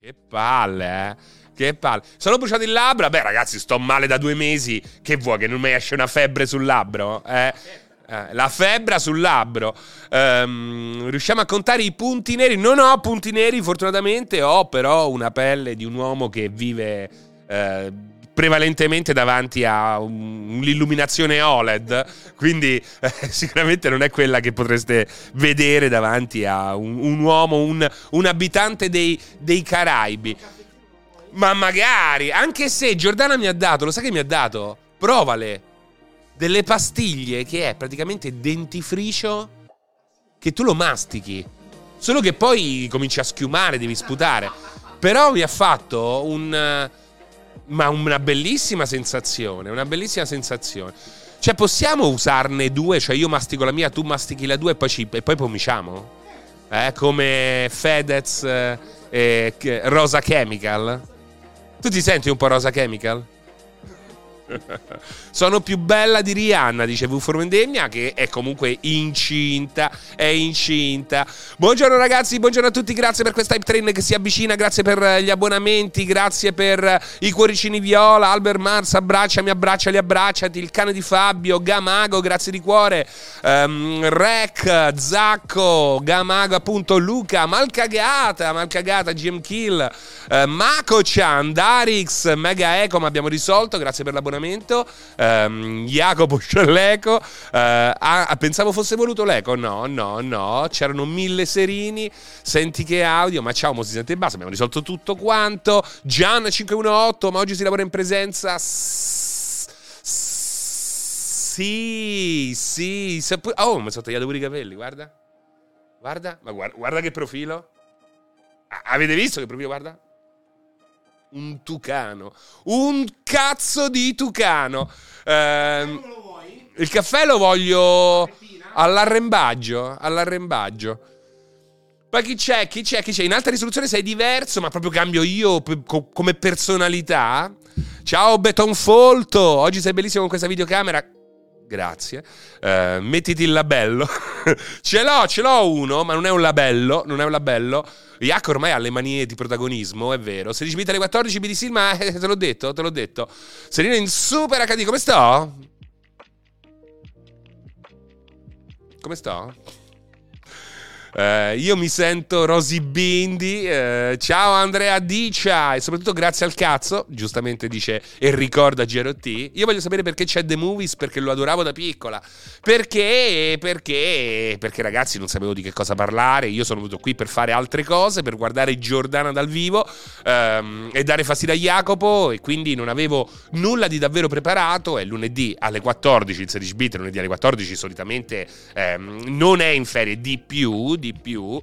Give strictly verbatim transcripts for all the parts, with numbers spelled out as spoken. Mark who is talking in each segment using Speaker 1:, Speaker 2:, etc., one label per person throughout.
Speaker 1: Che palle, eh. Che palle. Sono bruciato il labbro. Beh, ragazzi, sto male da due mesi. Che vuoi, che non mi esce una febbre sul labbro? Eh? Eh, la febbre sul labbro. Um, riusciamo a contare i punti neri? Non ho punti neri, fortunatamente. Ho però una pelle di un uomo che vive eh, prevalentemente davanti a un, l'illuminazione O L E D. Quindi eh, sicuramente non è quella che potreste vedere davanti a un, un uomo, un, un abitante dei, dei Caraibi. Ma magari, anche se Giordana mi ha dato, lo sai che mi ha dato? Provale, delle pastiglie che è praticamente dentifricio che tu lo mastichi, solo che poi cominci a schiumare, devi sputare. Però mi ha fatto un... ma una bellissima sensazione, una bellissima sensazione. Cioè possiamo usarne due, cioè io mastico la mia, tu mastichi la tua e poi, ci, e poi pomiciamo? Eh, come Fedez eh, e Rosa Chemical? Tu ti senti un po' Rosa Chemical? Sono più bella di Rihanna, dice V for Vendemmia, che è comunque incinta, è incinta. Buongiorno ragazzi, buongiorno a tutti, grazie per questa hype train che si avvicina, grazie per gli abbonamenti, grazie per i cuoricini viola. Albert Mars, abbracciami, abbracciali, abbracciati. Il cane di Fabio, Gamago, grazie di cuore. um, Rec, Zacco, Gamago appunto, Luca, Malcagata, Malcagata, G M Kill, uh, Mako-chan, Darix, Mega Eco, ma abbiamo risolto, grazie per l'abbonamento. Um, Jacopo Scialleco, uh, ah, pensavo fosse voluto l'eco. No, no, no, c'erano mille serini. Senti che audio, ma ciao, mo si sente bassa. Abbiamo risolto tutto quanto. Gian cinque uno otto, ma oggi si lavora in presenza. S- sì, sì. Oh, mi sono tagliato pure i capelli, guarda. Guarda, ma guarda, guarda che profilo. Avete visto che profilo, guarda? Un tucano, un cazzo di tucano. Eh, lo vuoi? Il caffè lo voglio all'arrembaggio, all'arrembaggio. Poi chi c'è, chi c'è, chi c'è? In alta risoluzione sei diverso, ma proprio cambio io p- co- come personalità. Ciao Betonfolto, oggi sei bellissimo con questa videocamera. Grazie. Uh, mettiti il labello. ce l'ho, ce l'ho uno, ma non è un labello, non è un labello. Iac ormai ha le manie di protagonismo, è vero. sedici bit alle quattordici, B D S, ma eh, te l'ho detto, te l'ho detto. Serino in Super acca di, come sto? Come sto? Uh, io mi sento Rosy Bindi. uh, Ciao Andrea Dicia. E soprattutto grazie al cazzo, giustamente dice e ricorda G R O T. Io voglio sapere perché c'è The Movies, perché lo adoravo da piccola. Perché? Perché? Perché ragazzi non sapevo di che cosa parlare. Io sono venuto qui per fare altre cose, per guardare Giordana dal vivo um, e dare fastidio a Jacopo, e quindi non avevo nulla di davvero preparato. E lunedì alle quattordici, il sedici bit lunedì alle quattordici solitamente um, non è in ferie, di più di più,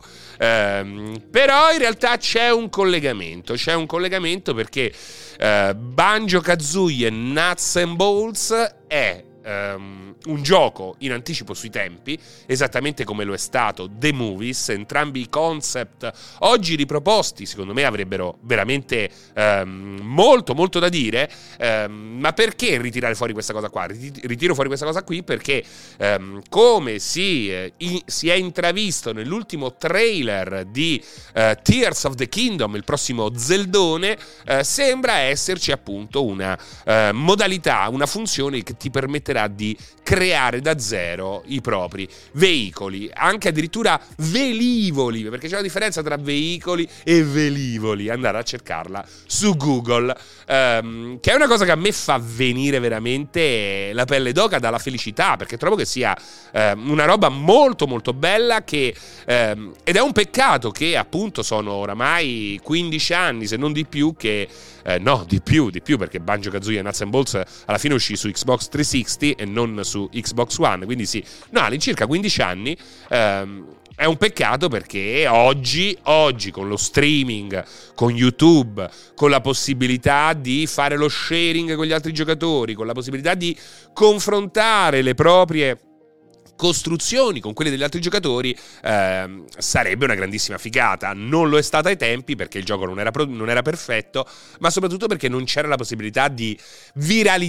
Speaker 1: ehm, però in realtà c'è un collegamento, c'è un collegamento perché eh, Banjo-Kazooie Nuts and Bolts è um, un gioco in anticipo sui tempi, esattamente come lo è stato The Movies. Entrambi i concept oggi riproposti secondo me avrebbero veramente um, molto molto da dire, um, ma perché ritirare fuori questa cosa qua? Ritiro fuori questa cosa qui perché um, come si, eh, in, si è intravisto nell'ultimo trailer di uh, Tears of the Kingdom, il prossimo Zeldone, uh, sembra esserci appunto una uh, modalità, una funzione che ti permetterà di creare da zero i propri veicoli, anche addirittura velivoli, perché c'è una differenza tra veicoli e velivoli. Andare a cercarla su Google, um, che è una cosa che a me fa venire veramente la pelle d'oca dalla felicità, perché trovo che sia um, una roba molto molto bella, che um, ed è un peccato che appunto sono oramai quindici anni, se non di più, che Eh, no, di più, di più, perché Banjo-Kazooie Nuts and Bolts alla fine uscì su Xbox trecentosessanta e non su Xbox One, quindi sì, no, all'incirca quindici anni. ehm, È un peccato perché oggi, oggi con lo streaming, con YouTube, con la possibilità di fare lo sharing con gli altri giocatori, con la possibilità di confrontare le proprie costruzioni con quelle degli altri giocatori, ehm, sarebbe una grandissima figata. Non lo è stata ai tempi perché il gioco non era, pro- non era perfetto, ma soprattutto perché non c'era la possibilità di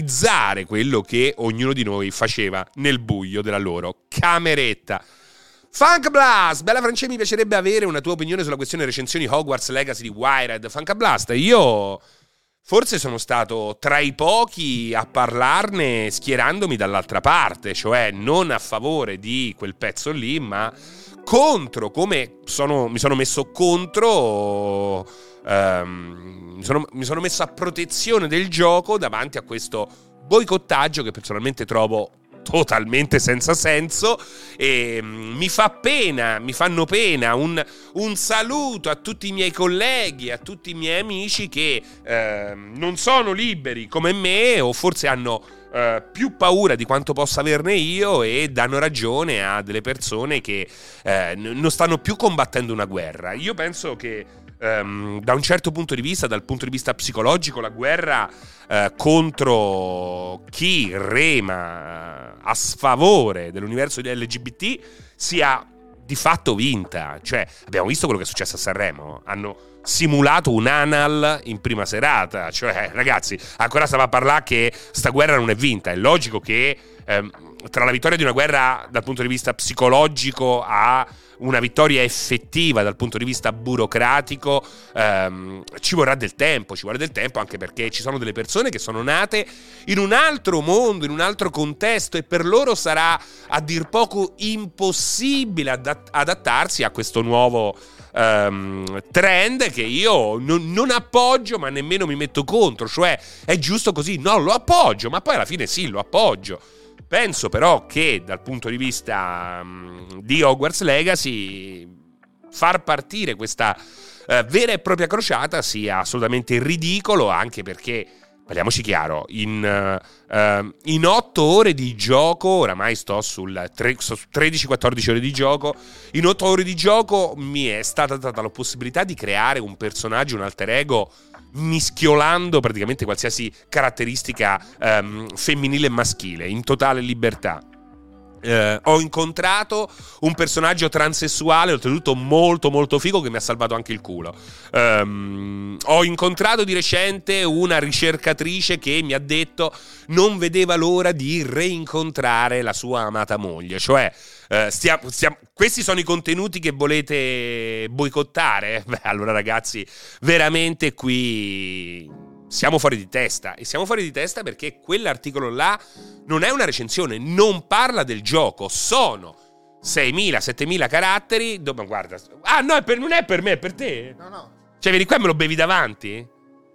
Speaker 1: viralizzare quello che ognuno di noi faceva nel buio della loro cameretta. Funk Blast, bella Francesca, mi piacerebbe avere una tua opinione sulla questione recensioni Hogwarts Legacy di Wired. Funk Blast, io forse sono stato tra i pochi a parlarne schierandomi dall'altra parte, cioè non a favore di quel pezzo lì, ma contro, come sono, mi sono messo contro, um, mi, sono, mi sono messo a protezione del gioco davanti a questo boicottaggio che personalmente trovo totalmente senza senso e mi fa pena, mi fanno pena. Un, un saluto a tutti i miei colleghi, a tutti i miei amici che eh, non sono liberi come me, o forse hanno eh, più paura di quanto possa averne io, e danno ragione a delle persone che eh, n- non stanno più combattendo una guerra. Io penso che Um, da un certo punto di vista, dal punto di vista psicologico, la guerra uh, contro chi rema a sfavore dell'universo di L G B T sia di fatto vinta. Cioè, abbiamo visto quello che è successo a Sanremo, hanno simulato un anal in prima serata. Cioè, ragazzi, ancora stava a parlare che sta guerra non è vinta. È logico che um, tra la vittoria di una guerra dal punto di vista psicologico a una vittoria effettiva dal punto di vista burocratico ehm, ci vorrà del tempo, ci vorrà del tempo anche perché ci sono delle persone che sono nate in un altro mondo, in un altro contesto, e per loro sarà a dir poco impossibile adatt- adattarsi a questo nuovo ehm, trend che io non, non appoggio, ma nemmeno mi metto contro. Cioè, è giusto così? No, lo appoggio, ma poi alla fine sì, lo appoggio. Penso però che dal punto di vista um, di Hogwarts Legacy far partire questa uh, vera e propria crociata sia assolutamente ridicolo, anche perché, parliamoci chiaro, in, uh, uh, in otto ore di gioco, oramai sto sul tre, su tredici quattordici ore di gioco, in otto ore di gioco mi è stata data la possibilità di creare un personaggio, un alter ego, mischiolando praticamente qualsiasi caratteristica um, femminile e maschile, in totale libertà. Uh, ho incontrato un personaggio transessuale, oltretutto molto molto figo, che mi ha salvato anche il culo. Um, ho incontrato di recente una ricercatrice che mi ha detto non vedeva l'ora di reincontrare la sua amata moglie. Cioè, uh, stiamo, stiamo, questi sono i contenuti che volete boicottare? Beh, allora ragazzi, veramente qui siamo fuori di testa. E siamo fuori di testa perché quell'articolo là non è una recensione, non parla del gioco, sono seimila settemila caratteri. Dove, guarda, ah no, è per, non è per me, è per te.
Speaker 2: No, no.
Speaker 1: Cioè, vieni qua e me lo bevi davanti?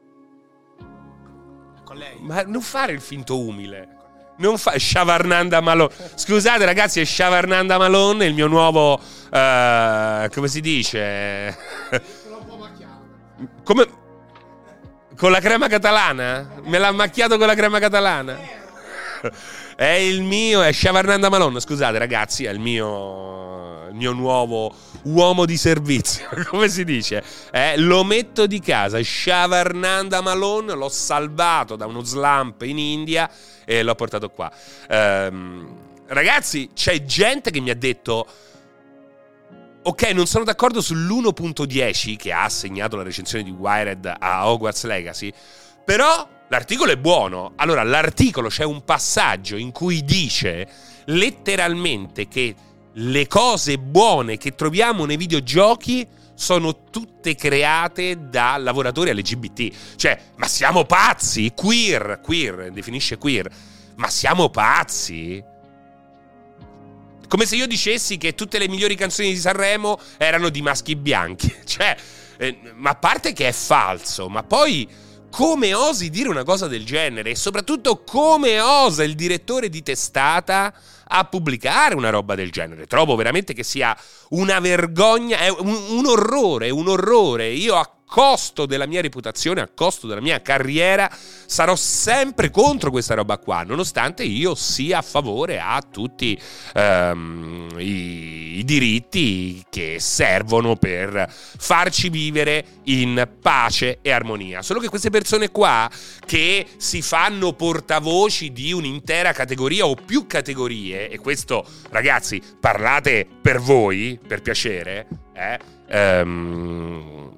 Speaker 2: Con lei.
Speaker 1: Ma non fare il finto umile. Non fa Shavarnanda Malone. Scusate ragazzi, è Shavarnanda Malone, il mio nuovo uh, come si dice?
Speaker 2: Sono un po' macchiato.
Speaker 1: Come con la crema catalana? Me l'ha macchiato con la crema catalana? È il mio, è Shavarnanda Malone, scusate ragazzi, è il mio, il mio nuovo uomo di servizio, come si dice? Eh, lo metto di casa, Shavarnanda Malone, l'ho salvato da uno slump in India e l'ho portato qua. Ehm, ragazzi, c'è gente che mi ha detto: ok, non sono d'accordo sull'uno punto dieci che ha assegnato la recensione di Wired a Hogwarts Legacy, però l'articolo è buono. Allora, l'articolo, c'è un passaggio in cui dice letteralmente che le cose buone che troviamo nei videogiochi sono tutte create da lavoratori L G B T. Cioè, ma siamo pazzi? Queer, queer, definisce queer. Ma siamo pazzi? Come se io dicessi che tutte le migliori canzoni di Sanremo erano di maschi bianchi. Cioè, eh, ma a parte che è falso, ma poi come osi dire una cosa del genere? E soprattutto come osa il direttore di testata a pubblicare una roba del genere? Trovo veramente che sia una vergogna, è un, un orrore, un orrore. Io a costo della mia reputazione, a costo della mia carriera, sarò sempre contro questa roba qua, nonostante io sia a favore a tutti um, i, i diritti che servono per farci vivere in pace e armonia. Solo che queste persone qua, che si fanno portavoci di un'intera categoria o più categorie, e questo ragazzi, parlate per voi, per piacere, eh, um,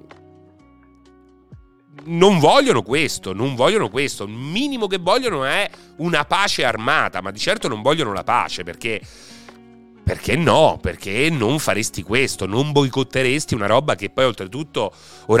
Speaker 1: non vogliono questo, non vogliono questo. Il minimo che vogliono è una pace armata, ma di certo non vogliono la pace, perché Perché no? Perché non faresti questo? Non boicotteresti una roba che poi oltretutto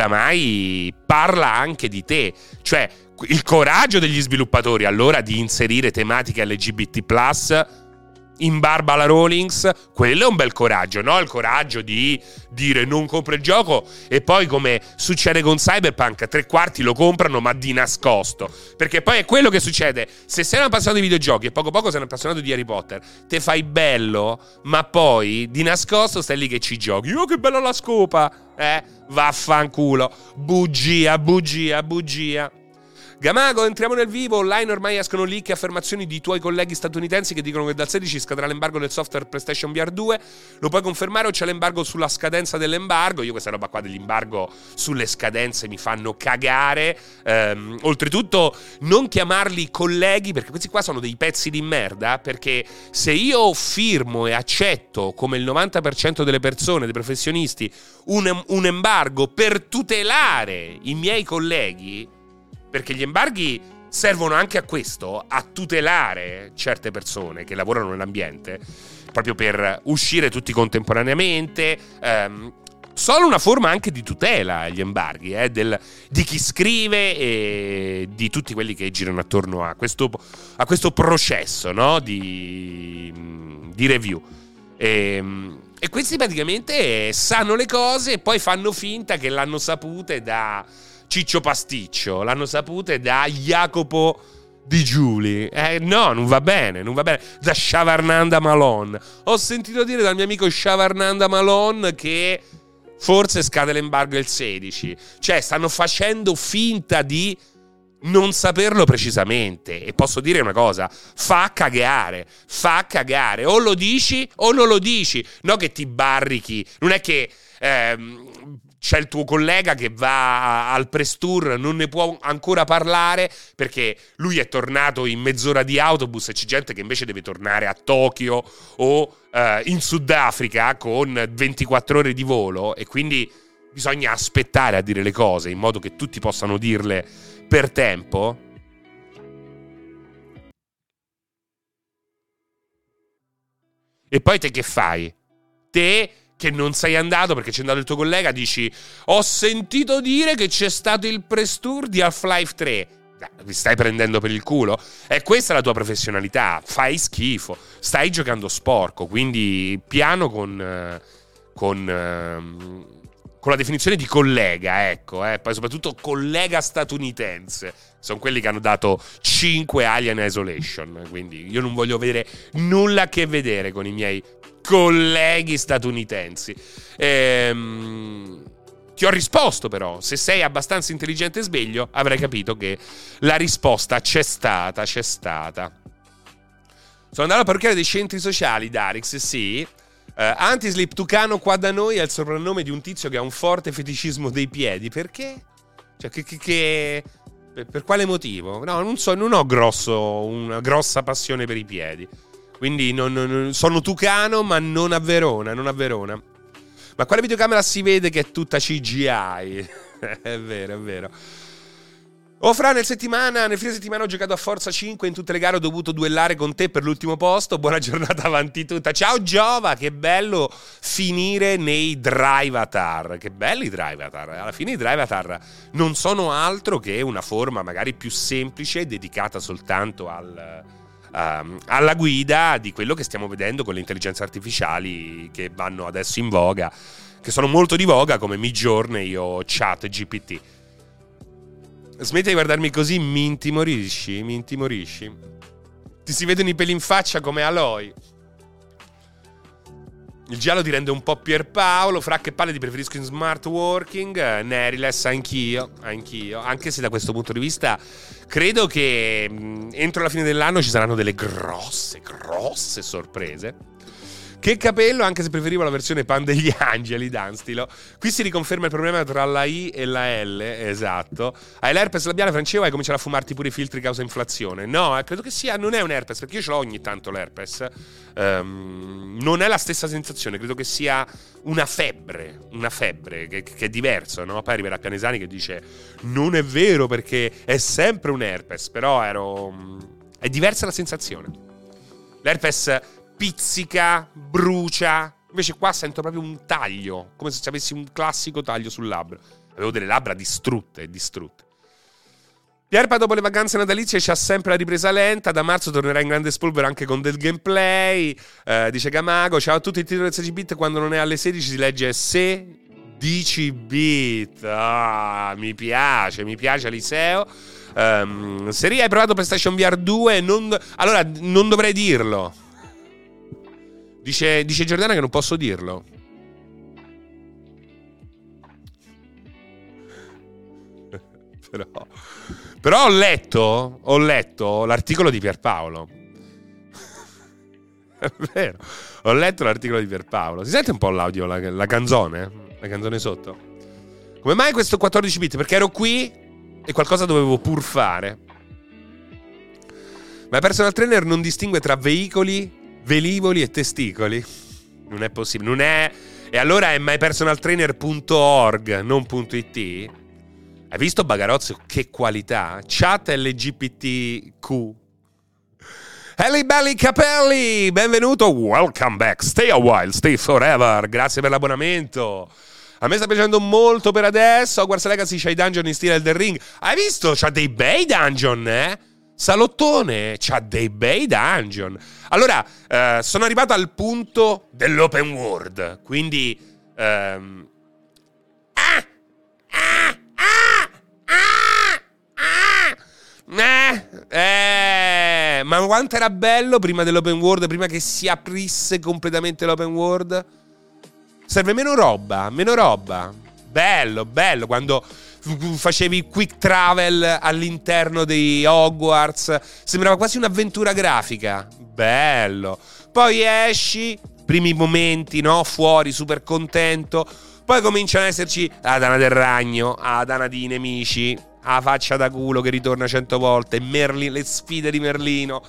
Speaker 1: oramai parla anche di te. Cioè, il coraggio degli sviluppatori allora di inserire tematiche L G B T plus in barba alla Rawlings, quello è un bel coraggio, no? Il coraggio di dire non compro il gioco e poi, come succede con Cyberpunk, tre quarti lo comprano ma di nascosto, perché poi è quello che succede. Se sei un appassionato di videogiochi e poco poco sei un appassionato di Harry Potter, te fai bello ma poi di nascosto stai lì che ci giochi. Oh, che bella la scopa, eh? Vaffanculo. Bugia, bugia, bugia. Gamago, entriamo nel vivo. Online ormai escono leak e affermazioni di tuoi colleghi statunitensi che dicono che dal sedici scadrà l'embargo del software PlayStation V R due. Lo puoi confermare o c'è l'embargo sulla scadenza dell'embargo? Io questa roba qua dell'embargo sulle scadenze mi fanno cagare. Ehm, oltretutto non chiamarli colleghi, perché questi qua sono dei pezzi di merda, perché se io firmo e accetto, come il novanta per cento delle persone, dei professionisti, un, un embargo per tutelare i miei colleghi, perché gli embarghi servono anche a questo, a tutelare certe persone che lavorano nell'ambiente, proprio per uscire tutti contemporaneamente. Ehm, sono una forma anche di tutela, gli embarghi, eh, del, di chi scrive e di tutti quelli che girano attorno a questo, a questo processo, no? di, di review. E, e questi praticamente sanno le cose e poi fanno finta che l'hanno sapute da Ciccio Pasticcio, l'hanno sapute da Jacopo Di Giuli. Eh no, non va bene, non va bene. Da Shavarnanda Malone. Ho sentito dire dal mio amico Shavarnanda Malone che forse scade l'embargo il sedici. Cioè, stanno facendo finta di non saperlo precisamente. E posso dire una cosa: fa cagare, fa cagare. O lo dici o non lo dici. No che ti barrichi. Non è che ehm, c'è il tuo collega che va al press tour, non ne può ancora parlare perché lui è tornato in mezz'ora di autobus e c'è gente che invece deve tornare a Tokyo o eh, in Sudafrica con ventiquattro ore di volo, e quindi bisogna aspettare a dire le cose in modo che tutti possano dirle per tempo. E poi te che fai? Te che non sei andato perché c'è andato il tuo collega, dici: ho sentito dire che c'è stato il press tour di Half-Life tre. Mi stai prendendo per il culo? E questa è la tua professionalità. Fai schifo, stai giocando sporco. Quindi piano con con, con la definizione di collega, ecco, eh. Poi soprattutto collega statunitense. Sono quelli che hanno dato cinque Alien Isolation. Quindi io non voglio avere nulla a che vedere con i miei colleghi statunitensi. Ehm, ti ho risposto, però se sei abbastanza intelligente e sveglio avrai capito che la risposta c'è stata, c'è stata. Sono andato alla parrocchiale dei centri sociali, Darix, sì. uh, Antislip Tucano qua da noi è il soprannome di un tizio che ha un forte feticismo dei piedi. Perché? Cioè che, che, che... Per, per quale motivo? No, non so, non ho grosso una grossa passione per i piedi. Quindi non, non, sono tucano, ma non a Verona, non a Verona. Ma quale videocamera si vede che è tutta C G I? È vero, è vero. Oh Fra, nel settimana, nel fine settimana ho giocato a Forza cinque, in tutte le gare ho dovuto duellare con te per l'ultimo posto. Buona giornata avanti tutta. Ciao Giova, che bello finire nei Drivatar. Che belli i Drivatar. Alla fine i Drivatar non sono altro che una forma magari più semplice, dedicata soltanto al... Uh, alla guida di quello che stiamo vedendo con le intelligenze artificiali che vanno adesso in voga, che sono molto di voga, come Midjourney o ChatGPT. Smetti di guardarmi così, mi intimorisci, mi intimorisci. Ti si vedono i peli in faccia come Aloy. Il giallo ti rende un po' Pierpaolo. Fra, che palle, ti preferisco in smart working. uh, Neriles, anch'io, anch'io. Anche se da questo punto di vista credo che mh, entro la fine dell'anno ci saranno delle grosse, grosse sorprese. Che capello, anche se preferivo la versione pan degli angeli, Danstilo. Qui si riconferma il problema tra la I e la L, esatto. Hai l'herpes labiale, Francesco, hai cominciato a fumarti pure i filtri causa inflazione. No, eh, credo che sia, non è un herpes, perché io ce l'ho ogni tanto l'herpes. Um, non è la stessa sensazione, credo che sia una febbre, una febbre, che, che è diverso, no? Poi arriverà Pianesani che dice: non è vero, perché è sempre un herpes, però ero... è diversa la sensazione. L'herpes pizzica, brucia. Invece qua sento proprio un taglio, come se avessi un classico taglio sul labbro. Avevo delle labbra distrutte, distrutte. Pierpa dopo le vacanze natalizie c'ha sempre la ripresa lenta. Da marzo tornerà in grande spolvero anche con del gameplay. eh, Dice Gamago: ciao a tutti, il titolo del sedici bit quando non è alle sedici si legge sedici bit. Ah, mi piace, mi piace Eliseo. um, Serie, hai provato PlayStation V R due? Non... Allora, non dovrei dirlo. Dice, dice Giordana che non posso dirlo. Però Però ho letto, ho letto l'articolo di Pierpaolo. È vero. Ho letto l'articolo di Pierpaolo. Si sente un po' l'audio, la, la canzone? La canzone sotto? Come mai questo quattordici bit? Perché ero qui e qualcosa dovevo pur fare. Ma il personal trainer non distingue tra veicoli, velivoli e testicoli. Non è possibile. Non è... E allora è mypersonaltrainer punto org, non .it. Hai visto Bagarozzo? Che qualità? Chat L G B T Q. Helly belli capelli, benvenuto, welcome back, stay a while, stay forever, grazie per l'abbonamento. A me sta piacendo molto per adesso. Hogwarts Legacy c'ha i dungeon in stile Elden Ring. Hai visto? C'ha dei bei dungeon, eh? Salottone, c'ha dei bei dungeon. Allora, eh, sono arrivato al punto dell'open world, quindi... Ehm... Ah! Ah! Eh, eh, ma quanto era bello prima dell'open world, prima che si aprisse completamente l'open world. Serve meno roba, meno roba. Bello, bello, quando facevi il quick travel all'interno di Hogwarts, sembrava quasi un'avventura grafica. Bello. Poi esci, primi momenti, no? Fuori, super contento. Poi cominciano ad esserci la dana del ragno, la dana di nemici, la faccia da culo che ritorna cento volte, Merlin, le sfide di Merlino.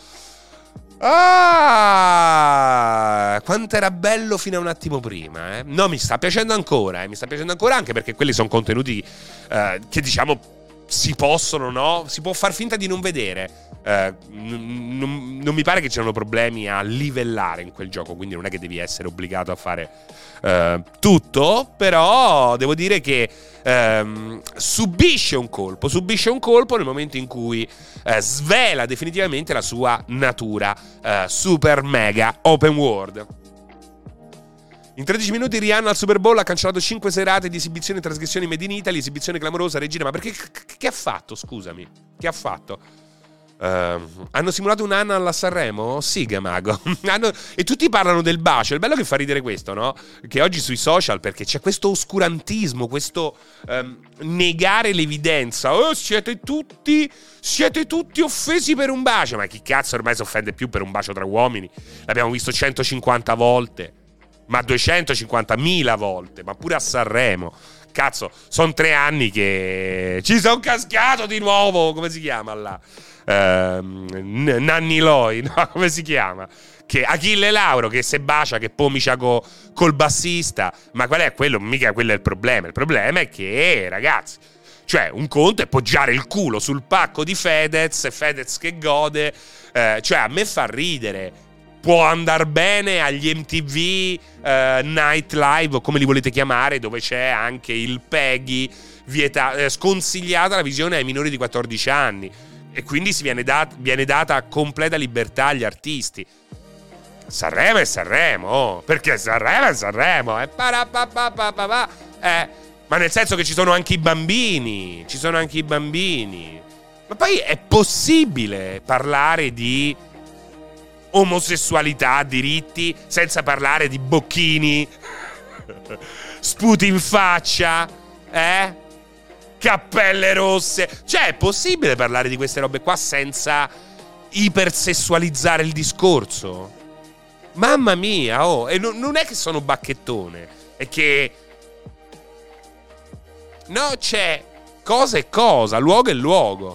Speaker 1: Ah, quanto era bello fino a un attimo prima, eh? No, mi sta piacendo ancora, eh? Mi sta piacendo ancora anche perché quelli sono contenuti eh, che diciamo si possono, no? Si può far finta di non vedere. Eh, n- n- non mi pare che c'erano problemi a livellare in quel gioco, quindi non è che devi essere obbligato a fare eh, tutto, però devo dire che ehm, subisce un colpo, subisce un colpo nel momento in cui eh, svela definitivamente la sua natura eh, super mega open world. In tredici minuti Rihanna al Super Bowl ha cancellato cinque serate di esibizioni e trasmissioni made in Italy, esibizione clamorosa, regina, ma perché che ha fatto, scusami? Che ha fatto? Uh, hanno simulato un'Anna alla Sanremo? Sì, Gamago. hanno... E tutti parlano del bacio. Il bello che fa ridere questo, no? Che oggi sui social, perché c'è questo oscurantismo, questo um, negare l'evidenza. Oh, siete tutti Siete tutti offesi per un bacio. Ma chi cazzo ormai si offende più per un bacio tra uomini? L'abbiamo visto centocinquanta volte, ma duecentocinquantamila volte, ma pure a Sanremo. Cazzo, sono tre anni che ci sono cascato di nuovo. Come si chiama là? Uh, Nanni Loi, no? Come si chiama? Che Achille Lauro che se bacia, che pomicia co, col bassista. Ma qual è quello? Mica quello è il problema. Il problema è che, ragazzi, cioè un conto è poggiare il culo sul pacco di Fedez, Fedez che gode. uh, Cioè a me fa ridere. Può andar bene agli M T V uh, Night Live, o come li volete chiamare, dove c'è anche il Peggy, vieta, eh, sconsigliata la visione ai minori di quattordici anni. E quindi si viene, dat- viene data completa libertà agli artisti. Sanremo è Sanremo, oh, perché Sanremo è Sanremo, eh, eh, ma nel senso che ci sono anche i bambini, ci sono anche i bambini. Ma poi è possibile parlare di omosessualità, diritti, senza parlare di bocchini, sputi in faccia, eh? Cappelle rosse. Cioè è possibile parlare di queste robe qua senza ipersessualizzare il discorso? Mamma mia, oh. E non, non è che sono bacchettone, è che no, c'è cosa e cosa, luogo e luogo.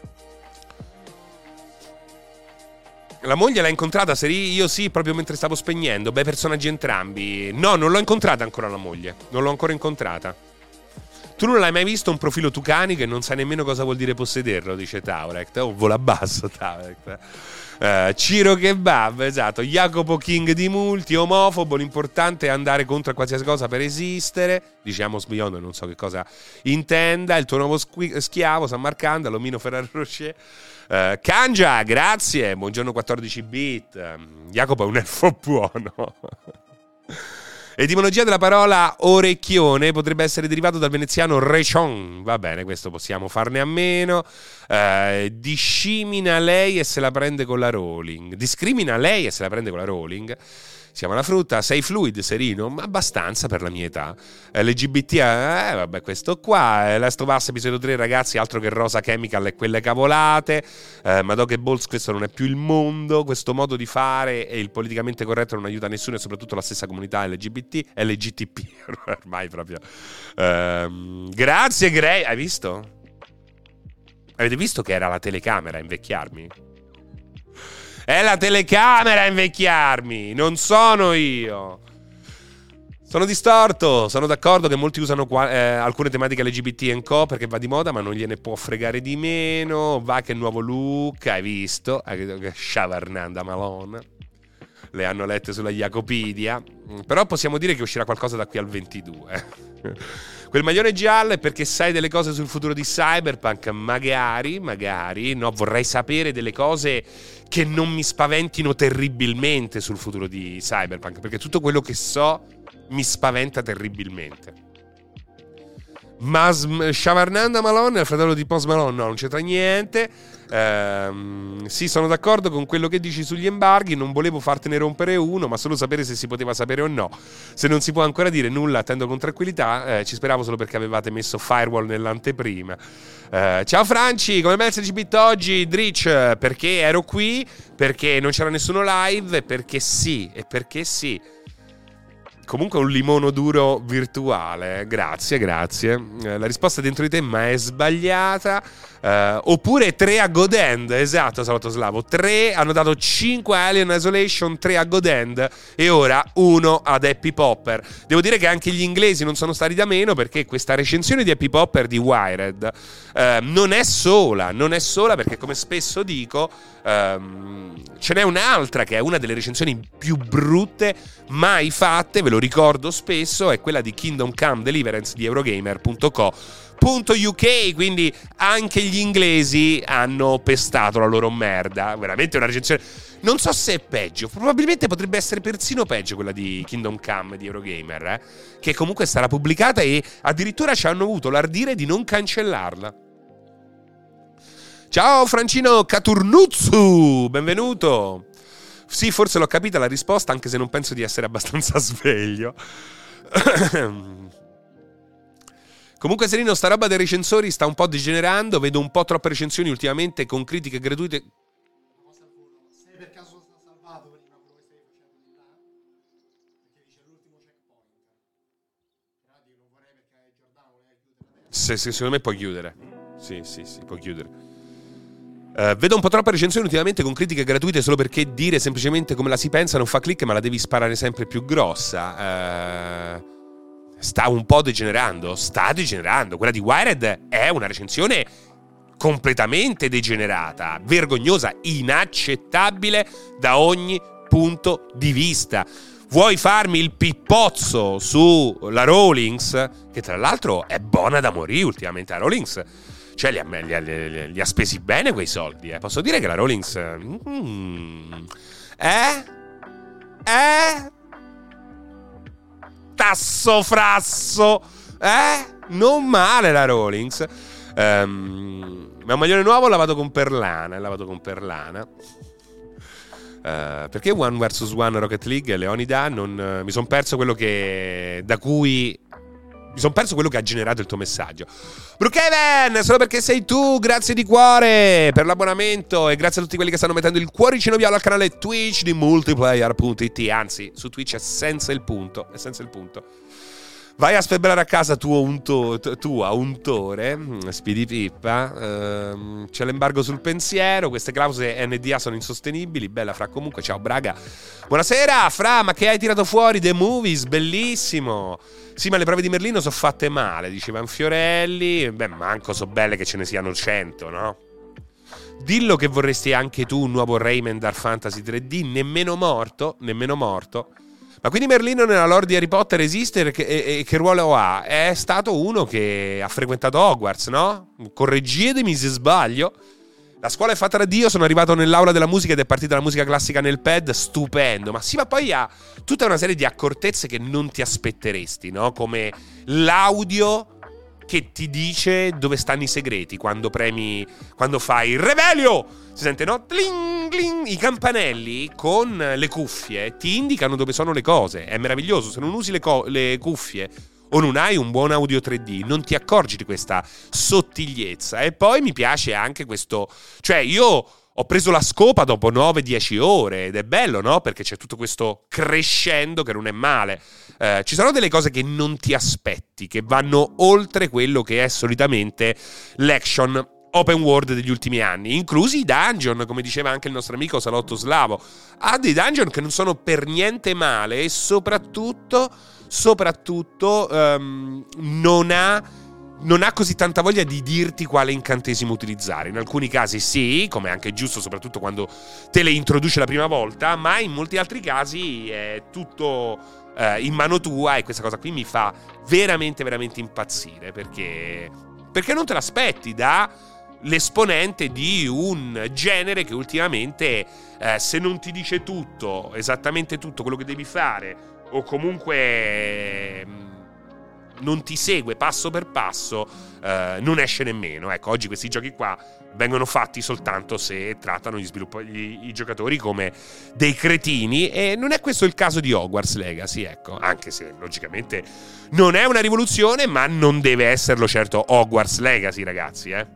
Speaker 1: La moglie l'ha incontrata, se io sì, proprio mentre stavo spegnendo. Bei personaggi entrambi. No, non l'ho incontrata ancora la moglie. Non l'ho ancora incontrata. Tu non l'hai mai visto un profilo Tucani che non sai nemmeno cosa vuol dire possederlo, dice Taurect. Oh, vola basso Taurect. Uh, Ciro Kebab, esatto. Jacopo King di Multi, omofobo, l'importante è andare contro qualsiasi cosa per esistere. Diciamo Sbiondo, non so che cosa intenda. Il tuo nuovo squi- schiavo, San Marcanda, Lomino Ferraro Rocher. Uh, Kangia, grazie. Buongiorno quattordici bit. um, Jacopo è un elfo buono. Etimologia della parola orecchione potrebbe essere derivato dal veneziano rechon. Va bene, questo possiamo farne a meno. Uh, discrimina lei e se la prende con la Rowling. Discrimina lei e se la prende con la Rowling. Siamo alla frutta. Sei fluid, Serino? Ma abbastanza per la mia età. L G B T, eh, vabbè, questo qua. Last of Us episodio tre, ragazzi, altro che Rosa Chemical e quelle cavolate. Eh, Madoc e Balls, questo non è più il mondo. Questo modo di fare e il politicamente corretto non aiuta nessuno e soprattutto la stessa comunità L G B T, L G T P, ormai proprio. Eh, grazie, Gray. Hai visto? Avete visto che era la telecamera a invecchiarmi? È la telecamera a invecchiarmi, non sono io. Sono distorto, sono d'accordo che molti usano qua, eh, alcune tematiche L G B T e co perché va di moda, ma non gliene può fregare di meno. Va che nuovo look, hai visto? Sciavernanda Malone. Le hanno lette sulla Jacopedia. Però possiamo dire che uscirà qualcosa da qui al ventidue. Quel maglione giallo è perché sai delle cose sul futuro di Cyberpunk? Magari, magari. No, vorrei sapere delle cose che non mi spaventino terribilmente sul futuro di Cyberpunk, perché tutto quello che so mi spaventa terribilmente. Ma Shavarnanda Malone è il fratello di Post Malone? No, non c'entra niente. Ehm, sì, sono d'accordo con quello che dici sugli embarghi. Non volevo fartene rompere uno, ma solo sapere se si poteva sapere o no. Se non si può ancora dire nulla, attendo con tranquillità. eh, Ci speravo solo perché avevate messo Firewall nell'anteprima. eh, Ciao Franci, come mai il L G B T oggi? Dritch, perché ero qui, perché non c'era nessuno live, e perché sì, e perché sì. Comunque un limono duro virtuale. Grazie, grazie. eh, La risposta è dentro di te, ma è sbagliata. eh, Oppure tre a Godend. Esatto, Salatoslavo. tre hanno dato cinque a Alien Isolation, tre a Godend e ora uno ad Happy Popper. Devo dire che anche gli inglesi non sono stati da meno, perché questa recensione di Happy Popper di Wired eh, non è sola. Non è sola perché, come spesso dico, ehm, ce n'è un'altra che è una delle recensioni più brutte mai fatte, ve lo ricordo spesso, è quella di Kingdom Come Deliverance di Eurogamer punto co punto U K, quindi anche gli inglesi hanno pestato la loro merda. Veramente una recensione, non so se è peggio, probabilmente potrebbe essere persino peggio quella di Kingdom Come di Eurogamer, eh? che comunque sarà pubblicata e addirittura ci hanno avuto l'ardire di non cancellarla. Ciao Francino Caturnuzzu, benvenuto. Sì, forse l'ho capita la risposta, anche se non penso di essere abbastanza sveglio. Comunque Serino, sta roba dei recensori sta un po' degenerando. Vedo un po' troppe recensioni ultimamente con critiche gratuite.
Speaker 2: Se per caso sta salvato prima quello che stai facendo di là, perché dice l'ultimo checkpoint. Però dico, non vorrei perché Giordano voleva chiudere adesso.
Speaker 1: Se, se, secondo me puoi chiudere. Sì, sì, sì, puoi chiudere. Uh, vedo un po' troppe recensioni ultimamente con critiche gratuite solo perché dire semplicemente come la si pensa non fa click, ma la devi sparare sempre più grossa. Uh, sta un po' degenerando, sta degenerando. Quella di Wired è una recensione completamente degenerata, vergognosa, inaccettabile da ogni punto di vista. Vuoi farmi il pippozzo sulla Rawlings, che tra l'altro è buona da morire ultimamente. La Rawlings, cioè li ha, li, ha, li ha spesi bene quei soldi, eh. Posso dire che la Rawlings mm, Eh? Eh? Tasso frasso, eh? Non male la Rawlings. um, Ma un maglione nuovo lavato con perlana, lavato con perlana. Uh, perché One versus One Rocket League, Leonida? Non, uh, mi sono perso quello che da cui mi sono perso quello che ha generato il tuo messaggio. Brookhaven, solo perché sei tu, grazie di cuore per l'abbonamento e grazie a tutti quelli che stanno mettendo il cuoricino viola al canale Twitch di multiplayer punto it. Anzi, su Twitch è senza il punto, è senza il punto. Vai a sfebbrare a casa tuo unto, tua untore, Speedy Pippa, ehm, c'è l'embargo sul pensiero, queste clausole N D A sono insostenibili. Bella Fra, comunque, ciao Braga. Buonasera Fra, ma che hai tirato fuori? The Movies, bellissimo. Sì, ma le prove di Merlino sono fatte male, diceva Fiorelli. Beh, manco so belle che ce ne siano cento, no? Dillo che vorresti anche tu un nuovo Rayman Dark Fantasy tre D, nemmeno morto, nemmeno morto. Ma quindi Merlino nella lore di Harry Potter esiste e che, e, e che ruolo ha? È stato uno che ha frequentato Hogwarts, no? Correggetemi se sbaglio. La scuola è fatta da Dio, sono arrivato nell'aula della musica ed è partita la musica classica nel pad, stupendo. Ma sì, ma poi ha tutta una serie di accortezze che non ti aspetteresti, no? Come l'audio che ti dice dove stanno i segreti quando premi, quando fai Revelio, si sente, no? Tling, tling. I campanelli con le cuffie ti indicano dove sono le cose. È meraviglioso. Se non usi le, co- le cuffie o non hai un buon audio tre D non ti accorgi di questa sottigliezza. E poi mi piace anche questo, cioè io ho preso la scopa dopo nove dieci ore ed è bello, no? Perché c'è tutto questo crescendo che non è male. Eh, ci sono delle cose che non ti aspetti, che vanno oltre quello che è solitamente l'action open world degli ultimi anni, inclusi i dungeon, come diceva anche il nostro amico Salotto Slavo. Ha dei dungeon che non sono per niente male e soprattutto, soprattutto um, non ha... non ha così tanta voglia di dirti quale incantesimo utilizzare. In alcuni casi sì, come è anche giusto, soprattutto quando te le introduce la prima volta, ma in molti altri casi è tutto eh, in mano tua, e questa cosa qui mi fa veramente, veramente impazzire, perché, perché non te l'aspetti da l'esponente di un genere che ultimamente, eh, se non ti dice tutto, esattamente tutto quello che devi fare, o comunque non ti segue passo per passo, eh, non esce nemmeno. Ecco, oggi questi giochi qua vengono fatti soltanto se trattano gli sviluppatori, i giocatori come dei cretini, e non è questo il caso di Hogwarts Legacy, ecco, anche se logicamente non è una rivoluzione, ma non deve esserlo certo Hogwarts Legacy, ragazzi, eh.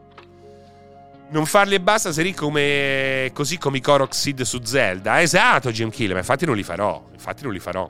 Speaker 1: Non farli e basta, Seri, come così come i Korok Seed su Zelda. Esatto, Jim Kill, ma infatti non li farò, infatti non li farò.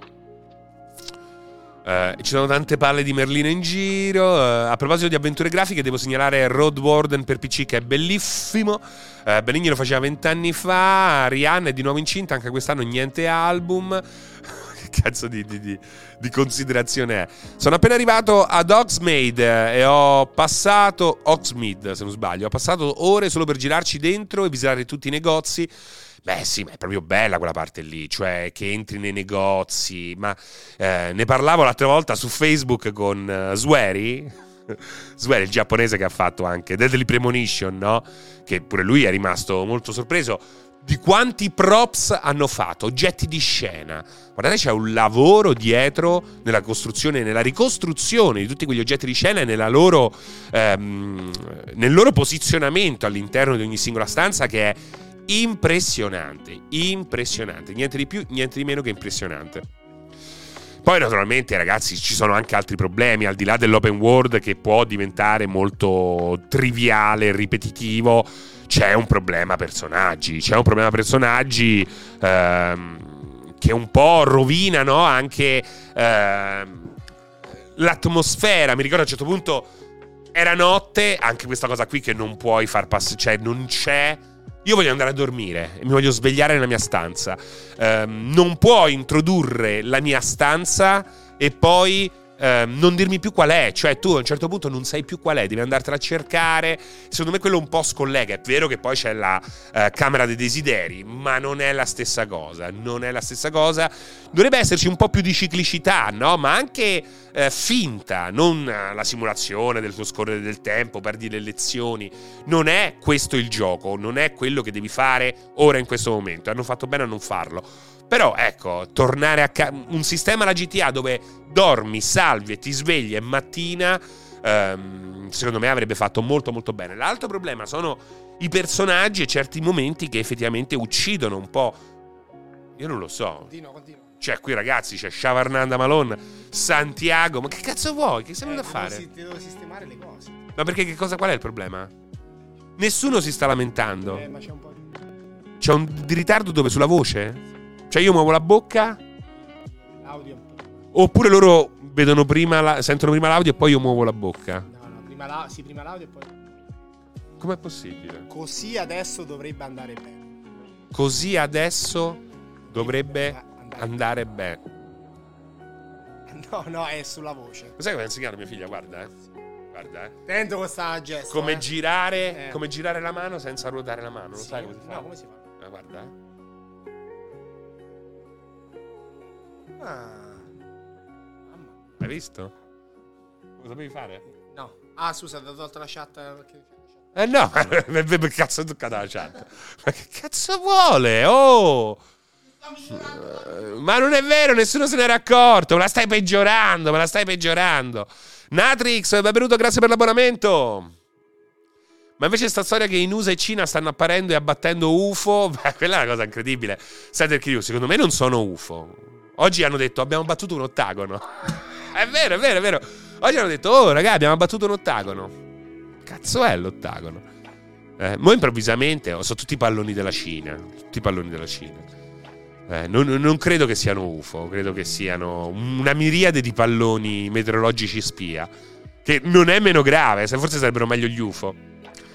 Speaker 1: Uh, ci sono tante palle di Merlino in giro. Uh, a proposito di avventure grafiche, devo segnalare Road Warden per P C, che è bellissimo. uh, Benigni lo faceva vent'anni fa. Rihanna è di nuovo incinta, anche quest'anno niente album. Che cazzo di, di, di, di considerazione è? Sono appena arrivato ad Hogsmeade e ho passato Hogsmeade, se non sbaglio, ho passato ore solo per girarci dentro e visitare tutti i negozi. Beh sì, ma è proprio bella quella parte lì, cioè che entri nei negozi. Ma eh, ne parlavo l'altra volta su Facebook con uh, Swery Swery, il giapponese che ha fatto anche Deadly Premonition, no? Che pure lui è rimasto molto sorpreso di quanti props hanno fatto, oggetti di scena. Guardate, c'è un lavoro dietro nella costruzione, nella ricostruzione di tutti quegli oggetti di scena e nella loro, ehm, nel loro posizionamento all'interno di ogni singola stanza, che è impressionante, impressionante, niente di più, niente di meno che impressionante. Poi naturalmente, ragazzi, ci sono anche altri problemi al di là dell'open world, che può diventare molto triviale, ripetitivo. C'è un problema personaggi, c'è un problema personaggi ehm, che un po' rovinano anche ehm, l'atmosfera. Mi ricordo a un certo punto era notte, anche questa cosa qui che non puoi far passare, cioè non c'è. Io voglio andare a dormire e mi voglio svegliare nella mia stanza. Um, non puoi introdurre la mia stanza e poi um, non dirmi più qual è. Cioè tu a un certo punto non sai più qual è, devi andartela a cercare. Secondo me quello un po' scollega. È vero che poi c'è la uh, camera dei desideri, ma non è la stessa cosa. Non è la stessa cosa. Dovrebbe esserci un po' più di ciclicità, no? Ma anche uh, finta, non uh, la simulazione del tuo scorrere del tempo, perdi le lezioni. Non è questo il gioco, non è quello che devi fare ora in questo momento. Hanno fatto bene a non farlo. Però ecco, tornare a ca- un sistema alla G T A dove dormi, salvi e ti svegli e mattina, um, secondo me avrebbe fatto molto molto bene. L'altro problema sono i personaggi e certi momenti che effettivamente uccidono un po'. Io non lo so.
Speaker 2: Continua, continua.
Speaker 1: Cioè qui ragazzi c'è Shavarnanda Malone, Santiago. Ma che cazzo vuoi? Che sei venuto
Speaker 2: Eh,
Speaker 1: a fare?
Speaker 2: Ti devo sistemare le cose.
Speaker 1: Ma perché che cosa, qual è il problema? Nessuno si sta lamentando.
Speaker 2: Eh, ma c'è un po' di...
Speaker 1: C'è un di ritardo dove? Sulla voce? Cioè io muovo la bocca?
Speaker 2: Audio un po'.
Speaker 1: Oppure loro vedono prima la, sentono prima l'audio e poi io muovo la bocca.
Speaker 2: No, no, prima, la, sì, prima l'audio e poi...
Speaker 1: Com'è possibile?
Speaker 2: Così adesso dovrebbe andare bene.
Speaker 1: Così adesso dovrebbe andare bene.
Speaker 2: No, no, è sulla voce.
Speaker 1: Lo sai come ha insegnato mia figlia? Guarda, eh. Guarda, eh.
Speaker 2: Attento questa gesto.
Speaker 1: Come
Speaker 2: eh.
Speaker 1: girare,
Speaker 2: Eh.
Speaker 1: come girare la mano senza ruotare la mano. Lo
Speaker 2: Sì.
Speaker 1: sai come si fa?
Speaker 2: No, come si fa?
Speaker 1: Ah, guarda, eh.
Speaker 2: Ah. Mamma.
Speaker 1: Hai visto? Lo sapevi fare?
Speaker 2: No. Ah, scusa, ti ho tolto la chat perché...
Speaker 1: Eh no, che cazzo è toccata la chat? Ma che cazzo vuole? Oh! Ma non è vero, nessuno se n'era accorto. Me la stai peggiorando, me la stai peggiorando. Natrix, benvenuto, grazie per l'abbonamento. Ma invece sta storia che in U S A e Cina stanno apparendo e abbattendo U F O, beh, quella è una cosa incredibile. Sai perché io, secondo me non sono U F O. Oggi hanno detto abbiamo battuto un ottagono. È vero, è vero, è vero. Oggi hanno detto oh ragazzi abbiamo battuto un ottagono. Cazzo è l'ottagono? Eh, mo improvvisamente oh, sono tutti palloni della Cina. Tutti i palloni della Cina. Eh, non, non credo che siano U F O, credo che siano una miriade di palloni meteorologici spia. Che non è meno grave, se forse sarebbero meglio gli U F O.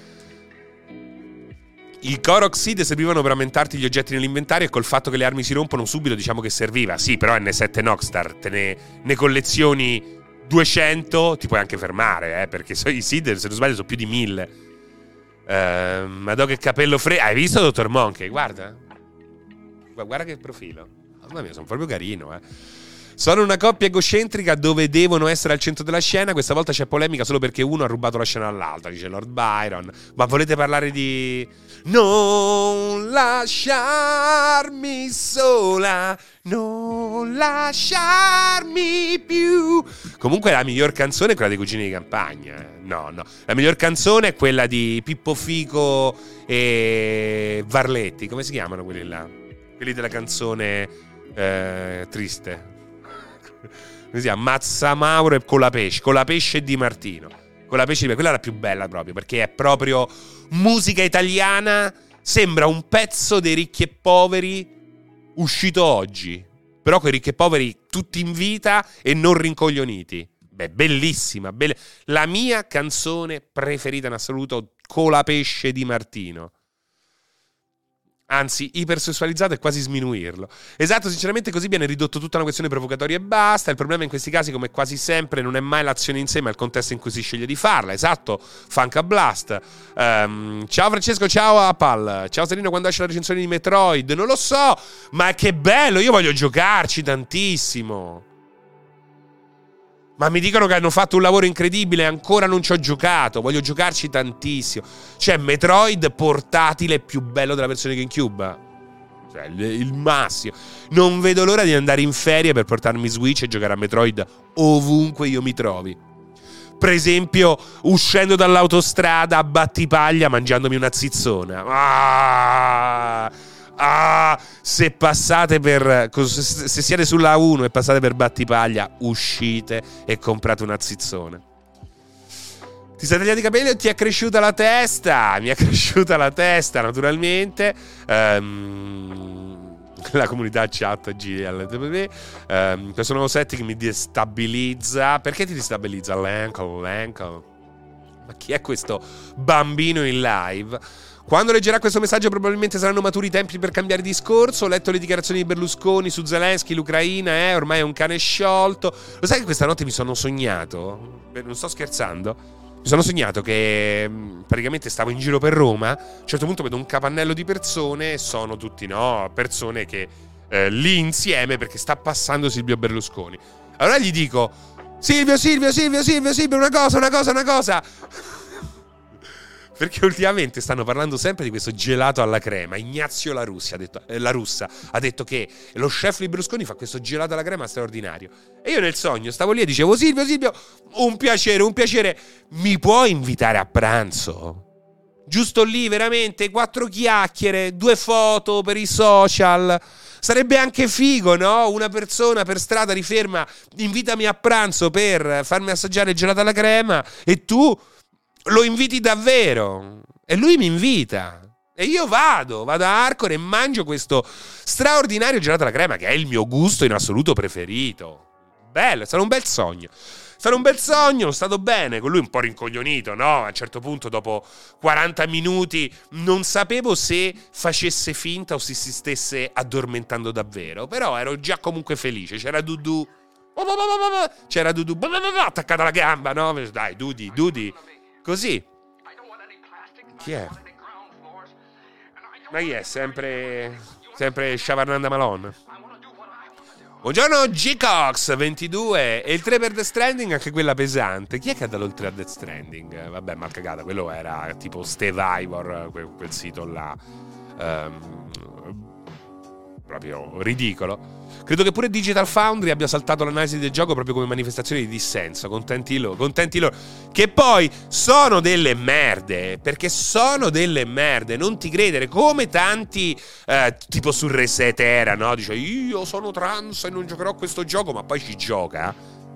Speaker 1: I Coroxid servivano per aumentarti gli oggetti nell'inventario e col fatto che le armi si rompono subito diciamo che serviva. Sì, però N sette Noxstar te ne, ne collezioni duecento, ti puoi anche fermare, eh, perché so, i Sid, se non sbaglio, sono più di mille. Uh, Madò che capello freddo. Hai visto Dottor Monkey? Guarda. Guarda che profilo. Mamma mia, sono proprio carino, eh. Sono una coppia egocentrica dove devono essere al centro della scena. Questa volta c'è polemica solo perché uno ha rubato la scena all'altra, dice Lord Byron. Ma volete parlare di non lasciarmi sola, non lasciarmi più. Comunque la miglior canzone è quella dei Cugini di Campagna. No, no. La miglior canzone è quella di Pippo Fico e Varletti. Come si chiamano quelli là? Quelli della canzone eh, triste. Come si chiama? Mazza Mauro e Colapesce. Colapesce di Martino. Colapesce di quella è la più bella proprio, perché è proprio musica italiana. Sembra un pezzo dei Ricchi e Poveri uscito oggi, però con i Ricchi e Poveri tutti in vita e non rincoglioniti. Beh, bellissima, bella. La mia canzone preferita in assoluto, Colapesce di Martino. Anzi, ipersessualizzato è quasi sminuirlo. Esatto, sinceramente così viene ridotto tutta una questione provocatoria e basta. Il problema in questi casi, come quasi sempre, non è mai l'azione in sé, ma il contesto in cui si sceglie di farla. Esatto, Funk a Blast. um, Ciao Francesco, ciao Apal. Ciao Serino, quando esce la recensione di Metroid? Non lo so, ma che bello, io voglio giocarci tantissimo. Ma mi dicono che hanno fatto un lavoro incredibile e ancora non ci ho giocato. Voglio giocarci tantissimo. Cioè, Metroid portatile più bello della versione GameCube. Cioè, il, il massimo. Non vedo l'ora di andare in ferie per portarmi Switch e giocare a Metroid ovunque io mi trovi. Per esempio, uscendo dall'autostrada a Battipaglia mangiandomi una zizzona. Ah! Ah, se passate per se siete sulla A uno e passate per Battipaglia, uscite e comprate una zizzone. Ti sei tagliato i capelli o ti è cresciuta la testa? Mi è cresciuta la testa, naturalmente. um, La comunità chat G L T V. um, Questo nuovo setting mi destabilizza. Perché ti destabilizza? L'ancle, l'ancle. Ma chi è questo bambino in live? Quando leggerà questo messaggio probabilmente saranno maturi i tempi per cambiare discorso. Ho letto le dichiarazioni di Berlusconi su Zelensky, l'Ucraina, eh, ormai è un cane sciolto. Lo sai che questa notte mi sono sognato? Beh, non sto scherzando. Mi sono sognato che mh, praticamente stavo in giro per Roma. A un certo punto vedo un capannello di persone. Sono tutti, no, persone che eh, lì insieme perché sta passando Silvio Berlusconi. Allora gli dico: Silvio, Silvio, Silvio, Silvio, Silvio, una cosa, una cosa, una cosa. Perché ultimamente stanno parlando sempre di questo gelato alla crema. Ignazio La Russia ha detto, eh, La Russa ha detto che lo chef di Berlusconi fa questo gelato alla crema straordinario. E io nel sogno stavo lì e dicevo: Silvio, Silvio, un piacere, un piacere. Mi puoi invitare a pranzo? Giusto lì, veramente, quattro chiacchiere, due foto per i social. Sarebbe anche figo, no? Una persona per strada riferma: invitami a pranzo per farmi assaggiare il gelato alla crema. E tu lo inviti davvero e lui mi invita e io vado vado a Arcore e mangio questo straordinario gelato alla crema che è il mio gusto in assoluto preferito. bello, è stato un bel sogno. È stato un bel sogno, sono stato bene, con lui un po' rincoglionito, no? A un certo punto, dopo quaranta minuti, non sapevo se facesse finta o se si stesse addormentando davvero, però ero già comunque felice, c'era Dudu, c'era Dudu, attaccata alla gamba, no? Dai, Dudi, Dudi, così. Chi è? Ma chi è? Sempre, sempre Shavarnanda Malone? Buongiorno G-Cox ventidue. E il tre per Death Stranding, anche quella pesante. Chi è che ha dato il tre a Death Stranding? Vabbè, mal cagata, quello era tipo Steve Ivor, quel, quel sito là, um, proprio ridicolo. Credo che pure Digital Foundry abbia saltato l'analisi del gioco proprio come manifestazione di dissenso. Contenti loro, contenti loro. Che poi sono delle merde, perché sono delle merde, non ti credere. Come tanti, eh, tipo su Reset Era, no? Dice, io sono trans e non giocherò a questo gioco, ma poi ci gioca.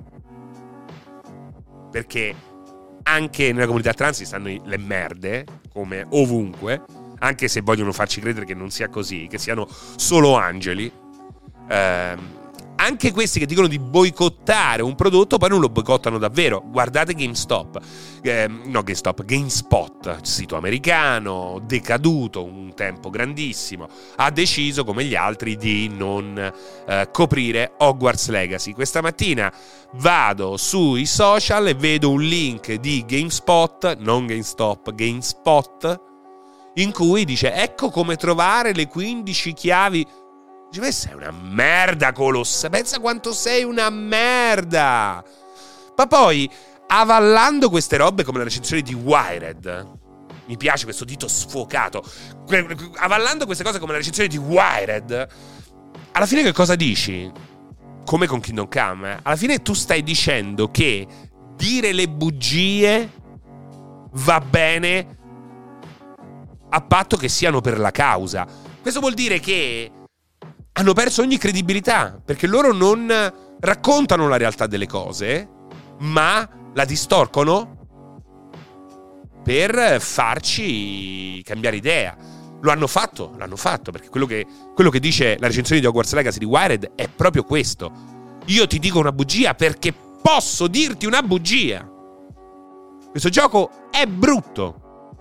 Speaker 1: Perché anche nella comunità trans ci stanno le merde, come ovunque, anche se vogliono farci credere che non sia così, che siano solo angeli. Eh, anche questi che dicono di boicottare un prodotto poi non lo boicottano davvero. Guardate GameStop, eh, no GameStop, GameSpot, sito americano decaduto un tempo grandissimo, ha deciso come gli altri di non eh, coprire Hogwarts Legacy. Questa mattina vado sui social e vedo un link di GameSpot, non GameStop, GameSpot, in cui dice ecco come trovare le quindici chiavi. Dice, ma sei una merda colossa, pensa quanto sei una merda. Ma poi, avallando queste robe come la recensione di Wired, mi piace questo dito sfocato, avallando queste cose come la recensione di Wired, alla fine che cosa dici? Come con Kingdom Come, eh? Alla fine tu stai dicendo che dire le bugie va bene a patto che siano per la causa. Questo vuol dire che hanno perso ogni credibilità, perché loro non raccontano la realtà delle cose, ma la distorcono per farci cambiare idea. Lo hanno fatto, l'hanno fatto, perché quello che, quello che dice la recensione di Hogwarts Legacy di Wired è proprio questo. Io ti dico una bugia perché posso dirti una bugia. Questo gioco è brutto.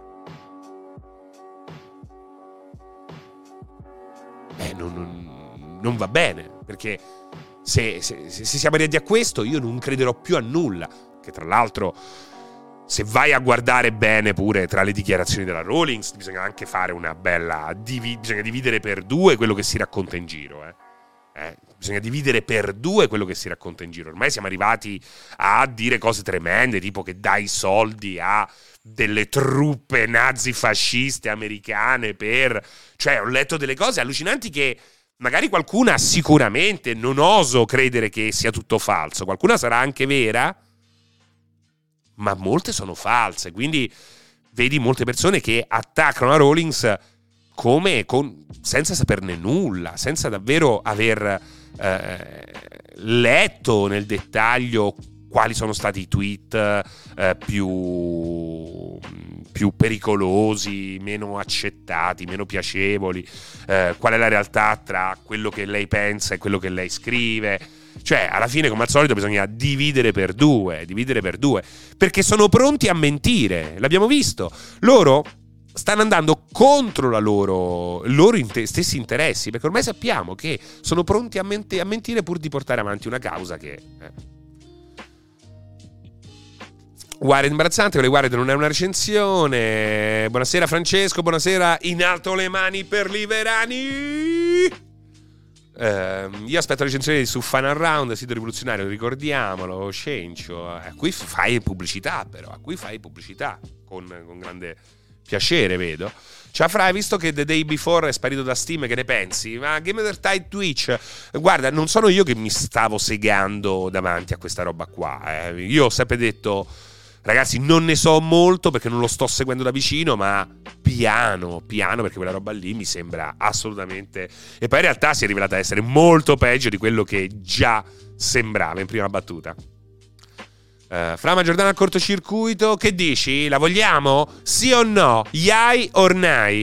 Speaker 1: Eh, non... non Non va bene, perché se, se, se siamo arrivati a questo io non crederò più a nulla. Che tra l'altro, se vai a guardare bene pure tra le dichiarazioni della Rawlings, bisogna anche fare una bella divi- bisogna dividere per due quello che si racconta in giro, eh. Eh, bisogna dividere per due quello che si racconta in giro. Ormai siamo arrivati a dire cose tremende, tipo che dai soldi a delle truppe nazifasciste americane per... Cioè, ho letto delle cose allucinanti che magari qualcuna sicuramente, non oso credere che sia tutto falso, qualcuna sarà anche vera, ma molte sono false, quindi vedi molte persone che attaccano la Rawlings come con, senza saperne nulla, senza davvero aver eh, letto nel dettaglio quali sono stati i tweet eh, più, più pericolosi, meno accettati, meno piacevoli, eh, qual è la realtà tra quello che lei pensa e quello che lei scrive. Cioè, alla fine, come al solito, bisogna dividere per due, dividere per due, perché sono pronti a mentire, l'abbiamo visto. Loro stanno andando contro la loro, i loro inter- stessi interessi, perché ormai sappiamo che sono pronti a, ment- a mentire pur di portare avanti una causa che... Eh. Wired imbarazzante, quelle Wired non è una recensione. Buonasera Francesco, buonasera, in alto le mani per i verani. eh, Io aspetto la recensione su Final Round, sito rivoluzionario, ricordiamolo, Cencio. A cui fai pubblicità, però, a cui fai pubblicità con, con grande piacere, vedo. Ciao Fra, hai visto che The Day Before è sparito da Steam? Che ne pensi? Ma Game Over Tide Twitch, guarda, non sono io che mi stavo segando davanti a questa roba qua, eh. Io ho sempre detto, ragazzi, non ne so molto perché non lo sto seguendo da vicino, ma piano, piano, perché quella roba lì mi sembra assolutamente... E poi in realtà si è rivelata essere molto peggio di quello che già sembrava in prima battuta. Uh, Frama Giordano al cortocircuito, che dici? La vogliamo? Sì o no? Yai or nay?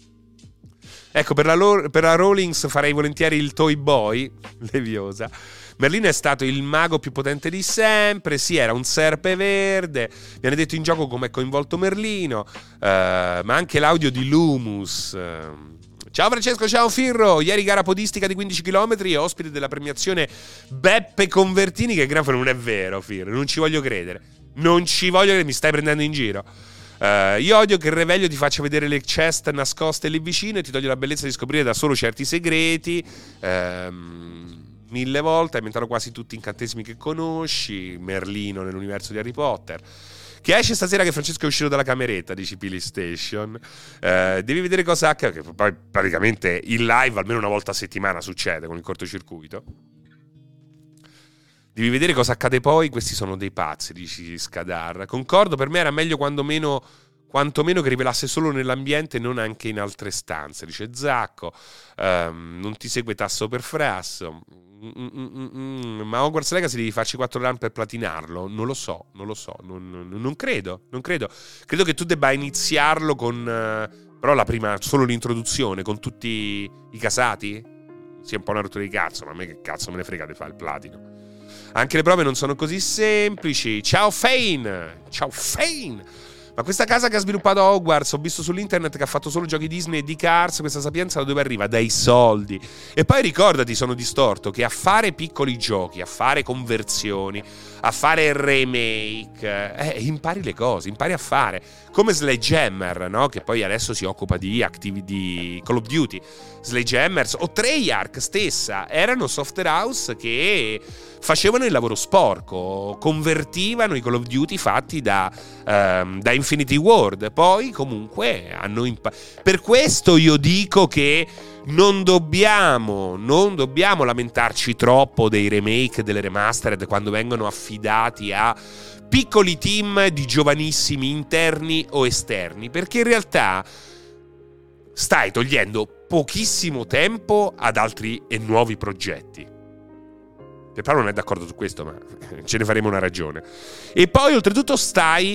Speaker 1: Ecco, per la, lo- per la Rawlings farei volentieri il Toy Boy, Leviosa. Merlino è stato il mago più potente di sempre. Sì, era un serpe verde. Viene detto in gioco come è coinvolto Merlino, eh, ma anche l'audio di Lumus. Ciao Francesco, ciao Firro. Ieri gara podistica di quindici chilometri e ospite della premiazione Beppe Convertini. Che grafo, non è vero, Firro, non ci voglio credere. Non ci voglio credere, mi stai prendendo in giro. Uh, io odio che il Reveglio ti faccia vedere le chest nascoste lì vicino e ti toglie la bellezza di scoprire da solo certi segreti. Um, mille volte hai inventato quasi tutti incantesimi che conosci. Merlino nell'universo di Harry Potter. Che esce stasera che Francesco è uscito dalla cameretta, dici Pili Station. Uh, devi vedere cosa accade, che poi praticamente in live almeno una volta a settimana succede con il cortocircuito. Devi vedere cosa accade poi. Questi sono dei pazzi, dici Scadar. Concordo, per me era meglio quando meno, quantomeno che rivelasse solo nell'ambiente e non anche in altre stanze, dice Zacco. Um, non ti segue tasso per frasso. Mm-mm-mm-mm. Ma Hogwarts Legacy devi farci quattro run per platinarlo? Non lo so, non lo so, non, non, non credo, non credo. Credo che tu debba iniziarlo con uh, però la prima, solo l'introduzione, con tutti i casati. Sia un po' una rottura di cazzo, ma a me che cazzo me ne frega di fare il platino. Anche le prove non sono così semplici. Ciao Fane, ciao Fane. Ma questa casa che ha sviluppato Hogwarts, ho visto sull'internet che ha fatto solo giochi Disney e di Cars. Questa sapienza da dove arriva? Dai soldi. E poi ricordati, sono distorto, che a fare piccoli giochi, a fare conversioni, a fare remake, eh, impari le cose, impari a fare. Come Sledgehammer, no? Che poi adesso si occupa di, Activ- di Call of Duty. Sledgehammers o Treyarch stessa erano software house che facevano il lavoro sporco, convertivano i Call of Duty fatti da, um, da Infinity Ward. Poi comunque hanno impa- per questo io dico che non dobbiamo non dobbiamo lamentarci troppo dei remake, delle remastered, quando vengono affidati a piccoli team di giovanissimi interni o esterni, perché in realtà stai togliendo pochissimo tempo ad altri e nuovi progetti. Però non è d'accordo su questo, ma ce ne faremo una ragione. E poi oltretutto stai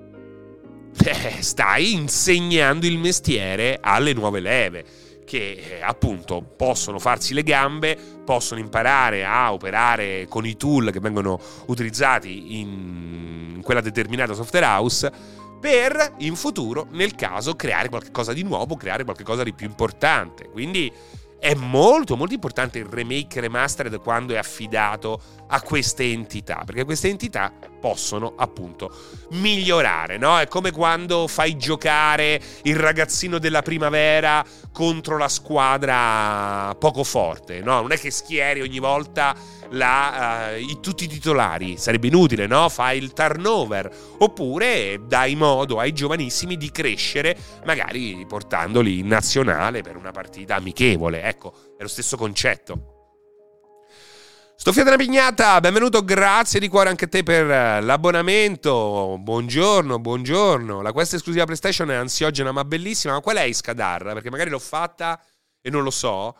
Speaker 1: eh, stai insegnando il mestiere alle nuove leve, che eh, appunto possono farsi le gambe, possono imparare a operare con i tool che vengono utilizzati in, in quella determinata software house, per in futuro, nel caso, creare qualcosa di nuovo, creare qualcosa di più importante. Quindi è molto molto importante il remake remastered quando è affidato a queste entità, perché queste entità possono appunto migliorare, no? È come quando fai giocare il ragazzino della primavera contro la squadra poco forte, no? Non è che schieri ogni volta la, uh, i, tutti i titolari, sarebbe inutile, no? Fai il turnover, oppure dai modo ai giovanissimi di crescere, magari portandoli in nazionale per una partita amichevole. Ecco, è lo stesso concetto. Stoffiata una pignata, benvenuto, grazie di cuore anche a te per l'abbonamento. Buongiorno, buongiorno. La quest esclusiva PlayStation è ansiogena ma bellissima. Ma qual è Iskadar? Perché magari l'ho fatta e non lo so.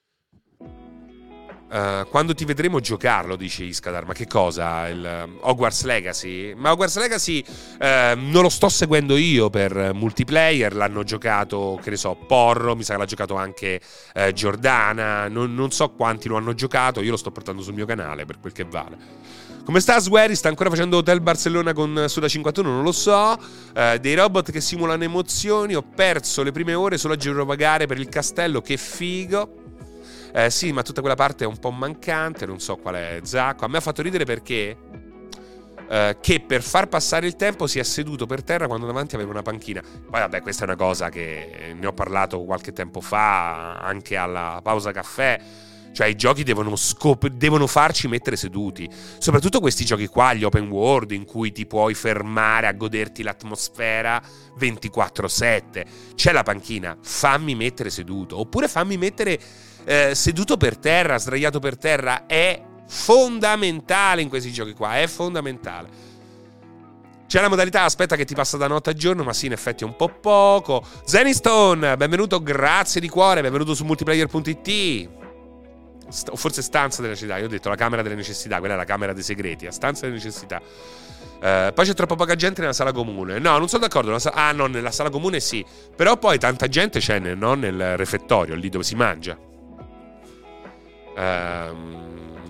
Speaker 1: Uh, quando ti vedremo giocarlo, dice Iskadar. Ma che cosa? Il uh, Hogwarts Legacy? Ma Hogwarts Legacy uh, non lo sto seguendo io per multiplayer. L'hanno giocato, che ne so, Porro. Mi sa che l'ha giocato anche uh, Giordana. Non, non so quanti lo hanno giocato. Io lo sto portando sul mio canale, per quel che vale. Come sta Swery? Sta ancora facendo Hotel Barcellona con Suda cinquantuno? Non lo so. uh, Dei robot che simulano emozioni. Ho perso le prime ore solo a girovagare per il castello. Che figo. Eh, sì, ma tutta quella parte è un po' mancante. Non so qual è Zacco. A me ha fatto ridere perché eh, che per far passare il tempo si è seduto per terra quando davanti aveva una panchina. Poi vabbè, questa è una cosa che ne ho parlato qualche tempo fa, anche alla pausa caffè. Cioè i giochi devono, scop- devono farci mettere seduti. Soprattutto questi giochi qua, gli open world, in cui ti puoi fermare a goderti l'atmosfera ventiquattro sette. C'è la panchina, fammi mettere seduto. Oppure fammi mettere eh, seduto per terra, sdraiato per terra. È fondamentale in questi giochi qua, è fondamentale. C'è la modalità aspetta che ti passa da notte a giorno, ma sì, in effetti è un po' poco. Zenistone, benvenuto, grazie di cuore, benvenuto su multiplayer punto it. O forse stanza delle necessità. Io ho detto la camera delle necessità, quella è la camera dei segreti, la stanza delle necessità. Uh, poi c'è troppo poca gente nella sala comune. No, non sono d'accordo. Sala... Ah, no, nella sala comune sì. Però poi tanta gente c'è nel, no? nel refettorio, lì dove si mangia. Uh,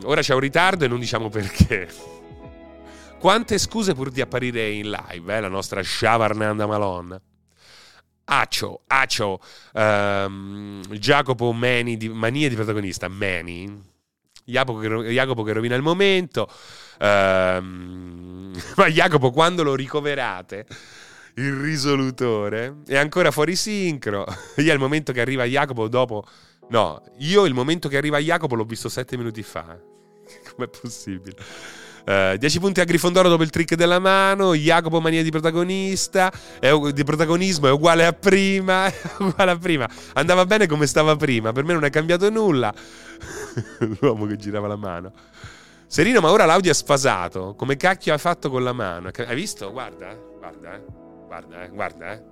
Speaker 1: ora c'è un ritardo e non diciamo perché. Quante scuse pur di apparire in live, eh, la nostra Shavarnanda Malone. Acio, Acio, um, Jacopo Mani di, mania di protagonista, Mani, Jacopo che, Jacopo che rovina il momento, um, ma Jacopo quando lo ricoverate, il risolutore, è ancora fuori sincro, io al momento che arriva Jacopo dopo, no, io il momento che arriva Jacopo l'ho visto sette minuti fa, com'è possibile? Uh, dieci punti a Grifondoro dopo il trick della mano. Jacopo mania di protagonista è, di protagonismo è uguale a prima. È uguale a prima. Andava bene come stava prima. Per me non è cambiato nulla. L'uomo che girava la mano. Serino, ma ora l'audio è sfasato. Come cacchio hai fatto con la mano? Hai visto? Guarda, guarda, eh. Guarda, eh. Guarda, eh.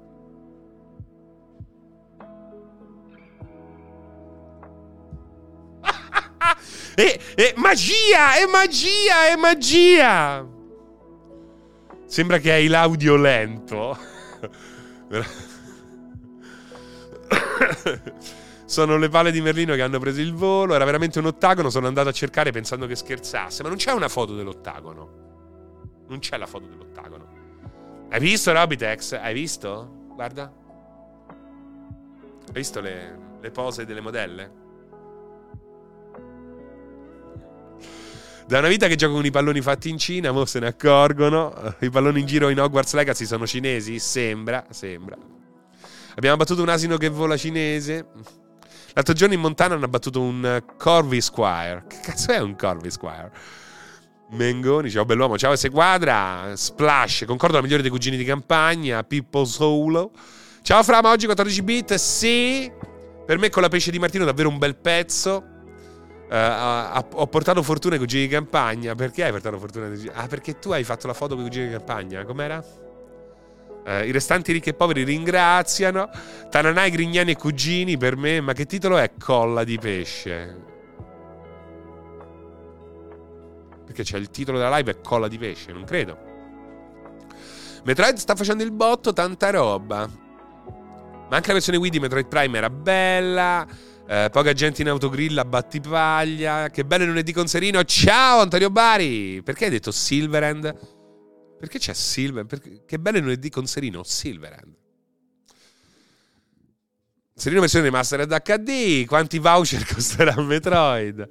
Speaker 1: È, è magia, è magia, è magia. Sembra che hai l'audio lento. Sono le palle di Merlino che hanno preso il volo. Era veramente un ottagono. Sono andato a cercare pensando che scherzasse. Ma non c'è una foto dell'ottagono. Non c'è la foto dell'ottagono. Hai visto Robitex? Hai visto? Guarda. Hai visto le, le pose delle modelle? Da una vita che gioco con i palloni fatti in Cina, mo se ne accorgono. I palloni in giro in Hogwarts Legacy sono cinesi? Sembra, sembra. Abbiamo battuto un asino che vola cinese. L'altro giorno in Montana hanno abbattuto un Corvi Squire. Che cazzo è un Corvi Squire? Mengoni, ciao bell'uomo, ciao S Quadra. Splash, concordo la migliore dei cugini di campagna. Pippo Solo. Ciao Fra, ma oggi quattordici bit? Sì. Per me con la pesce di Martino davvero un bel pezzo. Uh, ho portato fortuna ai cugini di campagna. Perché hai portato fortuna ai cugini? Ah, perché tu hai fatto la foto con i cugini di campagna. Com'era? Uh, I restanti ricchi e poveri ringraziano. Tananai, Grignani e cugini per me. Ma che titolo è? Colla di pesce. Perché c'è il titolo della live è Colla di pesce. Non credo. Metroid sta facendo il botto. Tanta roba. Ma anche la versione Wii di Metroid Prime era bella. Eh, poca gente in autogrill a battipaglia. Che bello il lunedì con Serino. Ciao Antonio Bari. Perché hai detto Silverhand? Perché c'è Silver? Perché... Che bello il lunedì con Serino. Silverhand. Serino versione remastered acca di. Quanti voucher costerà Metroid?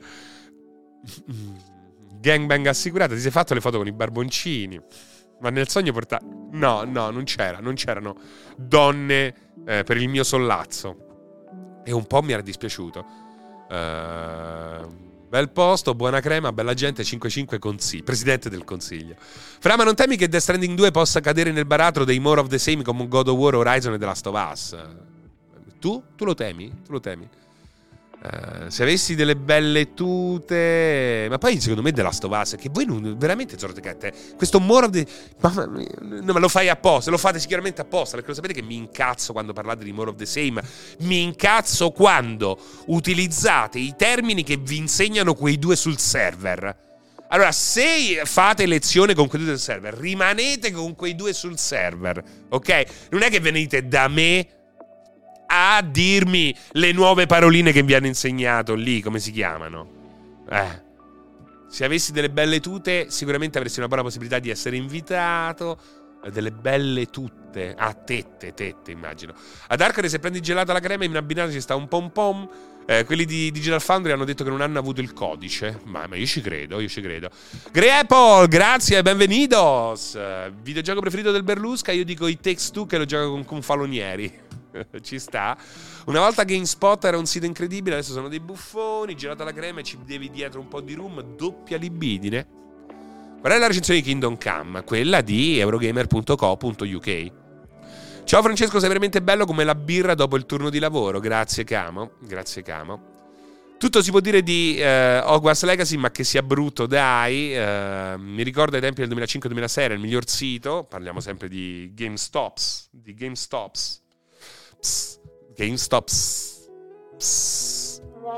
Speaker 1: Gangbang assicurata. Ti sei fatto le foto con i barboncini? Ma nel sogno portare... No, no, non c'era. Non c'erano donne eh, per il mio sollazzo. E un po' mi era dispiaciuto. uh, Bel posto, buona crema, bella gente. Cinque cinque consigli, presidente del consiglio. Fra, ma non temi che Death Stranding due possa cadere nel baratro dei more of the same come God of War, Horizon e The Last of Us? Tu? Tu lo temi? Tu lo temi? Uh, se avessi delle belle tute. Ma poi secondo me The Last of Us, che voi non veramente zorricate questo more of the... ma, no, ma lo fai apposta. Lo fate sicuramente apposta, perché lo sapete che mi incazzo quando parlate di more of the same. Mi incazzo quando utilizzate i termini che vi insegnano quei due sul server. Allora, se fate lezione con quei due sul server, rimanete con quei due sul server, ok? Non è che venite da me a dirmi le nuove paroline che vi hanno insegnato lì, come si chiamano. Eh. Se avessi delle belle tute, sicuramente avresti una buona possibilità di essere invitato. Delle belle tutte. Ah, tette, tette, immagino. Ad Arcade, se prendi gelata la crema in abbinato ci sta un pom pom. Eh, quelli di Digital Foundry hanno detto che non hanno avuto il codice. Ma, ma io ci credo, io ci credo. Grey Apple, grazie, benvenidos. Videogioco preferito del Berlusca? Io dico i Takes Two, che lo gioca con Confalonieri. Ci sta. Una volta GameSpot era un sito incredibile, adesso sono dei buffoni. Gelata la crema e ci devi dietro un po' di room. Doppia libidine. Qual è la recensione di Kingdom Come? Quella di eurogamer punto co punto uk. Ciao Francesco, sei veramente bello come la birra dopo il turno di lavoro. Grazie Camo. Grazie Camo. Tutto si può dire di uh, Hogwarts Legacy, ma che sia brutto, dai. Uh, mi ricordo ai tempi del duemilacinque duemilasei era il miglior sito. Parliamo sempre di GameStops. Di GameStops. Psst, GameStops. Psst.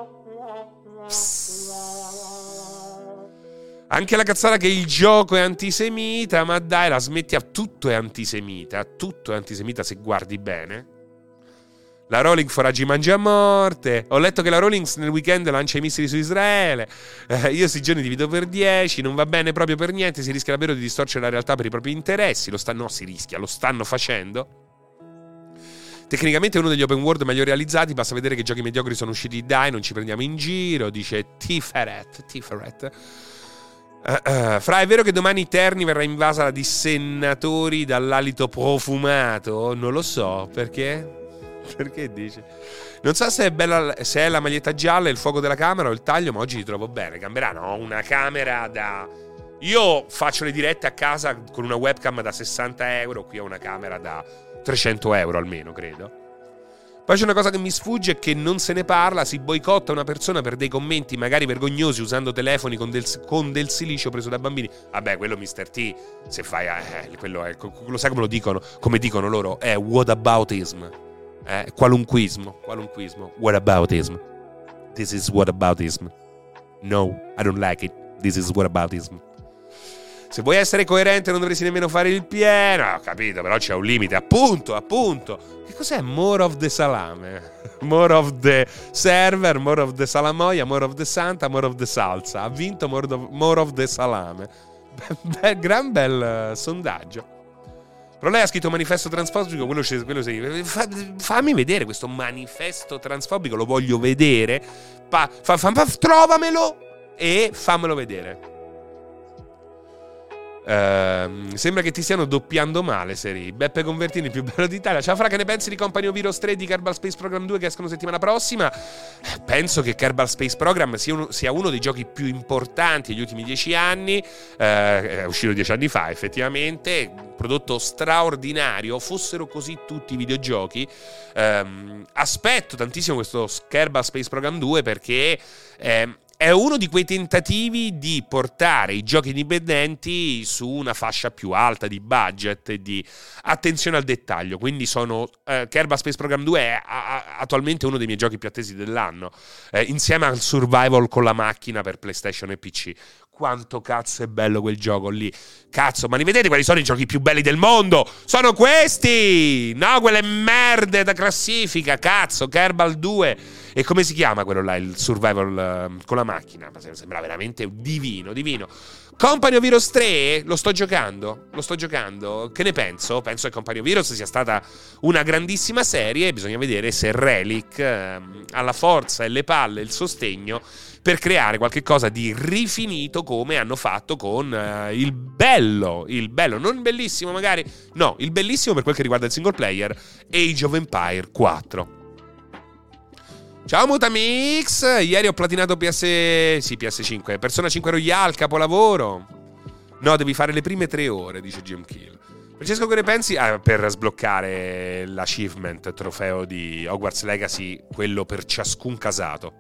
Speaker 1: Psst. Anche la cazzata che il gioco è antisemita, ma dai, la smetti, a tutto è antisemita, tutto è antisemita se guardi bene. La Rowling foraggi mangia a morte. Ho letto che la Rowling nel weekend lancia i missili su Israele. Eh, io sti giorni divido per dieci. Non va bene proprio per niente. Si rischia davvero di distorcere la realtà per i propri interessi. Lo stanno, no, si rischia, lo stanno facendo. Tecnicamente è uno degli open world meglio realizzati. Basta vedere che giochi mediocri sono usciti. Dai, non ci prendiamo in giro. Dice Tiferet. Tiferet. Uh, uh, Fra, è vero che domani Terni verrà invasa da dissennatori dall'alito profumato? Non lo so, perché? Perché dici? Non so se è bella, se è la maglietta gialla, il fuoco della camera o il taglio, ma oggi ti trovo bene. Cambieranno, ho una camera da... Io faccio le dirette a casa con una webcam da sessanta euro. Qui ho una camera da trecento euro almeno, credo. Poi c'è una cosa che mi sfugge e che non se ne parla. Si boicotta una persona per dei commenti magari vergognosi usando telefoni con del, con del silicio preso da bambini. Vabbè, quello mister T, se fai eh, quello è, lo sai come lo dicono, come dicono loro, è whataboutism. Eh, qualunquismo, qualunquismo. Whataboutism. This is whataboutism. No, I don't like it. This is whataboutism. Se vuoi essere coerente non dovresti nemmeno fare il pieno. Ho capito, però c'è un limite. Appunto, appunto. Che cos'è more of the salame? More of the server, more of the salamoia, more of the santa, more of the salsa. Ha vinto more of, more of the salame. Beh, gran bel uh, sondaggio. Però lei ha scritto manifesto transfobico. Quello, quello sei, fa, fammi vedere questo manifesto transfobico. Lo voglio vedere. Pa, fa, fa, fa, trovamelo e fammelo vedere. Uh, sembra che ti stiano doppiando male, Seri. Beppe Convertini, il più bello d'Italia. Ciao Fra, che ne pensi di Company of Heroes tre e di Kerbal Space Program due che escono settimana prossima? Penso che Kerbal Space Program sia uno, sia uno dei giochi più importanti degli ultimi dieci anni. uh, È uscito dieci anni fa, effettivamente. Prodotto straordinario. Fossero così tutti i videogiochi. um, Aspetto tantissimo questo Kerbal Space Program due perché um, è uno di quei tentativi di portare i giochi indipendenti su una fascia più alta di budget e di attenzione al dettaglio. Quindi sono eh, Kerbal Space Program due è a, a, attualmente uno dei miei giochi più attesi dell'anno, eh, insieme al survival con la macchina per PlayStation e P C. Quanto cazzo è bello quel gioco lì. Cazzo, ma li vedete quali sono i giochi più belli del mondo? Sono questi! No, quelle merde da classifica. Cazzo, Kerbal due. E come si chiama quello là, il survival uh, con la macchina? Sembra veramente divino, divino. Company of Heroes tre lo sto giocando, lo sto giocando. Che ne penso? Penso che Company of Heroes sia stata una grandissima serie. Bisogna vedere se Relic uh, ha la forza e le palle, il sostegno per creare qualche cosa di rifinito come hanno fatto con uh, il bello, il bello, non bellissimo magari, no, il bellissimo per quel che riguarda il single player, Age of Empire quattro. Ciao Mutamix, ieri ho platinato P S... sì, P S cinque, Persona cinque Royale, capolavoro. No, devi fare le prime tre ore, dice Jim Kill. Francesco, che ne pensi? Ah, per sbloccare l'achievement, trofeo di Hogwarts Legacy, quello per ciascun casato.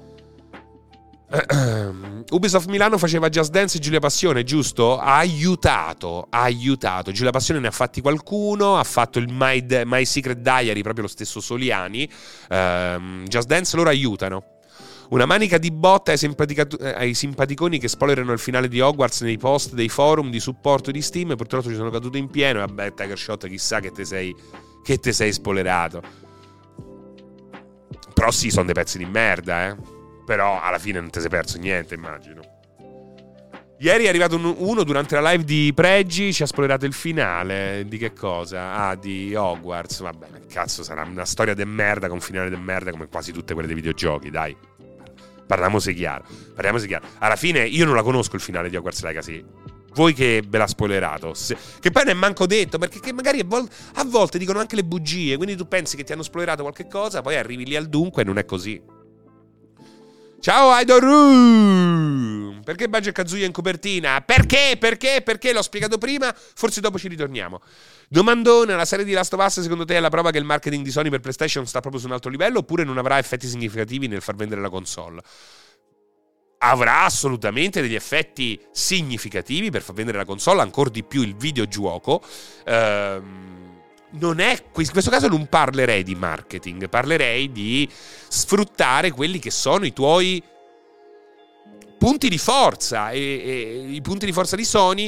Speaker 1: Ubisoft Milano faceva Just Dance e Giulia Passione, giusto? Ha aiutato, ha aiutato. Giulia Passione ne ha fatti qualcuno. Ha fatto il My, De- My Secret Diary, proprio lo stesso Soliani. um, Just Dance loro aiutano. Una manica di botta ai, simpatica- ai simpaticoni che spoilerano il finale di Hogwarts nei post dei forum di supporto di Steam. Purtroppo ci sono caduto in pieno. E vabbè, Tiger Shot, chissà che te sei Che te sei spoilerato. Però sì, sono dei pezzi di merda, eh. Però alla fine non ti sei perso niente, immagino. Ieri è arrivato un, uno durante la live di Pregi, ci ha spoilerato il finale. Di che cosa? Ah, di Hogwarts. Vabbè, cazzo, sarà una storia de merda con finale de merda come quasi tutte quelle dei videogiochi, dai. Parliamoci chiaro. Parliamoci chiaro. Alla fine io non la conosco il finale di Hogwarts Legacy. Voi che ve l'ha spoilerato. Se, che poi non è manco detto, perché che magari a, vol- a volte dicono anche le bugie. Quindi tu pensi che ti hanno spoilerato qualche cosa, poi arrivi lì al dunque e non è così. Ciao Aidoru! Perché Banjo e Kazooie in copertina? Perché? Perché? Perché? L'ho spiegato prima, forse dopo ci ritorniamo. Domandone, la serie di Last of Us secondo te è la prova che il marketing di Sony per PlayStation sta proprio su un alto livello oppure non avrà effetti significativi nel far vendere la console? Avrà assolutamente degli effetti significativi per far vendere la console, ancora di più il videogioco. Ehm... Non è, in questo caso non parlerei di marketing, parlerei di sfruttare quelli che sono i tuoi punti di forza e, e i punti di forza di Sony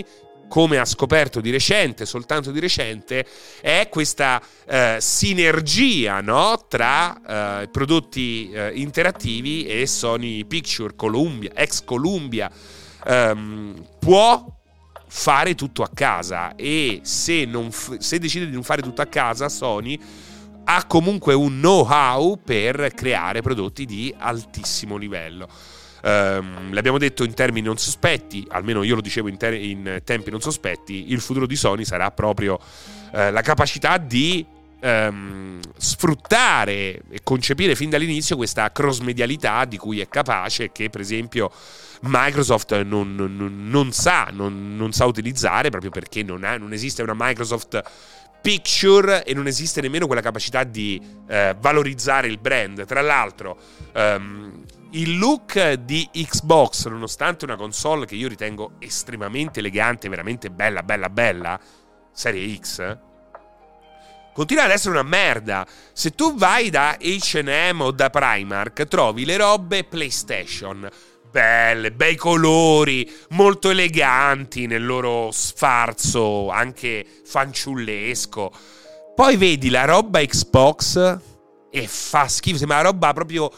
Speaker 1: come ha scoperto di recente, soltanto di recente, è questa eh, sinergia, no? tra eh, prodotti eh, interattivi e Sony Picture, Columbia, ex Columbia, ehm, può fare tutto a casa, e se, non f- se decide di non fare tutto a casa, Sony ha comunque un know-how per creare prodotti di altissimo livello. Um, l'abbiamo detto in termini non sospetti, almeno io lo dicevo in, ter- in tempi non sospetti, il futuro di Sony sarà proprio uh, la capacità di um, sfruttare e concepire fin dall'inizio questa cross-medialità di cui è capace, che per esempio Microsoft non, non, non sa non, non sa utilizzare, proprio perché non, ha, non esiste una Microsoft Picture e non esiste nemmeno quella capacità di uh, valorizzare il brand. Tra l'altro um, il look di Xbox, nonostante una console che io ritengo estremamente elegante, veramente bella, bella, bella, Serie X, continua ad essere una merda. Se tu vai da acca e emme o da Primark, trovi le robe PlayStation, belle, bei colori, molto eleganti nel loro sfarzo, anche fanciullesco. Poi vedi la roba Xbox e fa schifo, sembra una roba proprio...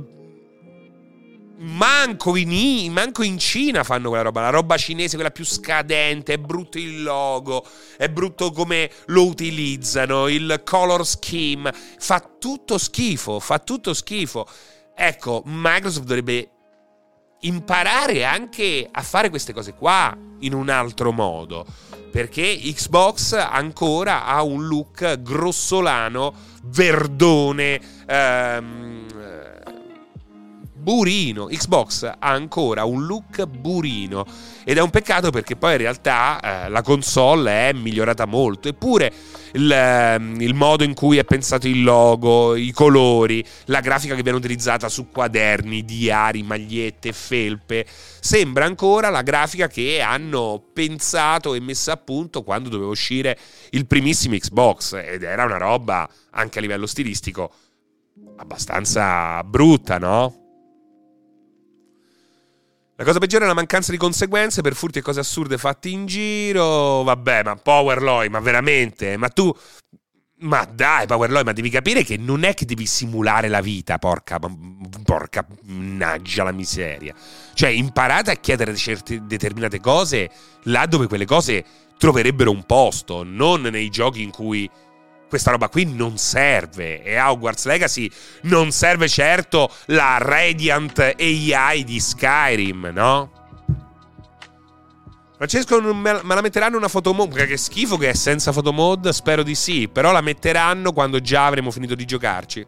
Speaker 1: Manco in, manco in Cina fanno quella roba. La roba cinese, quella più scadente. È brutto il logo, è brutto come lo utilizzano, il color scheme. Fa tutto schifo, fa tutto schifo. Ecco, Microsoft dovrebbe imparare anche a fare queste cose qua in un altro modo, perché Xbox ancora ha un look grossolano, verdone, ehm, burino. Xbox ha ancora un look burino, ed è un peccato, perché poi in realtà eh, la console è migliorata molto, eppure il, il modo in cui è pensato il logo, i colori, la grafica che viene utilizzata su quaderni, diari, magliette, felpe, sembra ancora la grafica che hanno pensato e messo a punto quando doveva uscire il primissimo Xbox, ed era una roba anche a livello stilistico abbastanza brutta, no? La cosa peggiore è la mancanza di conseguenze per furti e cose assurde fatte in giro. Vabbè, ma Powerloy, ma veramente? Ma tu... Ma dai, Powerloy, ma devi capire che non è che devi simulare la vita, porca... Porca... Naggia la miseria. Cioè, imparate a chiedere certe determinate cose là dove quelle cose troverebbero un posto, non nei giochi in cui... questa roba qui non serve. E a Hogwarts Legacy non serve certo la Radiant A I di Skyrim, no? Francesco, me la metteranno una photomode? Che schifo che è senza photomode. Spero di sì, però la metteranno quando già avremo finito di giocarci.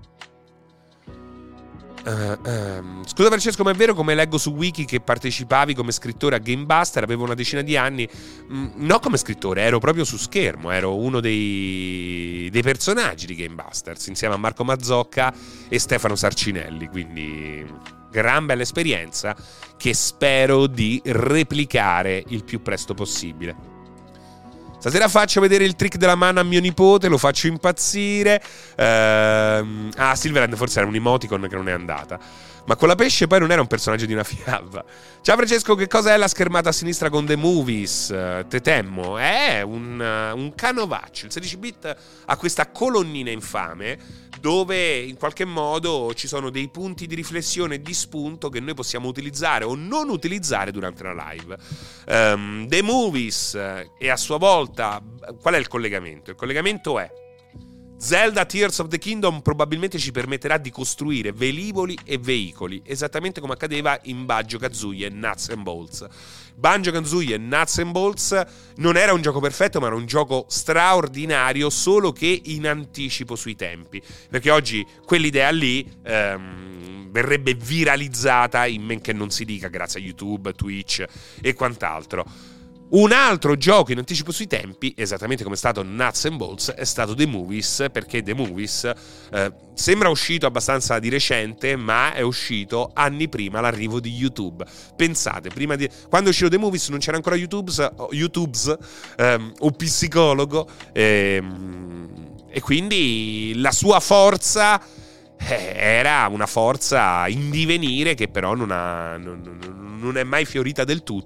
Speaker 1: Uh, um. Scusa Francesco, ma è vero, come leggo su Wiki, che partecipavi come scrittore a Game Buster? Avevo una decina di anni. mm, No, come scrittore, ero proprio su schermo. Ero uno dei, dei personaggi di Game Busters, insieme a Marco Mazzocca e Stefano Sarcinelli. Quindi gran bella esperienza che spero di replicare il più presto possibile. Stasera faccio vedere il trick della mana a mio nipote, lo faccio impazzire. Ehm, ah, Silverland forse era un emoticon che non è andata. Ma con la pesce poi non era un personaggio di una fiaba. Ciao Francesco, che cosa è la schermata a sinistra con The Movies? Uh, te temmo. È un, uh, un canovaccio. Il sedici bit ha questa colonnina infame dove in qualche modo ci sono dei punti di riflessione e di spunto che noi possiamo utilizzare o non utilizzare durante la live. Um, The Movies uh, e a sua volta, qual è il collegamento? Il collegamento è: Zelda Tears of the Kingdom probabilmente ci permetterà di costruire velivoli e veicoli, esattamente come accadeva in Banjo-Kazooie Nuts and Bolts. Banjo-Kazooie Nuts and Bolts non era un gioco perfetto, ma era un gioco straordinario, solo che in anticipo sui tempi, perché oggi quell'idea lì ehm, verrebbe viralizzata in men che non si dica, grazie a YouTube, Twitch e quant'altro. Un altro gioco in anticipo sui tempi, esattamente come è stato Nuts and Bolts, è stato The Movies, perché The Movies eh, sembra uscito abbastanza di recente, ma è uscito anni prima l'arrivo di YouTube. Pensate, prima di quando è uscito The Movies non c'era ancora YouTube's, YouTube's ehm, o psicologo, ehm, e quindi la sua forza eh, era una forza in divenire che però non, ha, non, non è mai fiorita del tutto.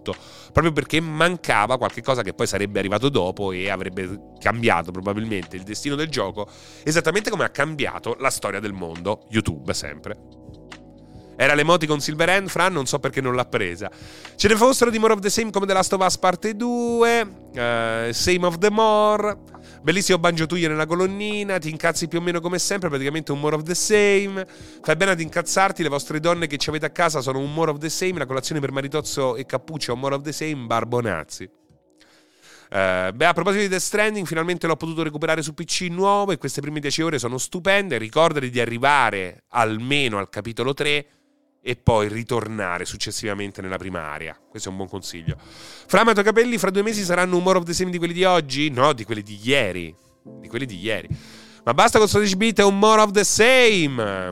Speaker 1: proprio perché mancava qualche cosa che poi sarebbe arrivato dopo e avrebbe cambiato probabilmente il destino del gioco, esattamente come ha cambiato la storia del mondo. YouTube, sempre. Era l'emoticon Silver Hand, Fran, non so perché non l'ha presa. Ce ne fossero di more of the same come The Last of Us parte due, uh, Same of the More, bellissimo Banjo Tooie nella colonnina, ti incazzi più o meno come sempre, praticamente un more of the same. Fai bene ad incazzarti, le vostre donne che ci avete a casa sono un more of the same, la colazione per Maritozzo e Cappuccio è un more of the same, Barbonazzi. Uh, beh, a proposito di Death Stranding, finalmente l'ho potuto recuperare su P C nuovo e queste prime dieci ore sono stupende. Ricordati di arrivare almeno al capitolo tre e poi ritornare successivamente nella prima area. Questo è un buon consiglio. Fra i tuoi capelli fra due mesi saranno un more of the same di quelli di oggi? No, di quelli di ieri. Di quelli di ieri. Ma basta con sedici bit, è un more of the same.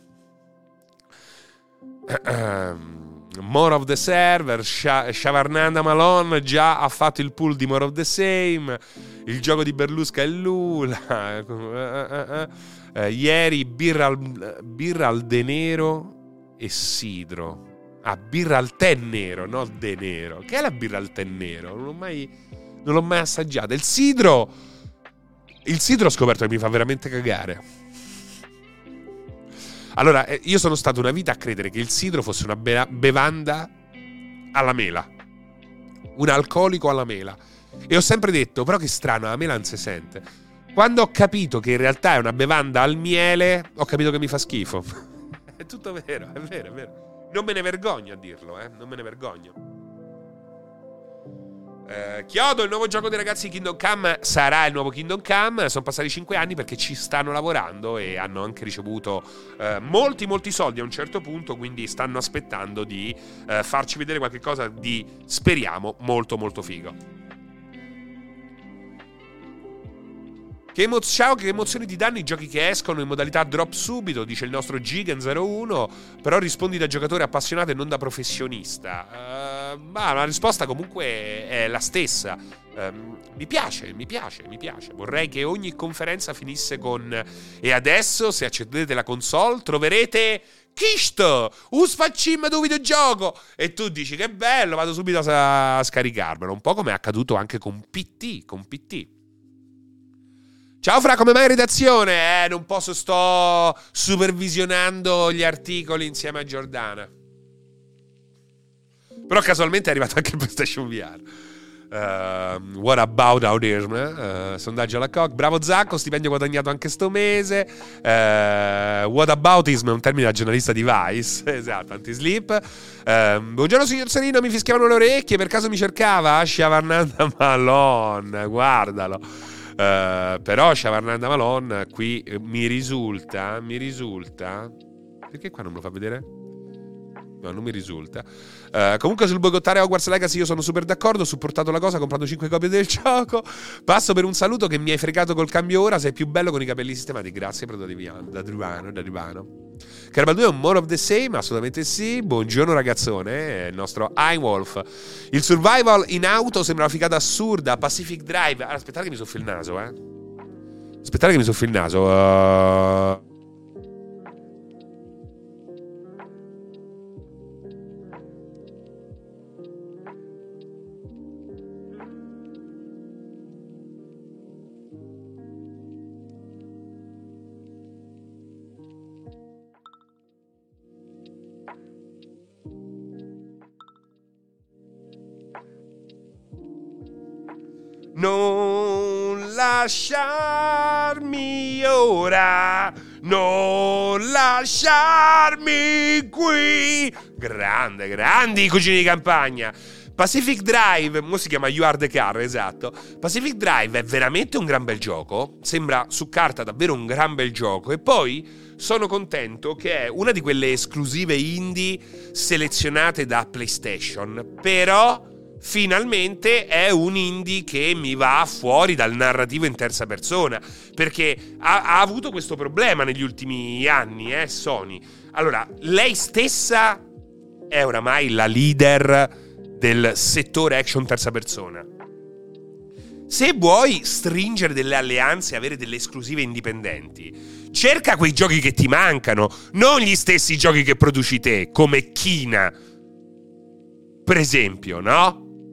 Speaker 1: More of the server. Shavarnanda Malone già ha fatto il pool di more of the same. Il gioco di Berlusca e Lula. uh, uh, uh. Uh, ieri birra al, birra al denero e sidro. Ah, birra al tè nero, no de nero. Che è la birra al tè nero? Non l'ho mai, non l'ho mai assaggiata. Il sidro, il sidro ho scoperto che mi fa veramente cagare. Allora, io sono stato una vita a credere che il sidro fosse una be- bevanda alla mela, un alcolico alla mela, e ho sempre detto, però che strano, la mela non si sente. Quando ho capito che in realtà è una bevanda al miele, ho capito che mi fa schifo. È tutto vero, è vero, è vero. Non me ne vergogno a dirlo, eh. Non me ne vergogno. Eh, Chiodo, il nuovo gioco dei ragazzi di Kingdom Come sarà il nuovo Kingdom Come. Sono passati cinque anni perché ci stanno lavorando e hanno anche ricevuto eh, molti, molti soldi a un certo punto. Quindi stanno aspettando di eh, farci vedere qualche cosa di, speriamo, molto, molto figo. Che emo- Ciao, che emozioni ti danno i giochi che escono in modalità drop subito, dice il nostro Gigan zero uno, però rispondi da giocatore appassionato e non da professionista. Uh, ma la risposta comunque è la stessa. Uh, mi piace, mi piace, mi piace. Vorrei che ogni conferenza finisse con e adesso, se accendete la console, troverete Kisto, un sfaccim di un videogioco. E tu dici che bello, vado subito a, a scaricarmelo. Un po' come è accaduto anche con P T, con P T. Ciao Fra, come mai redazione? Eh, non posso, sto supervisionando gli articoli insieme a Giordana. Però casualmente è arrivato anche il PlayStation V R. Uh, what about autism? Uh, sondaggio alla C O C. Bravo Zacco, stipendio guadagnato anche sto mese. Uh, what aboutism è un termine da giornalista di Vice. Esatto, anti-sleep. Uh, buongiorno signor Serino, mi fischiavano le orecchie, per caso mi cercava? Shavarnanda Malone, guardalo. Uh, però Shavarnanda Malone qui eh, mi risulta mi risulta perché qua non me lo fa vedere? No, non mi risulta. Uh, comunque sul boicottare Hogwarts Legacy io sono super d'accordo, ho supportato la cosa comprando cinque copie del gioco. Passo per un saluto che mi hai fregato col cambio ora, sei più bello con i capelli sistemati. Grazie per da Divano, da Drivano, da Divano. Carabal due è un more of the same, assolutamente sì. Buongiorno ragazzone, è il nostro iWolf. Il survival in auto sembra una figata assurda. Pacific Drive. Allora, aspettate che mi soffio il naso, eh. Aspettate che mi soffio il naso. Uh... Non lasciarmi ora, non lasciarmi qui. Grande, grandi i cugini di campagna. Pacific Drive, mo si chiama You Are The Car, esatto. Pacific Drive è veramente un gran bel gioco. Sembra su carta davvero un gran bel gioco. E poi sono contento che è una di quelle esclusive indie selezionate da PlayStation. Però finalmente è un indie che mi va fuori dal narrativo in terza persona, perché ha, ha avuto questo problema negli ultimi anni, eh, Sony. Allora, lei stessa è oramai la leader del settore action terza persona. Se vuoi stringere delle alleanze e avere delle esclusive indipendenti, cerca quei giochi che ti mancano, non gli stessi giochi che produci te, come Kina, per esempio, no?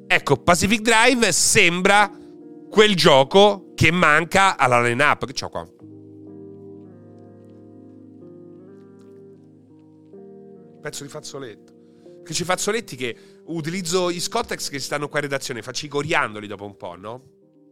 Speaker 1: Ecco, Pacific Drive sembra quel gioco che manca alla line-up. Che c'ho qua? Pezzo di fazzoletto. Che c'è fazzoletti che utilizzo i Scottex che stanno qua in redazione, faccio i coriandoli dopo un po', no?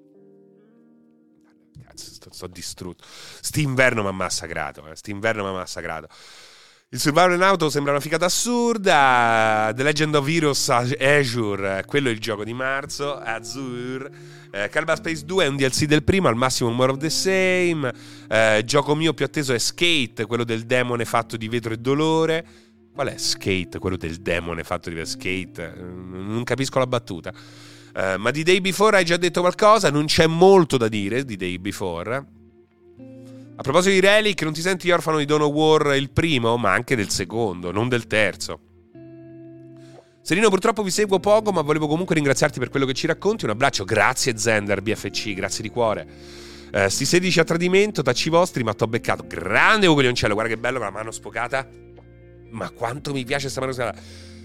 Speaker 1: Cazzo, sto, sto distrutto. St'inverno mi ha massacrato, eh. St'inverno mi ha massacrato. Il Survival in Auto sembra una figata assurda. The Legend of Heroes Azure, quello è il gioco di marzo. Azure. eh, Kerbal Space due è un D L C del primo, al massimo more of the same. eh, Gioco mio più atteso è Skate, quello del demone fatto di vetro e dolore. Qual è Skate, quello del demone fatto di Skate? Non capisco la battuta. uh, Ma di Day Before hai già detto qualcosa. Non c'è molto da dire di Day Before. A proposito di Relic, non ti senti orfano di Dawn of War il primo, ma anche del secondo, non del terzo. Serino, purtroppo vi seguo poco, ma volevo comunque ringraziarti per quello che ci racconti. Un abbraccio, grazie Zender B F C, grazie di cuore. uh, Sti sedici a tradimento, tacci vostri, ma t'ho beccato. Grande Ugo Lioncello, guarda che bello con la mano sfocata. Ma quanto mi piace sta mano sfocata.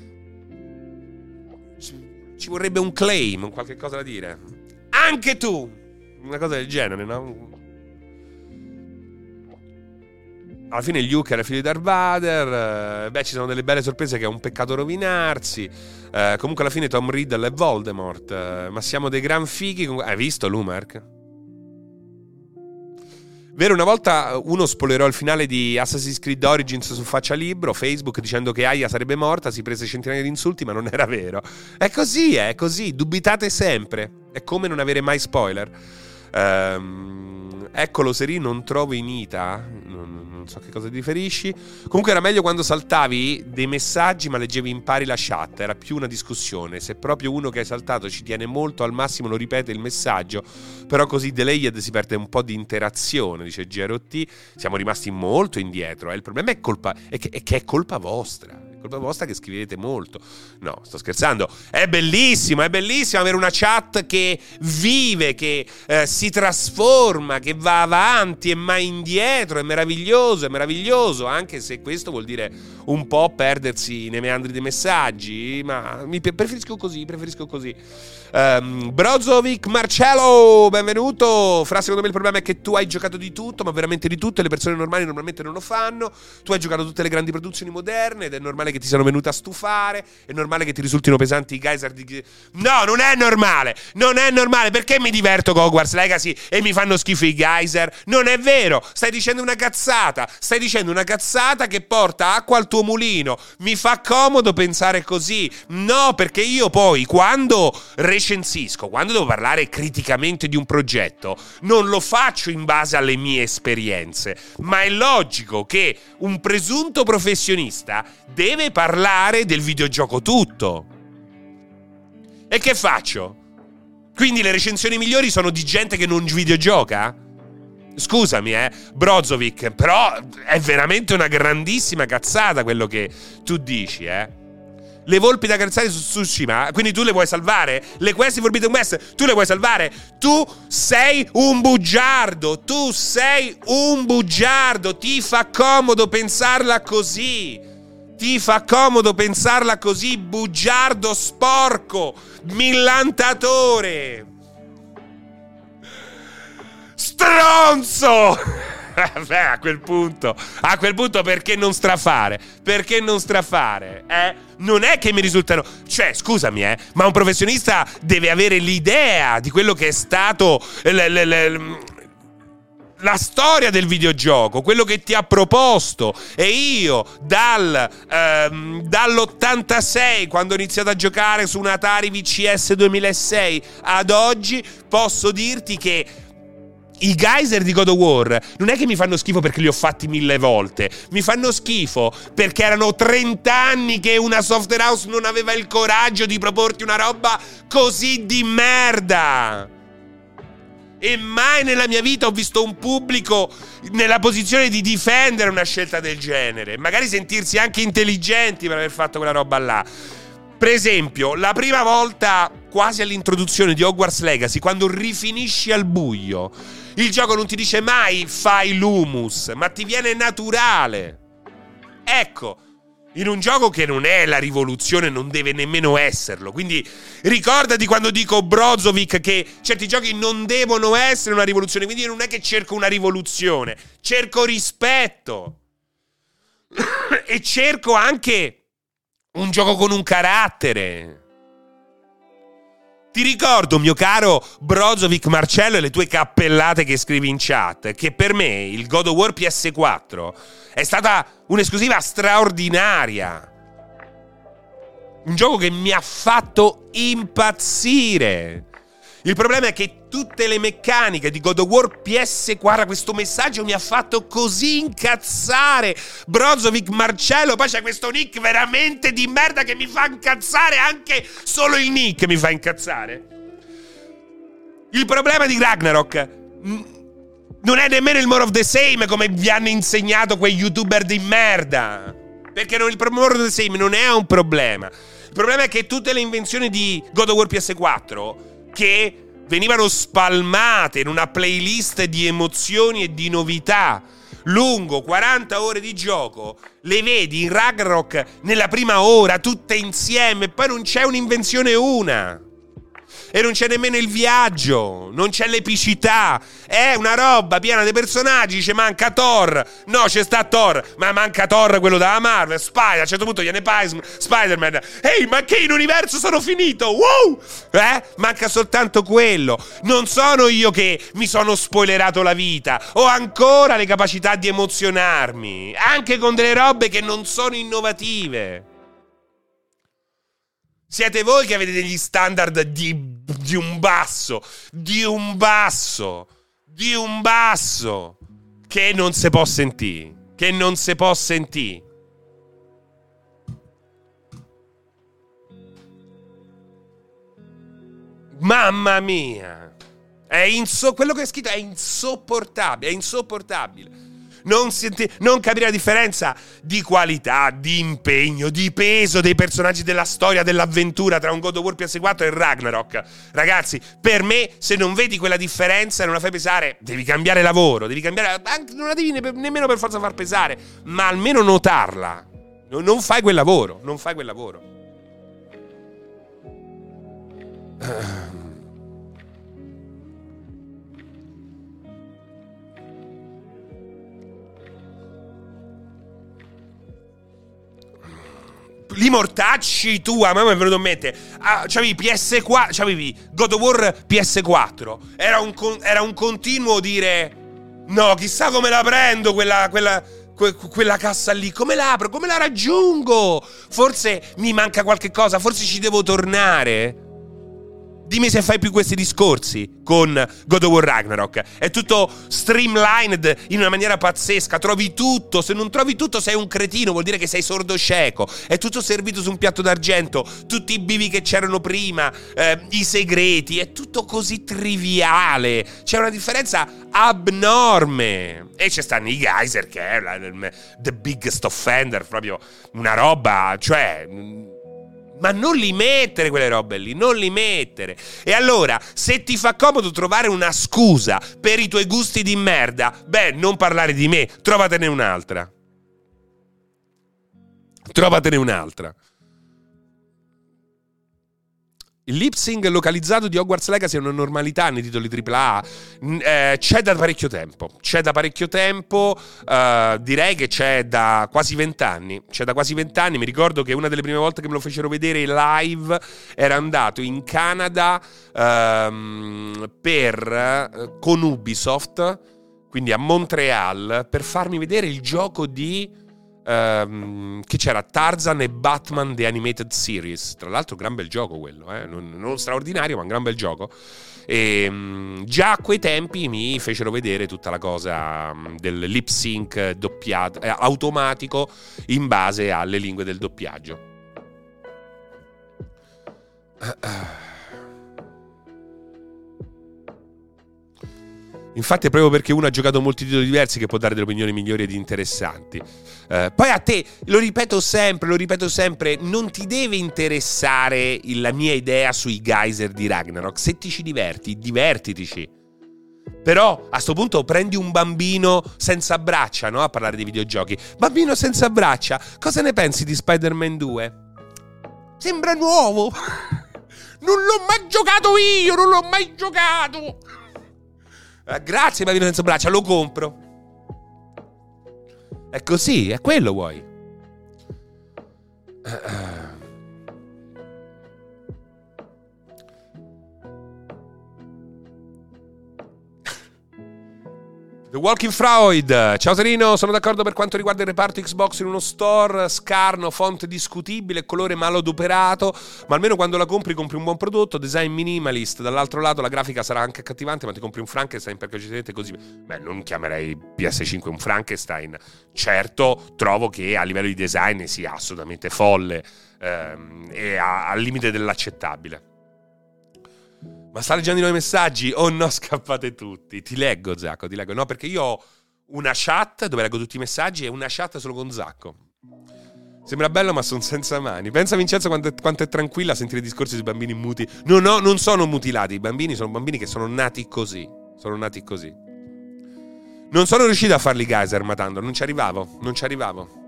Speaker 1: Ci vorrebbe un claim, un qualche cosa da dire. Anche tu! Una cosa del genere, no? Alla fine Luke era figlio di Darth Vader. eh, Beh, ci sono delle belle sorprese che è un peccato rovinarsi. eh, Comunque alla fine Tom Riddle è Voldemort. eh, Ma siamo dei gran fighi con... Hai visto Lumark? Vero, una volta uno spoilerò il finale di Assassin's Creed Origins su Faccia Libro, Facebook, dicendo che Aya sarebbe morta, si prese centinaia di insulti, ma non era vero. È così, è così, dubitate sempre. È come non avere mai spoiler. Ehm, eccolo, Seri, non trovo in Ita, non, non so a che cosa ti riferisci. Comunque era meglio quando saltavi dei messaggi ma leggevi in pari la chat, era più una discussione. Se proprio uno che hai saltato ci tiene molto, al massimo lo ripete il messaggio, però così delayed si perde un po' di interazione, dice G R O T. Siamo rimasti molto indietro, eh. Il problema è, colpa, è, che, è che è colpa vostra. Colpa vostra che scrivete molto. No, sto scherzando. È bellissimo, è bellissimo avere una chat che vive, che eh, si trasforma, che va avanti e mai indietro. È meraviglioso, è meraviglioso. Anche se questo vuol dire un po' perdersi nei meandri dei messaggi. Ma mi preferisco così, preferisco così. um, Brozovic Marcello, benvenuto. Fra, secondo me il problema è che tu hai giocato di tutto, ma veramente di tutto, e le persone normali normalmente non lo fanno. Tu hai giocato tutte le grandi produzioni moderne ed è normale che ti siano venute a stufare, è normale che ti risultino pesanti i geyser di... No, non è normale, non è normale. Perché mi diverto con Hogwarts Legacy e mi fanno schifo i geyser? Non è vero, stai dicendo una cazzata, stai dicendo una cazzata che porta acqua al tuo mulino. Mi fa comodo pensare così. No, perché io poi quando recensisco, quando devo parlare criticamente di un progetto, non lo faccio in base alle mie esperienze, ma è logico che un presunto professionista deve parlare del videogioco tutto. E che faccio? Quindi le recensioni migliori sono di gente che non videogioca? Scusami, eh, Brozovic, però è veramente una grandissima cazzata quello che tu dici, eh. Le volpi da carezzare su Tsushima, quindi tu le vuoi salvare? Le quest di Forbidden West, tu le vuoi salvare? Tu sei un bugiardo, tu sei un bugiardo, ti fa comodo pensarla così. Ti fa comodo pensarla così, bugiardo sporco, millantatore, stronzo. Beh, a quel punto, a quel punto perché non strafare? Perché non strafare? Eh? Non è che mi risultano... Cioè, scusami, eh, ma un professionista deve avere l'idea di quello che è stato... L- l- l- la storia del videogioco, quello che ti ha proposto. E io dal ehm, dall'ottantasei, quando ho iniziato a giocare su un Atari V C S duemilasei, ad oggi posso dirti che i geyser di God of War non è che mi fanno schifo perché li ho fatti mille volte, mi fanno schifo perché erano trenta anni che una software house non aveva il coraggio di proporti una roba così di merda. E mai nella mia vita ho visto un pubblico nella posizione di difendere una scelta del genere, magari sentirsi anche intelligenti per aver fatto quella roba là. Per esempio, la prima volta, quasi all'introduzione di Hogwarts Legacy, quando rifinisci al buio, il gioco non ti dice mai fai l'humus, ma ti viene naturale. Ecco, in un gioco che non è la rivoluzione, non deve nemmeno esserlo. Quindi ricordati quando dico Brozovic che certi giochi non devono essere una rivoluzione. Quindi io non è che cerco una rivoluzione, cerco rispetto e cerco anche un gioco con un carattere. Ti ricordo, mio caro Brozovic Marcello, e le tue cappellate che scrivi in chat, che per me il God of War P S quattro è stata un'esclusiva straordinaria. Un gioco che mi ha fatto impazzire. Il problema è che tutte le meccaniche di God of War P S quattro, questo messaggio mi ha fatto così incazzare. Brozovic Marcello, poi c'è questo nick veramente di merda che mi fa incazzare, anche solo il nick mi fa incazzare. Il problema di Ragnarok non è nemmeno il more of the same, come vi hanno insegnato quei youtuber di merda, perché non, il more of the same non è un problema. Il problema è che tutte le invenzioni di God of War P S quattro che venivano spalmate in una playlist di emozioni e di novità lungo quaranta ore di gioco, le vedi in Ragnarok nella prima ora tutte insieme, e poi non c'è un'invenzione una. E non c'è nemmeno il viaggio, non c'è l'epicità. È una roba piena di personaggi. Ci manca Thor. No, c'è sta Thor, ma manca Thor, quello della Marvel. Spider, a un certo punto viene Pais- Spider-Man. Ehi, ma che in universo sono finito? Wow! Eh? Manca soltanto quello. Non sono io che mi sono spoilerato la vita. Ho ancora le capacità di emozionarmi, anche con delle robe che non sono innovative. Siete voi che avete degli standard di, di un basso, di un basso, di un basso, che non si può sentire, che non si può sentire. Mamma mia, è inso- quello che è scritto è insopportabile, è insopportabile. Non, senti- non capire la differenza di qualità, di impegno, di peso dei personaggi, della storia, dell'avventura tra un God of War P S quattro e Ragnarok. Ragazzi, per me, se non vedi quella differenza e non la fai pesare, devi cambiare lavoro, devi cambiare, anche, non la devi ne- nemmeno per forza far pesare, ma almeno notarla. No, non fai quel lavoro, non fai quel lavoro. Li mortacci tu, a me mi è venuto in mente. Ah, c'avevi P S quattro, c'avevi God of War P S quattro. Era un, con, era un continuo dire: no, chissà come la prendo quella, quella, que, quella cassa lì. Come l'apro? Come la raggiungo? Forse mi manca qualche cosa, forse ci devo tornare. Dimmi se fai più questi discorsi con God of War Ragnarok. È tutto streamlined in una maniera pazzesca. Trovi tutto. Se non trovi tutto sei un cretino. Vuol dire che sei sordo cieco. È tutto servito su un piatto d'argento. Tutti i bivi che c'erano prima, eh, i segreti. È tutto così triviale. C'è una differenza abnorme. E ci stanno i geyser, che è la, the biggest offender. Proprio una roba, cioè... Ma non li mettere quelle robe lì, non li mettere. E allora, se ti fa comodo trovare una scusa per i tuoi gusti di merda, beh, non parlare di me, trovatene un'altra. Trovatene un'altra. Il lip sync localizzato di Hogwarts Legacy è una normalità nei titoli tripla A. Eh, c'è da parecchio tempo. C'è da parecchio tempo. Eh, direi che c'è da quasi vent'anni. C'è da quasi vent'anni. Mi ricordo che una delle prime volte che me lo fecero vedere live era andato in Canada ehm, per con Ubisoft, quindi a Montreal, per farmi vedere il gioco di Um, che c'era Tarzan e Batman The Animated Series. Tra l'altro gran bel gioco quello, eh? non, non straordinario, ma un gran bel gioco. E um, già a quei tempi mi fecero vedere tutta la cosa um, del lip sync doppiato, eh, automatico in base alle lingue del doppiaggio. uh, uh. Infatti è proprio perché uno ha giocato molti titoli diversi che può dare delle opinioni migliori ed interessanti. Eh, poi a te, lo ripeto sempre, lo ripeto sempre, non ti deve interessare la mia idea sui geyser di Ragnarok. Se ti ci diverti, divertitici. Però a sto punto prendi un bambino senza braccia, no? A parlare di videogiochi. Bambino senza braccia, cosa ne pensi di Spider-Man due? Sembra nuovo. Non l'ho mai giocato io, non l'ho mai giocato. Eh, grazie bambino senza braccia, lo compro. È così, è quello vuoi. The Walking Freud. Ciao Serino, sono d'accordo per quanto riguarda il reparto Xbox in uno store scarno, font discutibile, colore malodoperato, ma almeno quando la compri compri un buon prodotto, design minimalist, dall'altro lato la grafica sarà anche accattivante, ma ti compri un Frankenstein perché oggettivamente così. Beh, non chiamerei P S cinque un Frankenstein. Certo, trovo che a livello di design sia assolutamente folle ehm, e a, al limite dell'accettabile. Ma sta leggendo i nuovi messaggi? Oh no, scappate tutti. Ti leggo, Zacco, ti leggo. No, perché io ho una chat dove leggo tutti i messaggi e una chat solo con Zacco. Sembra bello, ma sono senza mani. Pensa, Vincenzo, quanto è, quanto è tranquilla a sentire discorsi sui bambini muti. No, no, non sono mutilati. I bambini sono bambini che sono nati così. Sono nati così. Non sono riuscito a farli geyser matando. Non ci arrivavo. Non ci arrivavo.